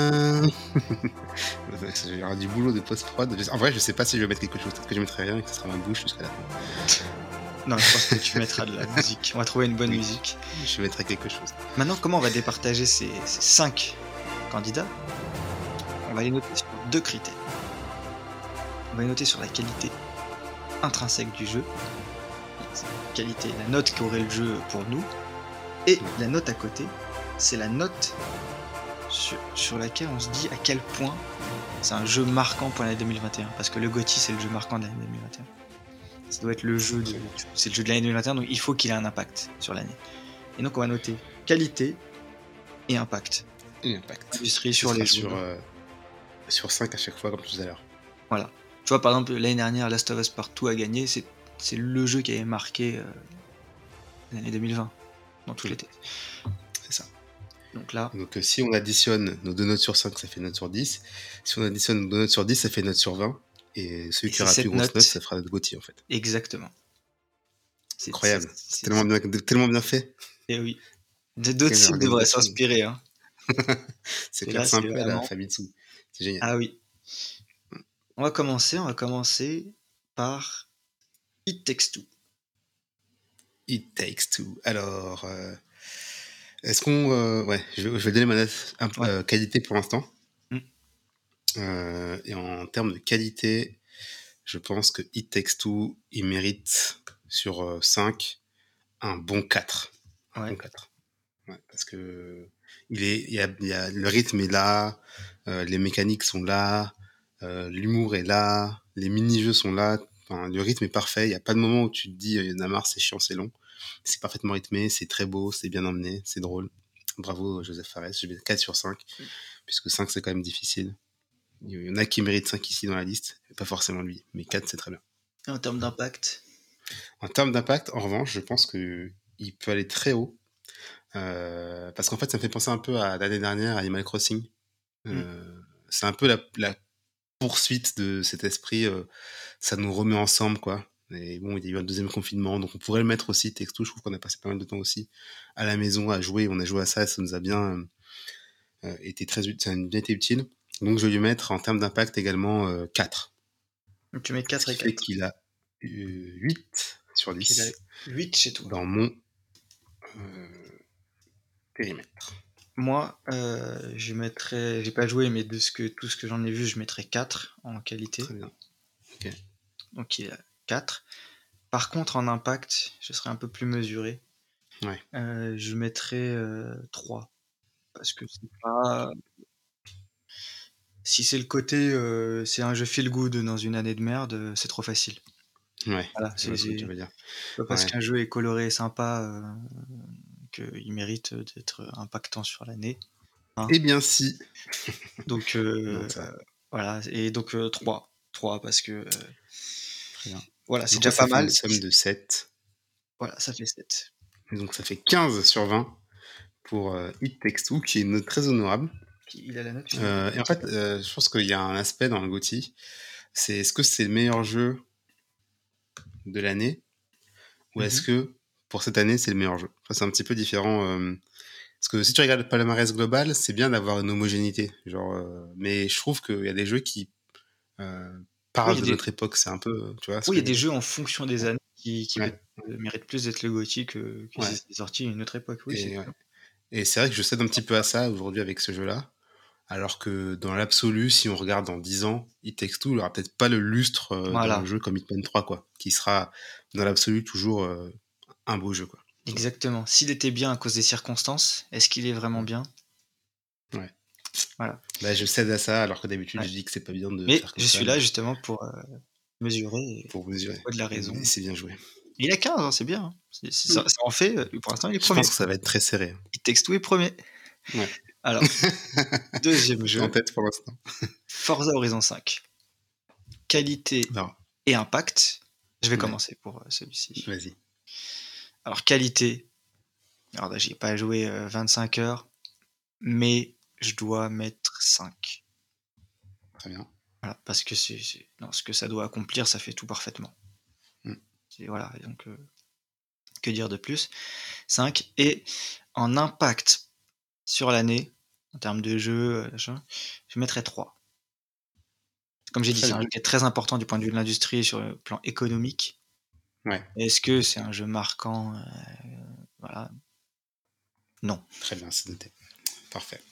Il y aura du boulot de post-prod. En vrai, je sais pas si je vais mettre quelque chose. Peut-être que je mettrai rien et que ce sera ma bouche jusqu'à la fin. Non, je pense que tu mettras de la musique. On va trouver une bonne musique. Je mettrai quelque chose. Maintenant, comment on va départager ces 5 candidats? On va les noter sur 2 critères. On va les noter sur la qualité intrinsèque du jeu, qualité, la note qu'aurait le jeu pour nous, et la note à côté, c'est la note sur laquelle on se dit à quel point c'est un jeu marquant pour l'année 2021, parce que le GOTY c'est le jeu marquant de l'année 2021. Ça doit être le jeu c'est le jeu de l'année 2021, donc il faut qu'il ait un impact sur l'année. Et donc on va noter qualité et impact. Et impact. Industrie sur les jeux. Sur 5 à chaque fois, comme tout à l'heure. Voilà. Tu vois, par exemple, l'année dernière, Last of Us Part 2 a gagné, c'est le jeu qui avait marqué l'année 2020, dans tous les têtes. C'est ça. Donc là... Donc si on additionne nos 2 notes sur 5, ça fait note sur 10. Si on additionne nos 2 notes sur 10, ça fait note sur 20. Et celui qui aura la plus grosse note, ça fera notre GOTY, en fait. Exactement. C'est incroyable. C'est tellement bien fait. Et oui. D'autres sites devraient s'inspirer. Hein. C'est clair, c'est un peu la famille dessous. C'est génial. Ah oui. On va commencer par It Takes Two. It Takes Two. Alors, est-ce qu'on... ouais, je vais donner ma note qualité pour l'instant. Et en termes de qualité, je pense que It Takes Two, il mérite sur 5 un bon 4. Bon 4. Ouais, parce que le rythme est là, les mécaniques sont là, l'humour est là, Les mini-jeux sont là. Enfin, le rythme est parfait. Il n'y a pas de moment où tu te dis, il y en a marre, c'est chiant, c'est long. C'est parfaitement rythmé, c'est très beau, c'est bien emmené, c'est drôle. Bravo, Joseph Fares. Je mets 4 sur 5, puisque 5, c'est quand même difficile. Il y en a qui méritent 5 ici dans la liste, pas forcément lui, mais 4, c'est très bien. Et en termes d'impact? En termes d'impact, en revanche, je pense qu'il peut aller très haut. Parce qu'en fait, ça me fait penser un peu à l'année dernière, à Animal Crossing. C'est un peu la poursuite de cet esprit, ça nous remet ensemble, quoi. Et bon, il y a eu un deuxième confinement, donc on pourrait le mettre aussi, Texto. Je trouve qu'on a passé pas mal de temps aussi à la maison à jouer. On a joué à ça, ça nous a bien été très utile, ça a bien été utile. Donc je vais lui mettre en termes d'impact également 4. Donc tu mets 4 Ce et qui fait 4. qu'il a 8 sur 10 Il a 8 chez toi. dans mon périmètre. Moi, je mettrais, j'ai pas joué, mais tout ce que j'en ai vu, je mettrais 4 en qualité. Très bien. Ok. Donc il a 4. Par contre, en impact, je serais un peu plus mesuré. Ouais. Je mettrais 3. Parce que c'est pas. Si c'est le côté, c'est un jeu feel good dans une année de merde, c'est trop facile. Ouais, Voilà, je vois ce que tu veux dire. pas parce Ouais. qu'un jeu est coloré et sympa qu'il mérite d'être impactant sur l'année. Hein. Eh bien si. Donc Non, ça. voilà, et donc 3. 3 parce que Très bien. voilà, Du c'est coup, déjà ça pas fait une mal. somme de 7. Voilà, ça fait 7. Et donc ça fait 15 sur 20 pour It Takes Two, qui est une note très honorable. Puis il a la note finale. Et en fait, je pense qu'il y a un aspect dans le GOTY, c'est est-ce que c'est le meilleur jeu de l'année ou est-ce que pour cette année c'est le meilleur jeu. Enfin, c'est un petit peu différent. Parce que si tu regardes le palmarès global, c'est bien d'avoir une homogénéité. Genre, mais je trouve qu'il y a des jeux qui Oui, il parlent y a de des... notre époque. C'est un peu, tu vois ce oui, il y que a je veux des dire. jeux en fonction des années qui Ouais, peut-être méritent plus d'être le GOTY que si ouais. c'était sorti à une autre époque. Oui, c'est Et, ouais. sûr. Et c'est vrai que je cède un petit peu à ça aujourd'hui avec ce jeu-là. Alors que dans l'absolu, si on regarde dans 10 ans, It Takes Two, il aura peut-être pas le lustre d'un Voilà, jeu comme Hitman 3, quoi. Qui sera dans l'absolu toujours un beau jeu, quoi. exactement. S'il était bien à cause des circonstances, est-ce qu'il est vraiment bien? Ouais. Voilà. Bah, je cède à ça, alors que d'habitude, Ouais. je dis que c'est pas bien de Mais faire comme je ça, suis là mais justement pour mesurer et pour mesurer. de la raison. Et c'est bien joué. Il a 15, hein, c'est bien. Hein. Ça en fait, pour l'instant, il est Je premier. pense que ça va être très serré. It Takes Two est premier. Ouais. Alors, deuxième T'es en jeu, tête pour l'instant. Forza Horizon 5. Qualité Alors, et impact. Je vais ouais, commencer pour celui-ci. vas-y. Alors, qualité. Alors là, j'y ai pas joué 25 heures, mais je dois mettre 5. Très bien. Voilà, parce que non, ce que ça doit accomplir, ça fait tout parfaitement. Mm. Voilà, donc que dire de plus? 5. Et en impact sur l'année, en termes de jeu, je mettrais 3. Comme j'ai dit, Très c'est un bien. jeu qui est très important du point de vue de l'industrie et sur le plan économique. Ouais. Est-ce que c'est un jeu marquant? Voilà. Non. Très bien, c'est noté. Parfait.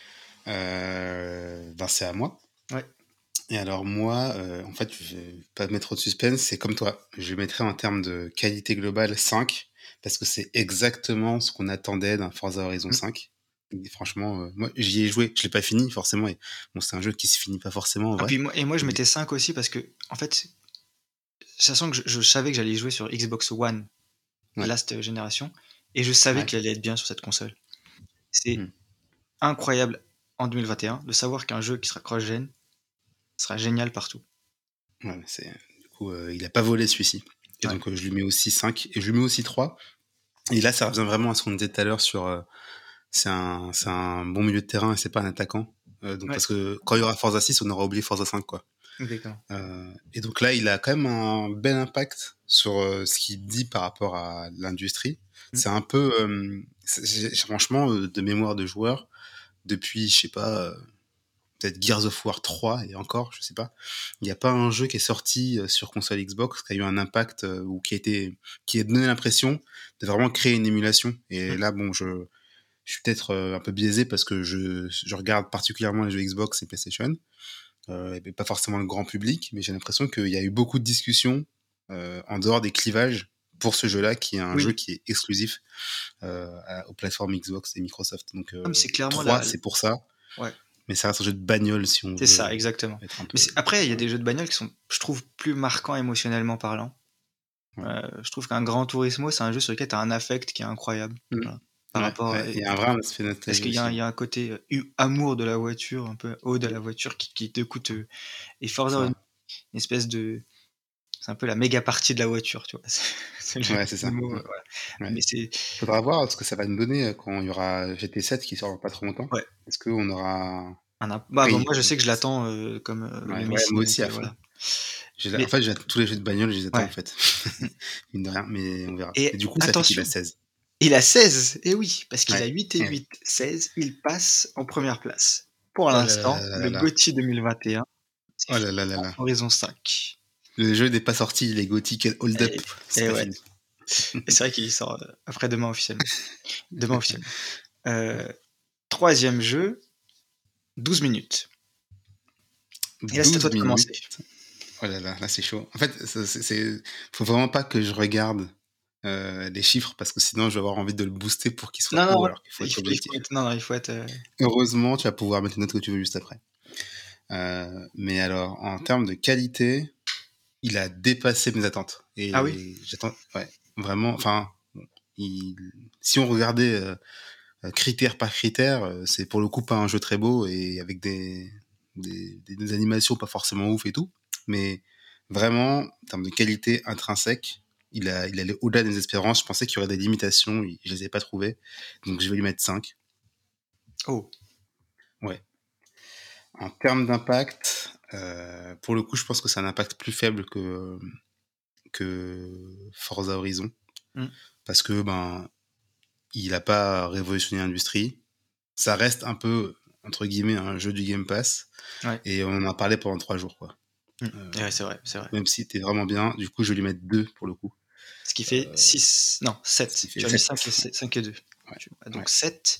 Ben c'est à moi. Ouais. Et alors moi, en fait, je vais pas mettre trop de suspense, c'est comme toi. Je mettrais en termes de qualité globale 5, parce que c'est exactement ce qu'on attendait d'un Forza Horizon Mm. 5. Et franchement, moi, j'y ai joué, je l'ai pas fini forcément, et bon, c'est un jeu qui se finit pas forcément en Ah, vrai. puis moi, je Mais mettais 5 aussi parce que, en fait, sachant que je savais que j'allais y jouer sur Xbox One, ouais, last génération, et je savais ouais, qu'il allait être bien sur cette console. C'est hmm, incroyable en 2021 de savoir qu'un jeu qui sera cross-gen sera génial partout. ouais, c'est du coup, il a pas volé celui-ci. Et Ouais. donc, je lui mets aussi 5, et je lui mets aussi 3. Et là, ça revient vraiment à ce qu'on disait tout à l'heure sur c'est un bon milieu de terrain et c'est pas un attaquant. Donc Ouais, parce que quand il y aura Forza 6, on aura oublié Forza 5, quoi. exactement. Et donc là, il a quand même un bel impact sur ce qu'il dit par rapport à l'industrie. Mm. C'est un peu, franchement, de mémoire de joueur, depuis, je sais pas, peut-être Gears of War 3 et encore, je sais pas. Il n'y a pas un jeu qui est sorti sur console Xbox qui a eu un impact ou qui a donné l'impression de vraiment créer une émulation. Et Mm. là, bon, je suis peut-être un peu biaisé parce que je regarde particulièrement les jeux Xbox et PlayStation, et pas forcément le grand public, mais j'ai l'impression qu'il y a eu beaucoup de discussions en dehors des clivages pour ce jeu-là, qui est un jeu Oui, qui est exclusif aux plateformes Xbox et Microsoft. Donc c'est clairement 3, c'est pour ça. ouais. Mais ça reste un jeu de bagnole si on C'est ça, veut exactement. être un Mais peu. après, il y a Ouais. des jeux de bagnole qui sont, je trouve, plus marquants émotionnellement parlant. Ouais. Je trouve qu'un Gran Turismo, c'est un jeu sur lequel tu as un affect qui est incroyable. Mm. Voilà. Par Ouais, rapport ouais. Il y a un vrai aspect parce nostalgie qu'il y a, aussi. il y a un côté amour de la voiture, un peu haut de la voiture qui de coup te. Et Forza C'est vrai. Horizon, une espèce de. C'est un peu la méga partie de la voiture, tu vois. C'est Ouais, c'est le ça. mot, Mm. voilà. Ouais. Mais c'est. Faudra voir ce que ça va nous donner quand il y aura GT7 qui sort dans pas trop longtemps. Ouais. Est-ce qu'on aura. Bah, Oui. moi, je sais que je l'attends comme le Ouais, ouais, Messie, moi donc aussi à fond. voilà. En Mais, fait, tous les jeux de bagnole, je les attends en ouais. fait. Mine de rien, mais on verra. Et Et du coup, ça fait qu'il a attention, 16. il a 16, et oui, parce qu'il a Ouais. 8 et Ouais. 8, 16, il passe en première place. Pour Oh là là l'instant, là là le là là. GOTY 2021, c'est Oh là là là Forza là. Horizon 5. Le jeu n'est pas sorti, il est gothique hold up, Et, c'est et pas ouais, fini. et c'est vrai qu'il sort après-demain officiellement. Demain officiellement. Euh, Troisième jeu, 12 minutes. Et là, c'est à toi 12 de commencer. minutes. Oh là là, là c'est chaud. En fait, faut vraiment pas que je regarde les chiffres parce que sinon je vais avoir envie de le booster pour qu'il soit Non, haut non, alors qu'il faut être objectif. non, non, il faut être. Heureusement, tu vas pouvoir mettre les notes que tu veux juste après. Mais alors, en termes de qualité, il a dépassé mes attentes. Ah oui? Et j'attends, ouais, vraiment, enfin, il- si on regardait critère par critère, c'est pour le coup pas un jeu très beau et avec des animations pas forcément ouf et tout. Mais vraiment, en termes de qualité intrinsèque, il allait au-delà des espérances. Je pensais qu'il y aurait des limitations, je les ai pas trouvées. Donc je vais lui mettre 5. Oh. Ouais. En termes d'impact, pour le coup, je pense que c'est un impact plus faible que Forza Horizon. Hmm. Parce que, ben, il n'a pas révolutionné l'industrie. Ça reste un peu, entre guillemets, un jeu du Game Pass. Ouais. Et on en a parlé pendant 3 jours, quoi. Hmm. Ouais, c'est vrai, c'est vrai. Même si c'était vraiment bien, du coup, je vais lui mettre 2 pour le coup. Ce qui fait 6, non, Ce qui 7. fait Tu as mis 5 7. et, 5 et 2. Ouais, Donc ouais. 7.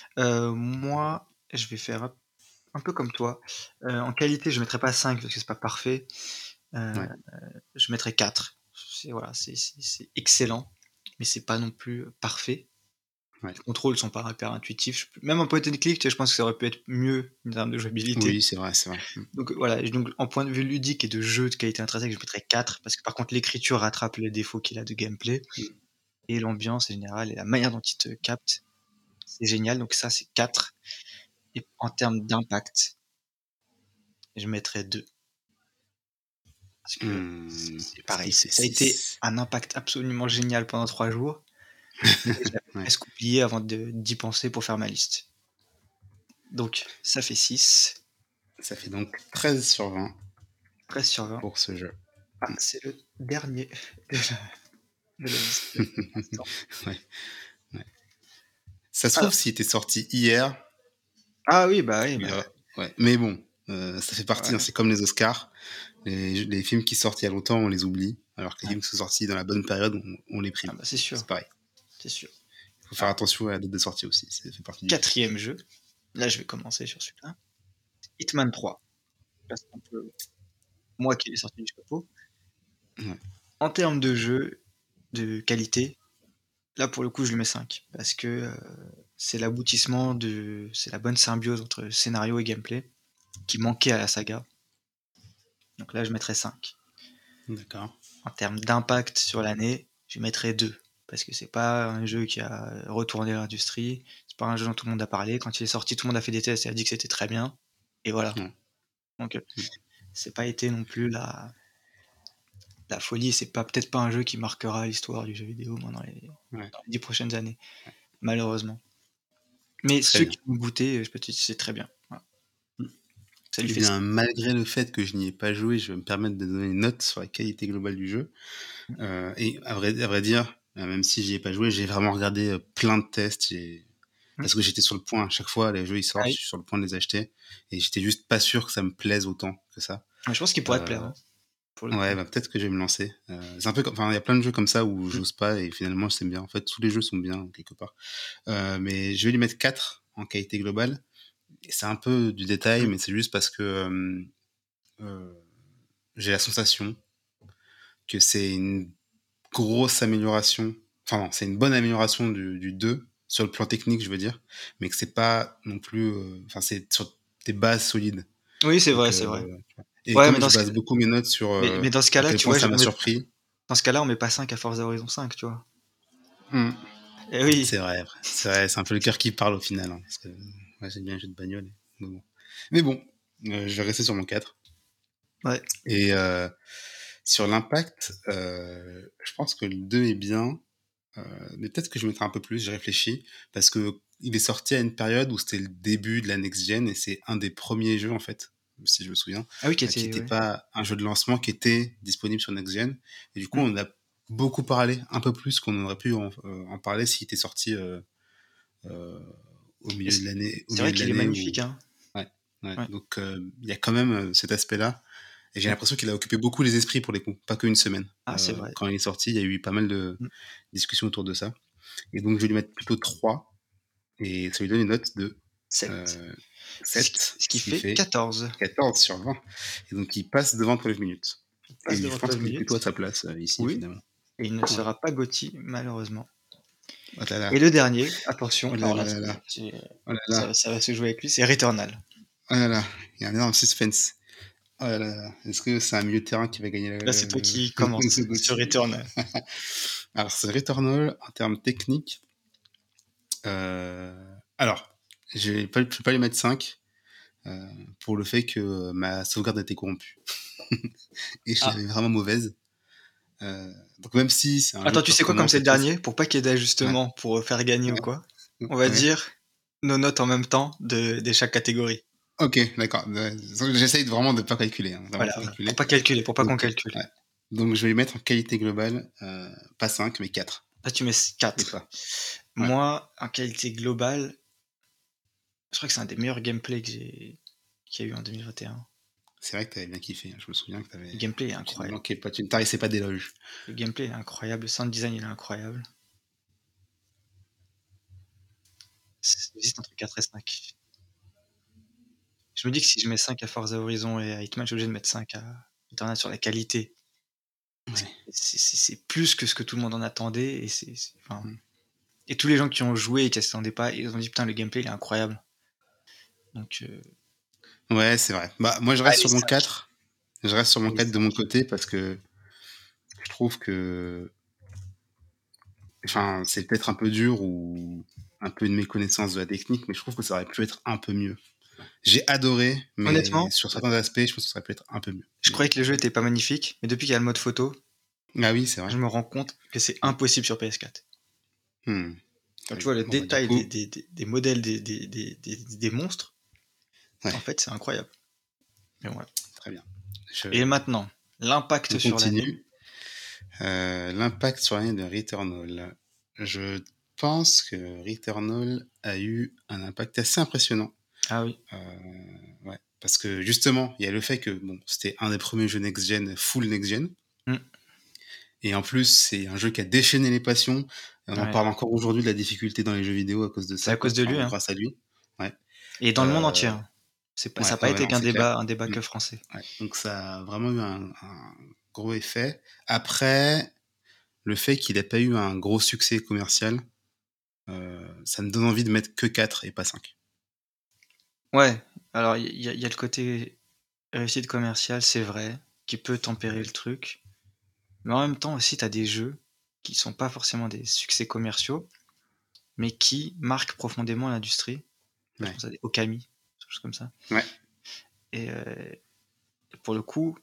Moi, je vais faire un peu comme toi. En qualité, je ne mettrai pas 5 parce que c'est pas parfait. Ouais. Je mettrai 4. Voilà, c'est excellent, mais c'est pas non plus parfait. Ouais. Les contrôles sont pas hyper intuitifs. Même en point and click, tu sais, je pense que ça aurait pu être mieux en termes de jouabilité. Oui, c'est vrai, c'est vrai. Donc voilà, donc en point de vue ludique et de jeu de qualité intrinsèque, je mettrais 4 parce que par contre l'écriture rattrape les défauts qu'il a de gameplay Mm. et l'ambiance en général et la manière dont il te capte, c'est génial. Donc ça c'est 4. Et en termes d'impact, je mettrais 2 parce que c'est Ce pareil, qui fait ça a été 6. un impact absolument génial pendant 3 jours et je l'avais Ouais. presque oublié avant d'y penser pour faire ma liste. Donc ça fait 6, Ça fait donc 13 sur 20 13 sur 20. pour ce jeu. Ah, c'est le dernier de la liste pour l'instant. Ouais, ouais. Ça se trouve, Alors, s'il était sorti hier, ah oui, bah oui, il bah aurait- ouais. Mais bon, ça fait partie, hein, ouais. c'est comme les Oscars. Les films qui sortent il y a longtemps, on les oublie. Alors que les Ouais. films qui sont sortis dans la bonne période, on les Ah prime. bah c'est sûr, C'est pareil. c'est sûr. Il faut faire Alors, attention à la date de sortie aussi. Ça fait partie du jeu. quatrième jeu. Là, je vais commencer sur celui-là. Hitman 3. Là, c'est un peu moi qui l'ai sorti du chapeau. Ouais. En termes de jeu, de qualité, là, pour le coup, je lui mets 5. Parce que c'est l'aboutissement de. C'est la bonne symbiose entre scénario et gameplay qui manquait à la saga. Donc là, je mettrais 5. D'accord. En termes d'impact sur l'année, je mettrais 2. Parce que c'est pas un jeu qui a retourné l'industrie. C'est pas un jeu dont tout le monde a parlé. Quand il est sorti, tout le monde a fait des tests et a dit que c'était très bien. Et voilà. Ouais. Donc, c'est pas été non plus la folie. C'est pas peut-être pas un jeu qui marquera l'histoire du jeu vidéo dans Ouais. les 10 prochaines années, malheureusement. Mais Très ceux bien. qui ont goûté, je peux te dire, c'est très bien. Voilà. Ça lui Eh fait bien, malgré le fait que je n'y ai pas joué, je vais me permettre de donner une note sur la qualité globale du jeu. Et à vrai dire, même si j'y ai pas joué, j'ai vraiment regardé plein de tests. Hmm. Parce que j'étais sur le point, à chaque fois, les jeux ils Ah sortent, je oui. suis sur le point de les acheter. Et j'étais juste pas sûr que ça me plaise autant que ça. Je pense qu'il pourrait te plaire, Euh, hein, pour le ouais, coup. bah, peut-être que je vais me lancer. C'est un peu comme, enfin, il y a plein de jeux comme ça où Hmm. j'ose pas et finalement, je sais bien. En fait, tous les jeux sont bien, quelque part. Mais je vais lui mettre 4 en qualité globale. Et c'est un peu du détail, Hmm. mais c'est juste parce que euh, j'ai la sensation que c'est une grosse amélioration. Enfin, non, c'est une bonne amélioration du 2, sur le plan technique, je veux dire. Mais que c'est pas non plus. Enfin, c'est sur des bases solides. Oui, c'est Donc, vrai, c'est vrai. et Ouais, mais comme je base beaucoup mes notes sur mais dans ce à cas-là, quel tu point vois, ça m'a surpris. dans ce cas-là, on met pas 5 à Forza Horizon 5, tu vois. Hmm. Eh oui. C'est vrai, c'est un peu le cœur qui parle au final, hein, parce que moi j'aime bien les jeux de bagnole. Mais bon, je vais rester sur mon 4. Ouais. Et sur l'impact, je pense que le 2 est bien, mais peut-être que je mettrai un peu plus, j'ai réfléchi, parce que il est sorti à une période où c'était le début de la next-gen, et c'est un des premiers jeux, en fait, si je me souviens, Ah oui, qui qui était, n'était ouais. pas un jeu de lancement qui était disponible sur next-gen. Et du coup, Mm. on a beaucoup parlé, un peu plus qu'on aurait pu en parler s'il était sorti euh, au Et milieu de l'année, c'est vrai qu'il est ou... magnifique, hein. Ouais, ouais. Ouais. Donc, il y a quand même cet aspect-là. Et j'ai Mm. l'impression qu'il a occupé beaucoup les esprits pour les coups, pas qu'une semaine. Ah, c'est vrai. Quand il est sorti, il y a eu pas mal de Mm. discussions autour de ça. Et donc, je vais lui mettre plutôt 3. Et ça lui donne une note de 7. euh, 7, Ce qui ce qui fait fait 14. 14 sur 20. Et donc, il passe devant 12 minutes. Il passe Et je devant pense 13 qu'il est plutôt minutes. à sa place ici, Oui. finalement. Et il ne Voilà. sera pas GOTY, malheureusement. Oh là là. Et le dernier, Oh attention, là alors là, là là là. Oh là là. ça va se jouer avec lui, c'est Returnal. Oh là là. Il y a un énorme suspense. Oh là là. Est-ce que c'est un milieu de terrain qui va gagner Là, c'est toi qui le commence sur GOTY? Returnal. Alors, c'est Returnal en termes techniques. Alors, je vais pas lui mettre 5 pour le fait que ma sauvegarde a été corrompue. Et je Ah, l'avais vraiment mauvaise. Donc, même si c'est un jeu attends, que tu tu sais quoi, comme recommences c'est et le tout, dernier, pour pas qu'il y ait ouais, d'ajustement pour faire gagner ou ouais, quoi, on va ouais. dire nos notes en même temps de chaque catégorie. Ok, d'accord. J'essaye vraiment de pas calculer, hein, vraiment Voilà, pas voilà, pour calculer. pas calculer, pour pas qu'on Donc, calcule. ouais. Donc, je vais lui mettre en qualité globale, pas 5, mais 4. Là, tu mets Et 4. toi? Ouais. Moi, en qualité globale, je crois que c'est un des meilleurs gameplays qu'il y a eu en 2021. C'est vrai que t'avais bien kiffé, hein. Je me souviens que Le gameplay est tu ne incroyable. manquais pas, tu ne tarissais pas d'éloges. Le gameplay est incroyable, le sound design il est incroyable. J'hésite entre 4 et 5. Je me dis que si je mets 5 à Forza Horizon et à Hitman, je suis obligé de mettre 5 à Eternal sur la qualité. Ouais. C'est plus que ce que tout le monde en attendait enfin, Mm. et tous les gens qui ont joué et qui s'attendaient pas, ils ont dit putain le gameplay il est incroyable. Donc Ouais, c'est vrai. Bah, moi, je reste allez sur mon 5. 4. Je reste sur mon Allez 4 de 5. mon côté parce que je trouve que, enfin, c'est peut-être un peu dur ou un peu une méconnaissance de la technique, mais je trouve que ça aurait pu être un peu mieux. J'ai adoré, mais Honnêtement, sur certains aspects, je pense que ça aurait pu être un peu mieux. je croyais que le jeu était pas magnifique, mais depuis qu'il y a le mode photo, Ah oui, c'est vrai. je me rends compte que c'est Hmm. impossible sur PS4. Hmm. Quand Très tu bien. vois le Bon, bah, du détail coup, des modèles des monstres, ouais, en fait, c'est incroyable. Mais voilà. très bien. Et maintenant, On l'impact sur l'année. continue. L'impact sur l'année de Returnal. Je pense que Returnal a eu un impact assez impressionnant. Ah oui. Ouais, parce que justement, il y a le fait que bon, c'était un des premiers jeux next-gen, full next-gen, Mm. et en plus, c'est un jeu qui a déchaîné les passions. On en Ouais. parle encore aujourd'hui de la difficulté dans les jeux vidéo à cause de C'est ça, à cause quoi. de Enfin, lui, hein. grâce à lui. Ouais. Et dans le monde entier, Euh, hein. Ça ouais, n'a pas ouais, été non, c'est clair. un débat Mm, que français. ouais. Donc ça a vraiment eu un gros effet. Après, le fait qu'il n'ait pas eu un gros succès commercial, ça me donne envie de mettre que 4 et pas 5. Ouais, alors il y a le côté réussite commerciale, c'est vrai, qui peut tempérer le truc. Mais en même temps aussi, tu as des jeux qui sont pas forcément des succès commerciaux, mais qui marquent profondément l'industrie. Je Ouais. pense à des Okami, des choses comme ça. Ouais. Et pour le coup,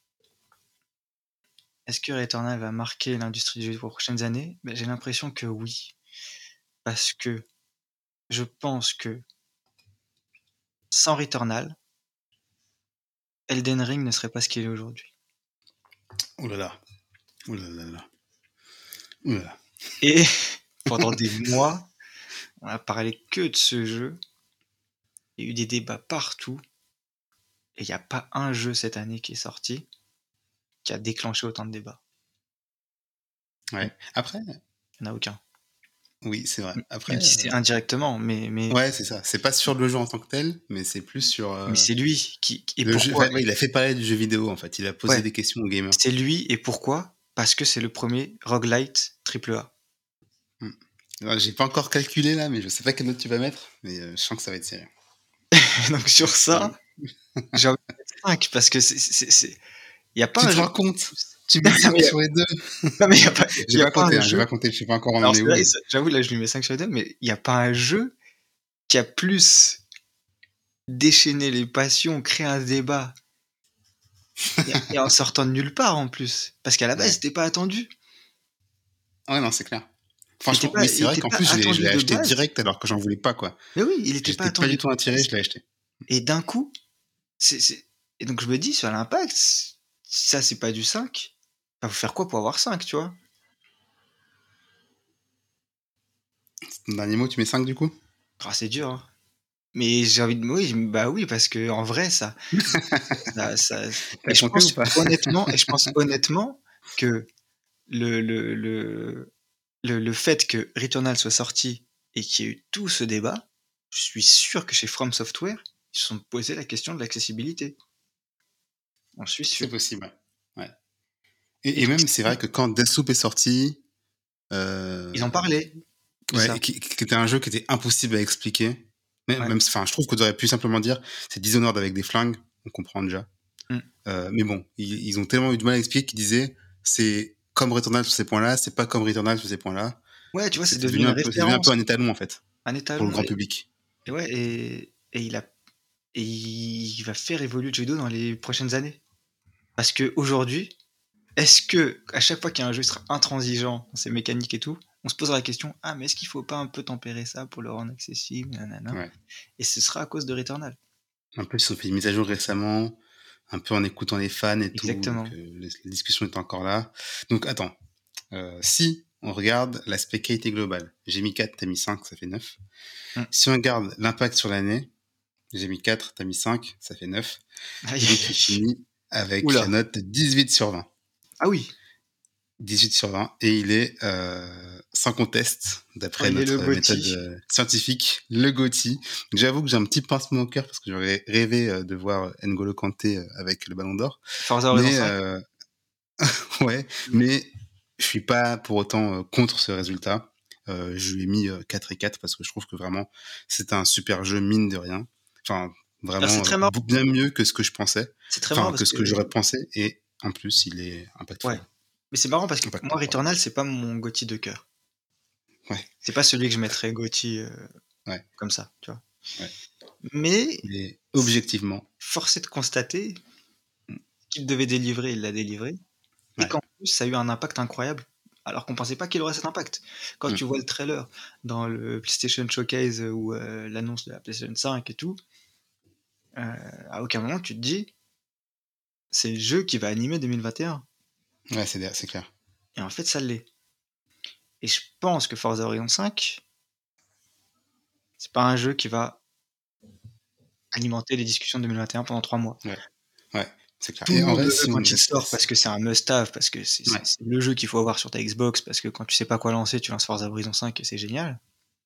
est-ce que Returnal va marquer l'industrie du jeu pour les prochaines années? Ben, j'ai l'impression que oui. Parce que je pense que sans Returnal, Elden Ring ne serait pas ce qu'il est aujourd'hui. Oh là là. Oh là là là. Oh là là. Et pendant des mois, on a parlé que de ce jeu. Il y a eu des débats partout. Et il n'y a pas un jeu cette année qui est sorti qui a déclenché autant de débats. Ouais. Après, Il n'y en a aucun. oui, c'est vrai. Après, Même si c'est indirectement, ouais, c'est ça. C'est pas sur le jeu en tant que tel, mais c'est plus sur mais c'est lui et le jeu. pourquoi? Enfin, ouais, il a fait parler du jeu vidéo en fait. Il a posé Ouais, des questions aux gamers. c'est lui et pourquoi? Parce que c'est le premier roguelite triple A. Hmm. Alors, j'ai pas encore calculé là, mais je sais pas quelle note tu vas mettre, mais je sens que ça va être sérieux. Donc sur ça, j'ai envie de mettre 5 parce que il y a pas Tu un te jeu rends compte? Tu mets 5 sur les 2. non mais il J'ai y a pas pas compté, un hein, j'ai jeu pas compté, je sais pas encore on alors en est c'est où, vrai, mais j'avoue là je lui mets 5 sur les 2 mais il y a pas un jeu qui a plus déchaîné les passions, créé un débat et en sortant de nulle part en plus. Parce qu'à la base, ouais. c'était pas attendu. Ouais, non, c'est clair. Il était Franchement, pas oui, c'est il vrai était qu'en pas plus, je attendu l'ai de acheté base. direct alors que j'en voulais pas, quoi. Mais oui, il était pas J'étais pas attendu du de tout attiré, base je l'ai acheté. et d'un coup, c'est et donc je me dis sur l'impact, ça c'est pas du 5, bah, faut faire quoi pour avoir 5, tu vois? Dernier mot, tu mets 5 du coup? Ah c'est dur, hein. Mais j'ai envie de oui, bah, oui, parce qu'en vrai ça T'as compté ou pas? je pense honnêtement que le le le le fait que Returnal soit sorti et qu'il y ait eu tout ce débat, je suis sûr que chez From Software, ils se sont posé la question de l'accessibilité. J'en suis C'est sûr. possible, ouais. Ouais. Et Et donc même, c'est vrai que quand Deathloop est sorti, ils ont parlé de ouais, ça. qui était un jeu qui était impossible à expliquer. Ouais. Même, enfin, je trouve qu'on aurait pu simplement dire c'est Dishonored avec des flingues, on comprend déjà. Mmh. Mais bon, ils ont tellement eu du mal à expliquer qu'ils disaient c'est comme Returnal sur ces points-là, c'est pas comme Returnal sur ces points-là. Ouais, tu Et vois, que c'est devenu une c'est devenu un peu référence, un étalon en fait un pour le étalon grand public. et ouais et il va faire évoluer le jeu vidéo dans les prochaines années. Parce qu'aujourd'hui, est-ce que à chaque fois qu'il y a un jeu qui sera intransigeant dans ses mécaniques et tout, on se posera la question: «Ah mais est-ce qu'il faut pas un peu tempérer ça pour le rendre accessible? Nanana» Ouais. et ce sera à cause de Returnal. En plus, ils ont fait une mise à jour récemment, un peu en écoutant les fans et tout, donc Exactement. les discussions étaient encore là. Donc attends, si on regarde l'aspect qualité globale, j'ai mis 4, t'as mis 5, ça fait 9. Mmh. Si on regarde l'impact sur l'année, j'ai mis 4, t'as mis 5, ça fait 9. Aïe, Et donc tu aïe. finis avec la Ouh note de 18 sur 20. Ah oui! 18 sur 20. Et il est sans conteste, Oh, d'après il est le notre méthode GOTY. scientifique, le GOTY. J'avoue que j'ai un petit pincement au cœur parce que j'aurais rêvé de voir N'Golo Kanté avec le Ballon d'Or. Forza Horizon Mais 5? ouais, mais je suis pas pour autant contre ce résultat. Je lui ai mis 4 et 4 parce que je trouve que vraiment c'est un super jeu mine de rien. Enfin, Alors vraiment bien mieux que ce que je pensais. c'est très marrant Enfin, parce que ce que que j'aurais pensé. Et en plus, il est ouais, impactful. mais c'est marrant parce que moi Impactant, pardon. Returnal, c'est pas mon GOTY de cœur. Ouais, C'est pas celui que je mettrais GOTY, ouais, comme ça, tu vois? ouais. Mais Mais s objectivement, force est de constater mm, qu'il devait délivrer, il l'a délivré et ouais. qu'en plus ça a eu un impact incroyable, alors qu'on pensait pas qu'il aurait cet impact. Quand Mm. tu vois le trailer dans le PlayStation Showcase ou l'annonce de la PlayStation 5 et tout, à aucun moment tu te dis: «C'est le jeu qui va animer 2021» Ouais, c'est clair. et en fait ça l'est et je pense que Forza Horizon 5, c'est pas un jeu qui va alimenter les discussions de 2021 pendant 3 mois. Ouais, ouais, c'est clair. Tout Et le en monde vrai, le veut si on, quand il sort parce que c'est un must have, parce que ouais, c'est le jeu qu'il faut avoir sur ta Xbox, parce que quand tu sais pas quoi lancer, tu lances Forza Horizon 5 et c'est génial.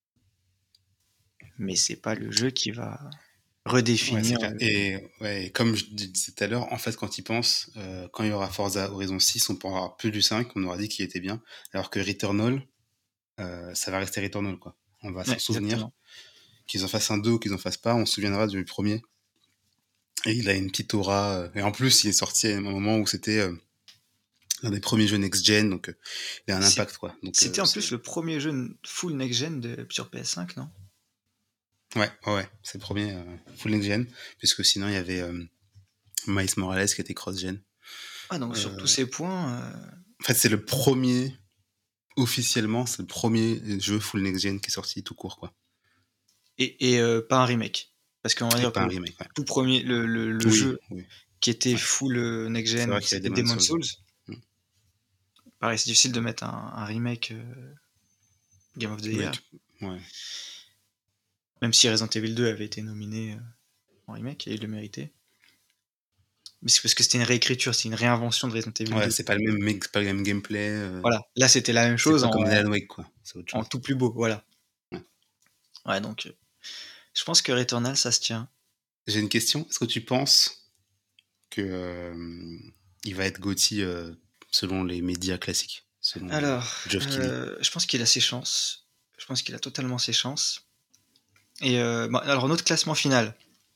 Mais c'est pas le jeu qui va ouais, c'est redéfinir, clair. Et ouais, et comme je disais tout à l'heure, en fait, quand il pense, quand il y aura Forza Horizon 6, on parlera plus du 5, on aura dit qu'il était bien. Alors que Returnal, ça va rester Returnal, quoi. On va s'en ouais, souvenir. exactement. Qu'ils en fassent un 2 ou qu'ils en fassent pas, on se souviendra du premier. Et il a une petite aura. Et en plus, il est sorti à un moment où c'était un des premiers jeux next-gen, donc il a un C'est impact, quoi. Donc c'était en plus c'est... le premier jeu full next gen sur PS5, non? Ouais, ouais, ouais, c'est le premier full next-gen, puisque sinon il y avait Miles Morales qui était cross-gen. Ah donc sur tous Euh, ces points, En fait, c'est le premier, officiellement, c'est le premier jeu full next-gen qui est sorti tout court, quoi. pas un remake. Parce qu'on va Et dire pas que un le remake, ouais. tout premier le Oui, jeu oui, qui était ouais. full, next C'est gen, vrai qu'il y a c'était Demon's Demon's Souls. Souls. Mm. Pareil, c'est difficile de mettre un remake, Game of the Oui, Year. ouais. Même si Resident Evil 2 avait été nominé, en remake et il le méritait. Mais c'est parce que c'était une réécriture, c'est une réinvention de Resident Evil Ouais, 2. c'est pas le même mec, c'est pas le même gameplay. Voilà, là c'était la même C'est chose pas comme Alan Wake, quoi. C'est autre en chose. tout plus beau, voilà. Ouais. Ouais donc, je pense que Returnal ça se tient. J'ai une question. Est-ce que tu penses que il va être GOTY selon les médias classiques, selon Alors, Geoff Keighley? je pense qu'il a ses chances. Je pense qu'il a totalement ses chances et bah, alors notre classement final.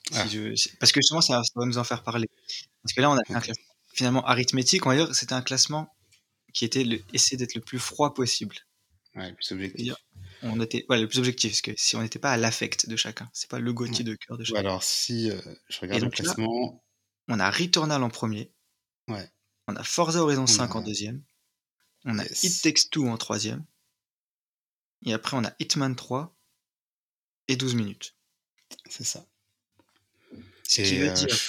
Ah, Parce que justement, ça va nous en faire parler. Parce que là, on a fait un ok. classement finalement arithmétique, on va dire, c'était un classement qui était essayer d'être le plus froid possible. Ouais, plus C'est-à-dire, objectif. on était, ouais, le plus objectif, parce que si on n'était pas à l'affect de chacun, c'est pas le Ouais. GOTY de cœur de Bah chacun. alors, si je Et regarde le donc là, classement, on a Returnal en premier, ouais, on a Forza Horizon on 5 en a. deuxième, on a It Yes, Takes Two en troisième, et après on a Hitman 3 et 12 minutes. c'est ça. Ce qui Et veut dire,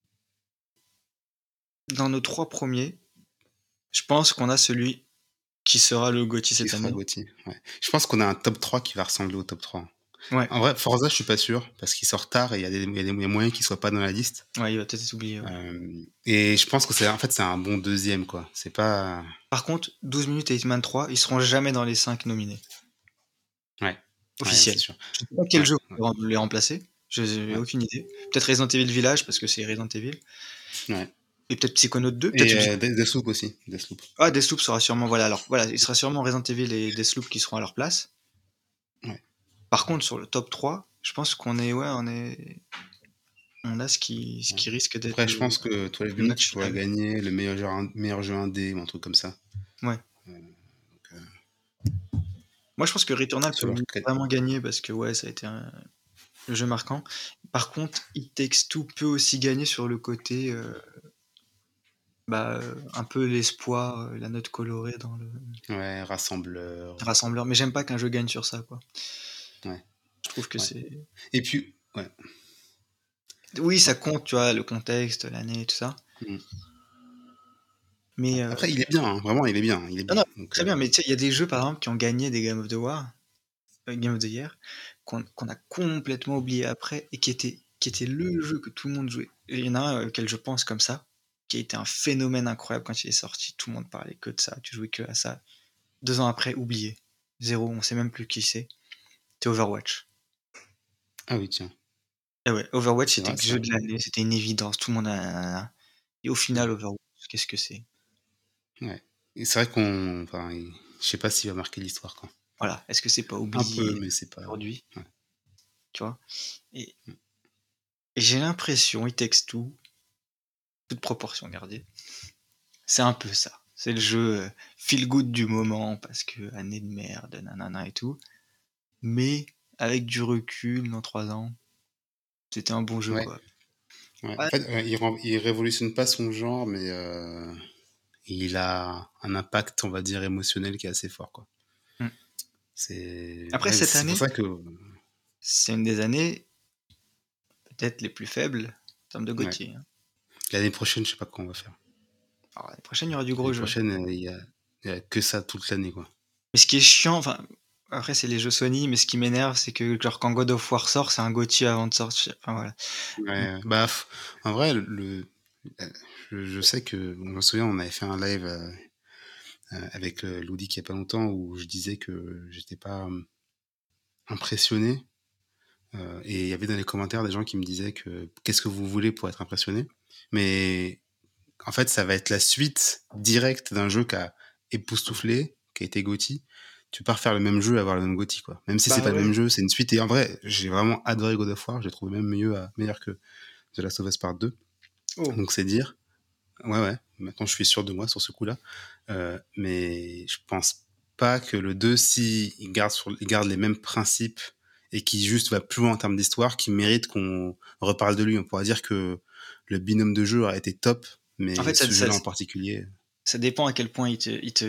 dans nos trois premiers, je pense qu'on a celui qui sera le GOTY qui cette sera année. Gauthier? Ouais. Je pense qu'on a un top 3 qui va ressembler au top 3. Ouais, En vrai, Forza, je suis pas sûr, parce qu'il sort tard et il y a moyens qu'il soit pas dans la liste. ouais, il va peut-être être oublié, ouais. Et je pense que c'est un bon deuxième, quoi. C'est pas. Par contre, 12 minutes et Hitman 3, ils seront jamais dans les 5 nominés. Ouais, ouais, c'est Officiels. sûr. Je sais pas quel Ouais, jeu ouais, pourrait les remplacer. Je n'ai ouais. aucune idée. Peut-être Resident Evil Village parce que c'est Resident Evil. Ouais. Et peut-être Psychonaut 2. Peut-être Et Psy- Deathloop aussi. Deathloop. Ah, Deathloop sera sûrement. Voilà, alors voilà, il sera sûrement Resident Evil et Deathloop qui seront à leur place. Ouais. Par contre, sur le top 3, je pense qu'on est. Ouais, on a ce Ouais. qui risque d'être Après, je pense que 12 le minutes, il match pourrait final. gagner le meilleur jeu indé ou un truc comme ça. Ouais. Donc, Moi, je pense que Returnal peut selon vraiment gagner parce que ouais, ça a été le jeu marquant. Par contre, It Takes Two peut aussi gagner sur le côté. Un peu l'espoir, la note colorée dans le ouais, rassembleur. rassembleur, mais j'aime pas qu'un jeu gagne sur ça, quoi. Ouais, Je trouve que ouais. c'est Et puis, ouais. oui, ça Ouais. compte, tu vois, le contexte, l'année, tout ça, Mm. mais Ouais. Après, il est bien, hein. Vraiment, il est bien. Il est non, bien. non, Donc, très bien, mais tu sais, il y a des jeux, par exemple, qui ont gagné des Game of the Year, qu'on a complètement oublié après et qui était le jeu que tout le monde jouait. Et il y en a un auquel je pense comme ça, qui a été un phénomène incroyable quand il est sorti. Tout le monde parlait que de ça, tu jouais que à ça. 2 ans après, oublié. Zéro, on sait même plus qui c'est. C'est Overwatch. ah oui, tiens. Et ouais, Overwatch, C'est c'était vrai, le ça. jeu de l'année, c'était une évidence, tout le monde a et au final, Ouais. Overwatch, qu'est-ce que c'est? Ouais. Et c'est vrai qu'on. Enfin, je sais pas s'il va marquer l'histoire, quoi. Voilà, est-ce que c'est pas Un peu, oublié mais c'est pas. aujourd'hui, Ouais. tu vois? Et et j'ai l'impression, It Takes Two, toute proportion gardée, c'est un peu ça. C'est le jeu, feel good du moment parce que année de merde, nanana et tout, mais avec du recul, dans 3 ans, c'était un bon jeu, Ouais. quoi. Ouais. En Ouais, fait, il révolutionne pas son genre, mais il a un impact, on va dire, émotionnel qui est assez fort, quoi. mmh. C'est Après ouais, cette c'est pour année, ça que c'est une des années peut-être les plus faibles en termes de ouais. GOTY, hein. L'année prochaine, je sais pas quoi on va faire. Alors l'année prochaine, il y aura du gros L'année jeu. prochaine, il y a que ça toute l'année, quoi. Mais ce qui est chiant, enfin, après c'est les jeux Sony, mais ce qui m'énerve, c'est que genre quand God of War sort, c'est un GOTY avant de sortir. Enfin voilà. Ouais, ouais. Bah, en vrai, euh, je sais que, je me souviens, on avait fait un live avec Ludic il y a pas longtemps où je disais que j'étais pas impressionné. Et il y avait dans les commentaires des gens qui me disaient que qu'est-ce que vous voulez pour être impressionné? Mais en fait, ça va être la suite directe d'un jeu qui a époustouflé, qui a été GOTY. Tu peux pas refaire le même jeu et avoir le même GOTY, quoi. Même si c'est Bah pas le ouais. même jeu, c'est une suite. Et en vrai, j'ai vraiment adoré God of War. J'ai trouvé même meilleur que The Last of Us Part 2. Oh. Donc c'est dire. Ouais, ouais. Maintenant, je suis sûr de moi sur ce coup-là. Mais je pense pas que le 2, si il garde les mêmes principes et qui juste va plus loin en termes d'histoire, qui mérite qu'on reparle de lui. On pourra dire que le binôme de jeu a été top, En mais fait, ce jeu-là en particulier. ça dépend à quel point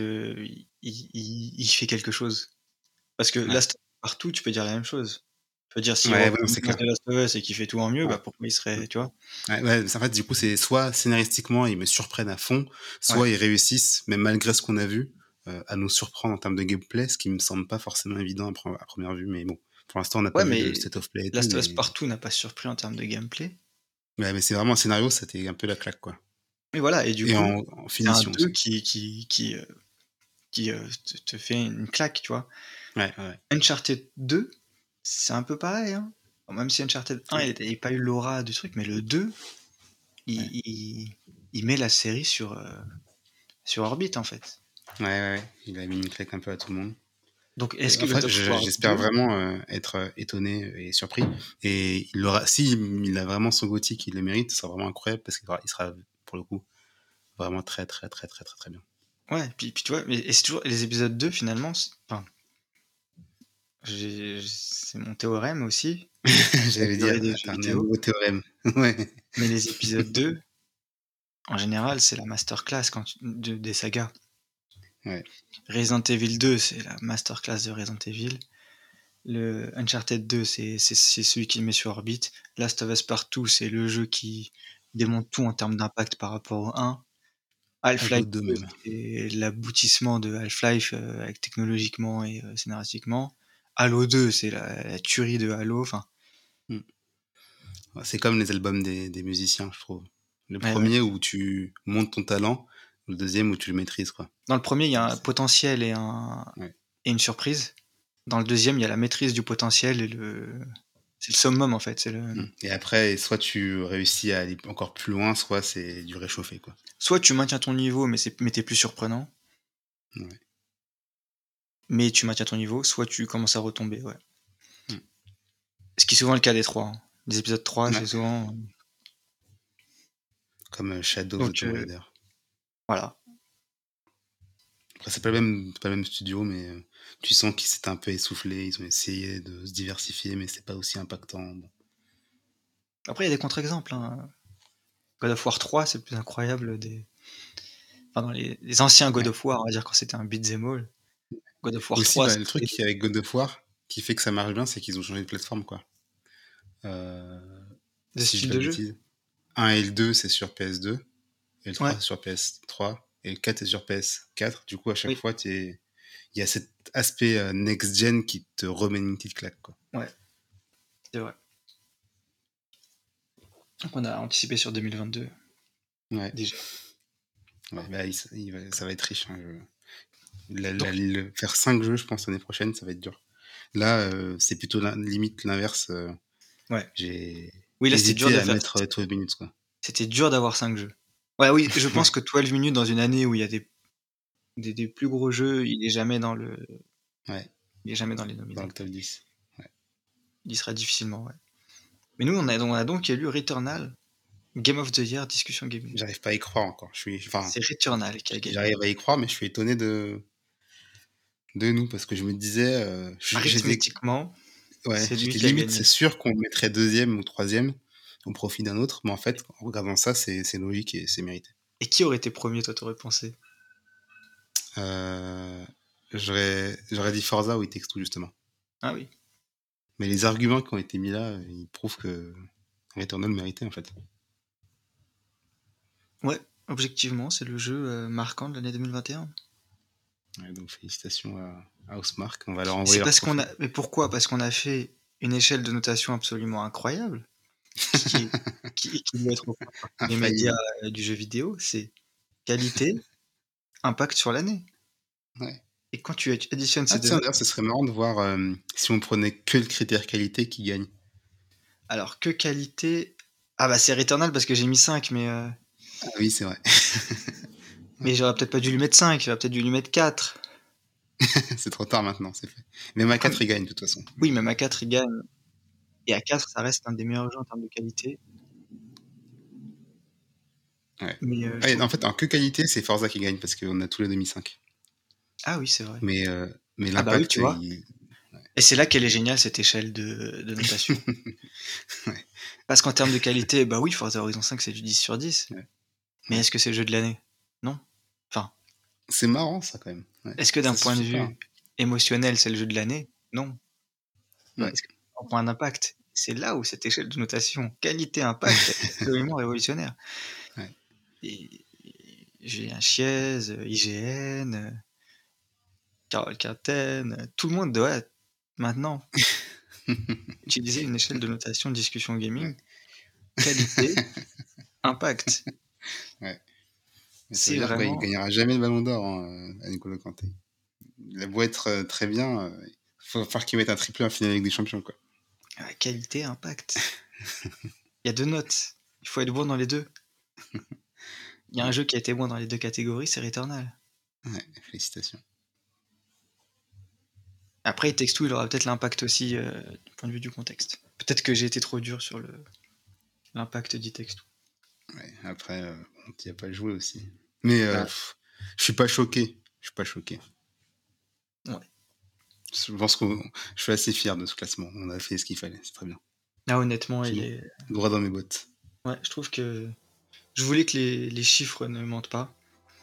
il fait quelque chose. Parce que Ouais, Last of Us Partout, tu peux dire la même chose. Tu peux dire s'il ouais, reprend ouais, non, c'est l'image clair. de Last of Us et qu'il fait tout en mieux, Ouais. bah pourquoi il serait, tu vois? Ouais, ouais, en fait, du coup, c'est soit scénaristiquement, ils me surprennent à fond, Ouais. soit ils réussissent, même malgré ce qu'on a vu, à nous surprendre en termes de gameplay, ce qui me semble pas forcément évident à première vue. Mais bon, pour l'instant, on n'a pas Ouais, vu de mais state of play et tout, Last of Us mais, Partout n'a pas surpris en termes de gameplay. mais c'est vraiment un scénario, c'était un peu la claque, quoi. Et voilà, et du Et coup, en c'est un finition 2 aussi. qui te fait une claque, tu vois? Ouais, ouais, Uncharted 2, c'est un peu pareil, hein. Bon, même si Uncharted 1, ouais, il avait pas eu l'aura du truc, mais le 2, ouais, il met la série sur orbite, en fait. ouais, ouais, ouais. Il a mis une claque un peu à tout le monde. Donc, est-ce que En le fait, top War j'espère 2, vraiment être étonné et surpris. Et il aura, si il a vraiment son GOTY qu'il le mérite, ce sera vraiment incroyable parce il sera, pour le coup, vraiment très, très, très, très, très, très bien. ouais, puis tu vois, et c'est toujours les épisodes 2 finalement, enfin, c'est mon théorème aussi, la J'allais dire, théorie des jeux t'as un vidéo, nouveau théorème. Ouais. mais les épisodes 2, en général, c'est la masterclass des sagas. Ouais. Resident Evil 2, c'est la masterclass de Resident Evil. Le Uncharted 2, c'est celui qui le met sur orbite. Last of Us Part 2, c'est le jeu qui démonte tout en termes d'impact par rapport au 1. Halo Half-Life 2 2, même. c'est l'aboutissement de Half-Life avec technologiquement et scénaristiquement. Halo 2, c'est la tuerie de Halo. Enfin, Hmm. C'est comme les albums des musiciens, je trouve. Le ouais, ouais. premier où tu montes ton talent, le deuxième où tu le maîtrises, quoi. Dans le premier, il y a un C'est- potentiel Ouais. et une surprise. Dans le deuxième, il y a la maîtrise du potentiel et c'est le summum en fait. Et après, soit tu réussis à aller encore plus loin, soit c'est du réchauffé, quoi. Soit tu maintiens ton niveau, mais t'es plus surprenant. Ouais. Mais tu maintiens ton niveau, soit tu commences à retomber, ouais. Hmm. Ce qui est souvent le cas des 3. Hein. Les épisodes 3, Ouais. c'est souvent. Comme Shadow of the Donc Tomb Raider. voilà. Après, c'est pas le même studio, mais tu sens qu'ils s'étaient un peu essoufflés. Ils ont essayé de se diversifier, mais c'est pas aussi impactant. Bon. Après, il y a des contre-exemples. Hein. God of War 3, c'est le plus incroyable des. Enfin, dans les anciens God Ouais. of War, on va dire quand c'était un beat'em all. God of War Aussi, 3, bah, le truc avec God of War qui fait que ça marche bien, c'est qu'ils ont changé de plateforme, quoi. Euh, de si je dis style pas de de jeu. bêtises. 1 et le 2, c'est sur PS2. Et le 3, Ouais, c'est sur PS3. Et le 4, c'est sur PS4. Du coup, à chaque oui, fois, il y a cet aspect next-gen qui te remet une petite claque, quoi. ouais, c'est vrai. Donc on a anticipé sur 2022, Ouais. déjà. Ouais, bah, ça va être riche. Hein, Donc, faire 5 jeux, je pense, l'année prochaine, ça va être dur. Là, c'est plutôt limite l'inverse. ouais. J'ai Oui, là, c'était dur hésité de à faire. mettre 12 minutes, quoi. C'était dur d'avoir 5 jeux. Ouais, oui, je pense Ouais, que 12 minutes dans une année où il y a des plus gros jeux, ouais, il est jamais dans les dans nominés. le top 10. Ouais. Il y sera difficilement, ouais. Mais nous, on a donc élu Returnal, Game of the Year, discussion gaming. J'arrive pas à y croire encore. Enfin, C'est Returnal qui a gagné. j'arrive à y croire, mais je suis étonné de nous parce que je me disais, Arithmétiquement, ouais, c'est lui j'étais qui a limite gagné. sûr qu'on le mettrait deuxième ou troisième au profit d'un autre, mais en fait, en regardant ça, c'est logique et c'est mérité. Et qui aurait été premier, toi, t'aurais pensé? Euh, j'aurais dit Forza ou It Takes Two, justement. Ah oui. Mais les arguments qui ont été mis là, ils prouvent que Returnal méritait, en fait. Ouais, objectivement, c'est le jeu marquant de l'année 2021. Ouais, donc félicitations à Housemarque, on va leur Mais envoyer c'est leur parce qu'on a. trophée. Mais pourquoi? Parce qu'on a fait une échelle de notation absolument incroyable, qui, qui doit être reconnue par tous les médias Infaillible. du jeu vidéo. C'est qualité, impact sur l'année. Ouais. Et quand tu additionnes Ah ces deux tiens, notes, d'ailleurs, ce serait marrant de voir si on prenait que le critère qualité qui gagne. alors que qualité. Ah bah c'est Returnal parce que j'ai mis 5, Ah oui, c'est vrai. mais j'aurais peut-être pas dû lui mettre 5, j'aurais peut-être dû lui mettre 4. C'est trop tard maintenant, c'est fait. Même à Ah, 4, il gagne, de toute façon. oui, même à 4, il gagne. Et à 4, ça reste un des meilleurs jeux en termes de qualité. Ouais. Mais je Ouais, trouve. en fait, en que qualité, c'est Forza qui gagne parce qu'on a tous les demi 5. Ah oui, c'est vrai. Mais Ah bah oui, l'impact, tu vois. Et c'est là qu'elle est géniale, cette échelle de notation. Ouais, Parce qu'en termes de qualité, bah oui, Forza Horizon 5, c'est du 10 sur 10. ouais, Mais ouais. est-ce que c'est le jeu de l'année? Non. Enfin, C'est marrant, ça, quand même. Ouais. est-ce que d'un Ça point de suffit pas. vue Hein. émotionnel, c'est le jeu de l'année? Non. Tu vois, Hmm. est-ce que en point d'impact, c'est là où cette échelle de notation qualité-impact est absolument révolutionnaire. Ouais. Et Julien Chiez, IGN, Carole Carten, tout le monde doit maintenant utiliser une échelle de notation de discussion Ouais. gaming. Qualité, impact. Ouais. Mais ça veut C'est dire qu'il vraiment gagnera jamais le ballon d'or, hein, à N'Golo Kanté. Il a beau être très bien, il faut falloir qu'il mette un triplé en finale avec des champions, quoi. qualité, impact. Il y a deux notes. Il faut être bon dans les deux. Il y a un Ouais, jeu qui a été bon dans les deux catégories, c'est Returnal. ouais, félicitations. Après, It Takes Two, il aura peut-être l'impact aussi du point de vue du contexte. Peut-être que j'ai été trop dur sur l'impact d'It Takes Two. Ouais, après, bon, tu n'y as pas joué aussi. Mais Ouais. je suis pas choqué. Je suis pas choqué. Ouais. Je pense que je suis assez fier de ce classement. On a fait ce qu'il fallait, c'est très bien. Là, honnêtement, Je il suis est. droit dans mes bottes. Ouais, je trouve que. Je voulais que les chiffres ne mentent pas.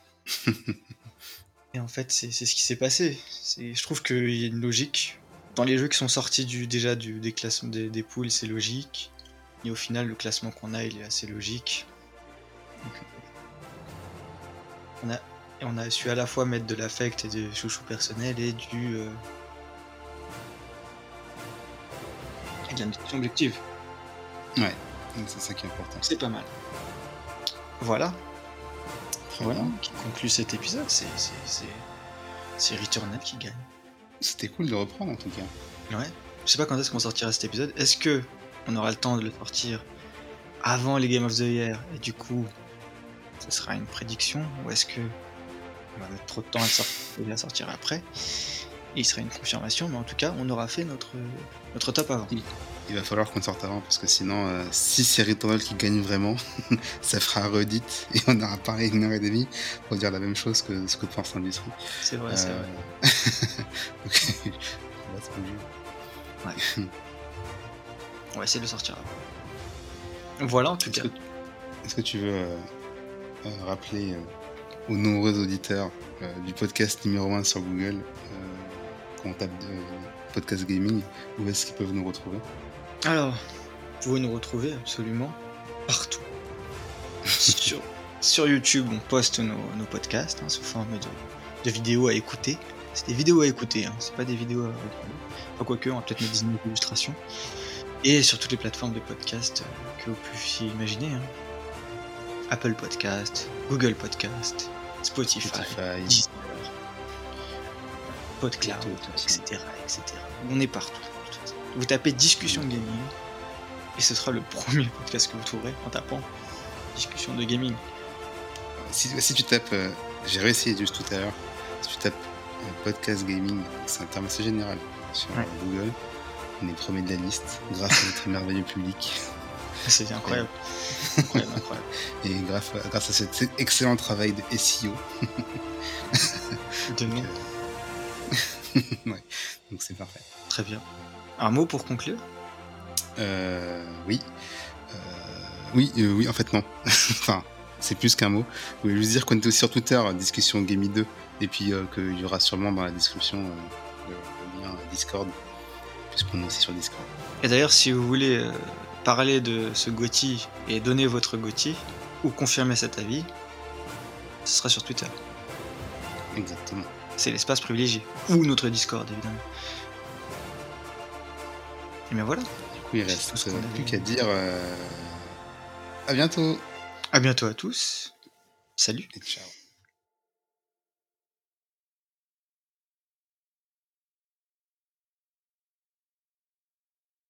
Et en fait, c'est ce qui s'est passé. Je trouve qu'il y a une logique. Dans les jeux qui sont sortis des classements des poules, c'est logique. Et au final, le classement qu'on a, il est assez logique. Donc, on a su à la fois mettre de l'affect et des chouchous personnels et de la mission objective. Ouais, c'est ça qui est important. C'est pas mal. Voilà. Très Voilà, bien. qui conclut cet épisode. C'est Returnal qui gagne. C'était cool de reprendre en tout cas. Ouais. Je sais pas quand est-ce qu'on sortira cet épisode. Est-ce que on aura le temps de le sortir avant les Game of the Year et du coup, ce sera une prédiction, ou est-ce que on va mettre trop de temps à le sortir après et il sera une confirmation, mais en tout cas, on aura fait notre top avant. Il va falloir qu'on sorte avant parce que sinon, si c'est Returnal qui gagne vraiment, ça fera un redit et on aura parlé 1h30 pour dire la même chose que ce que pense l'industrie. C'est vrai, c'est vrai. Donc, on va se bouger. Ouais. On va essayer de le sortir avant. Voilà, en tout cas. Est-ce que tu veux rappeler aux nombreux auditeurs du podcast numéro 1 sur Google, quand on tape podcast gaming, où est-ce qu'ils peuvent nous retrouver? Alors, vous pouvez nous retrouver absolument partout. Sur YouTube, on poste nos podcasts sous forme de vidéos à écouter. C'est des vidéos à écouter, c'est pas des vidéos à regarder. Enfin, quoique, on va peut-être mettre des illustrations. Et sur toutes les plateformes de podcast que vous puissiez imaginer. Apple Podcast, Google Podcast, Spotify, Deezer, PodCloud, etc. On est partout. Vous tapez Discussion Gaming et ce sera le premier podcast que vous trouverez en tapant Discussion de Gaming. Si tu tapes, j'ai réessayé juste tout à l'heure, si tu tapes podcast gaming, c'est un terme assez général sur Google, on est premier de la liste grâce à notre merveilleux public. C'est incroyable. incroyable. Et grâce à cet excellent travail de SEO. De nous. Ouais, donc c'est parfait. Très bien. Un mot pour conclure? Oui. Oui, en fait non. Enfin, c'est plus qu'un mot. Je voulais juste dire qu'on était aussi sur Twitter, Discussion Gaming 2, et puis qu'il y aura sûrement dans la description le lien Discord, puisqu'on est aussi sur Discord. Et d'ailleurs, si vous voulez parler de ce GOTY et donner votre GOTY, ou confirmer cet avis, ce sera sur Twitter. Exactement. C'est l'espace privilégié. Ou notre Discord, évidemment. Et bien voilà. Du coup, il reste plus qu'à dire à bientôt. À bientôt à tous. Salut. Et ciao.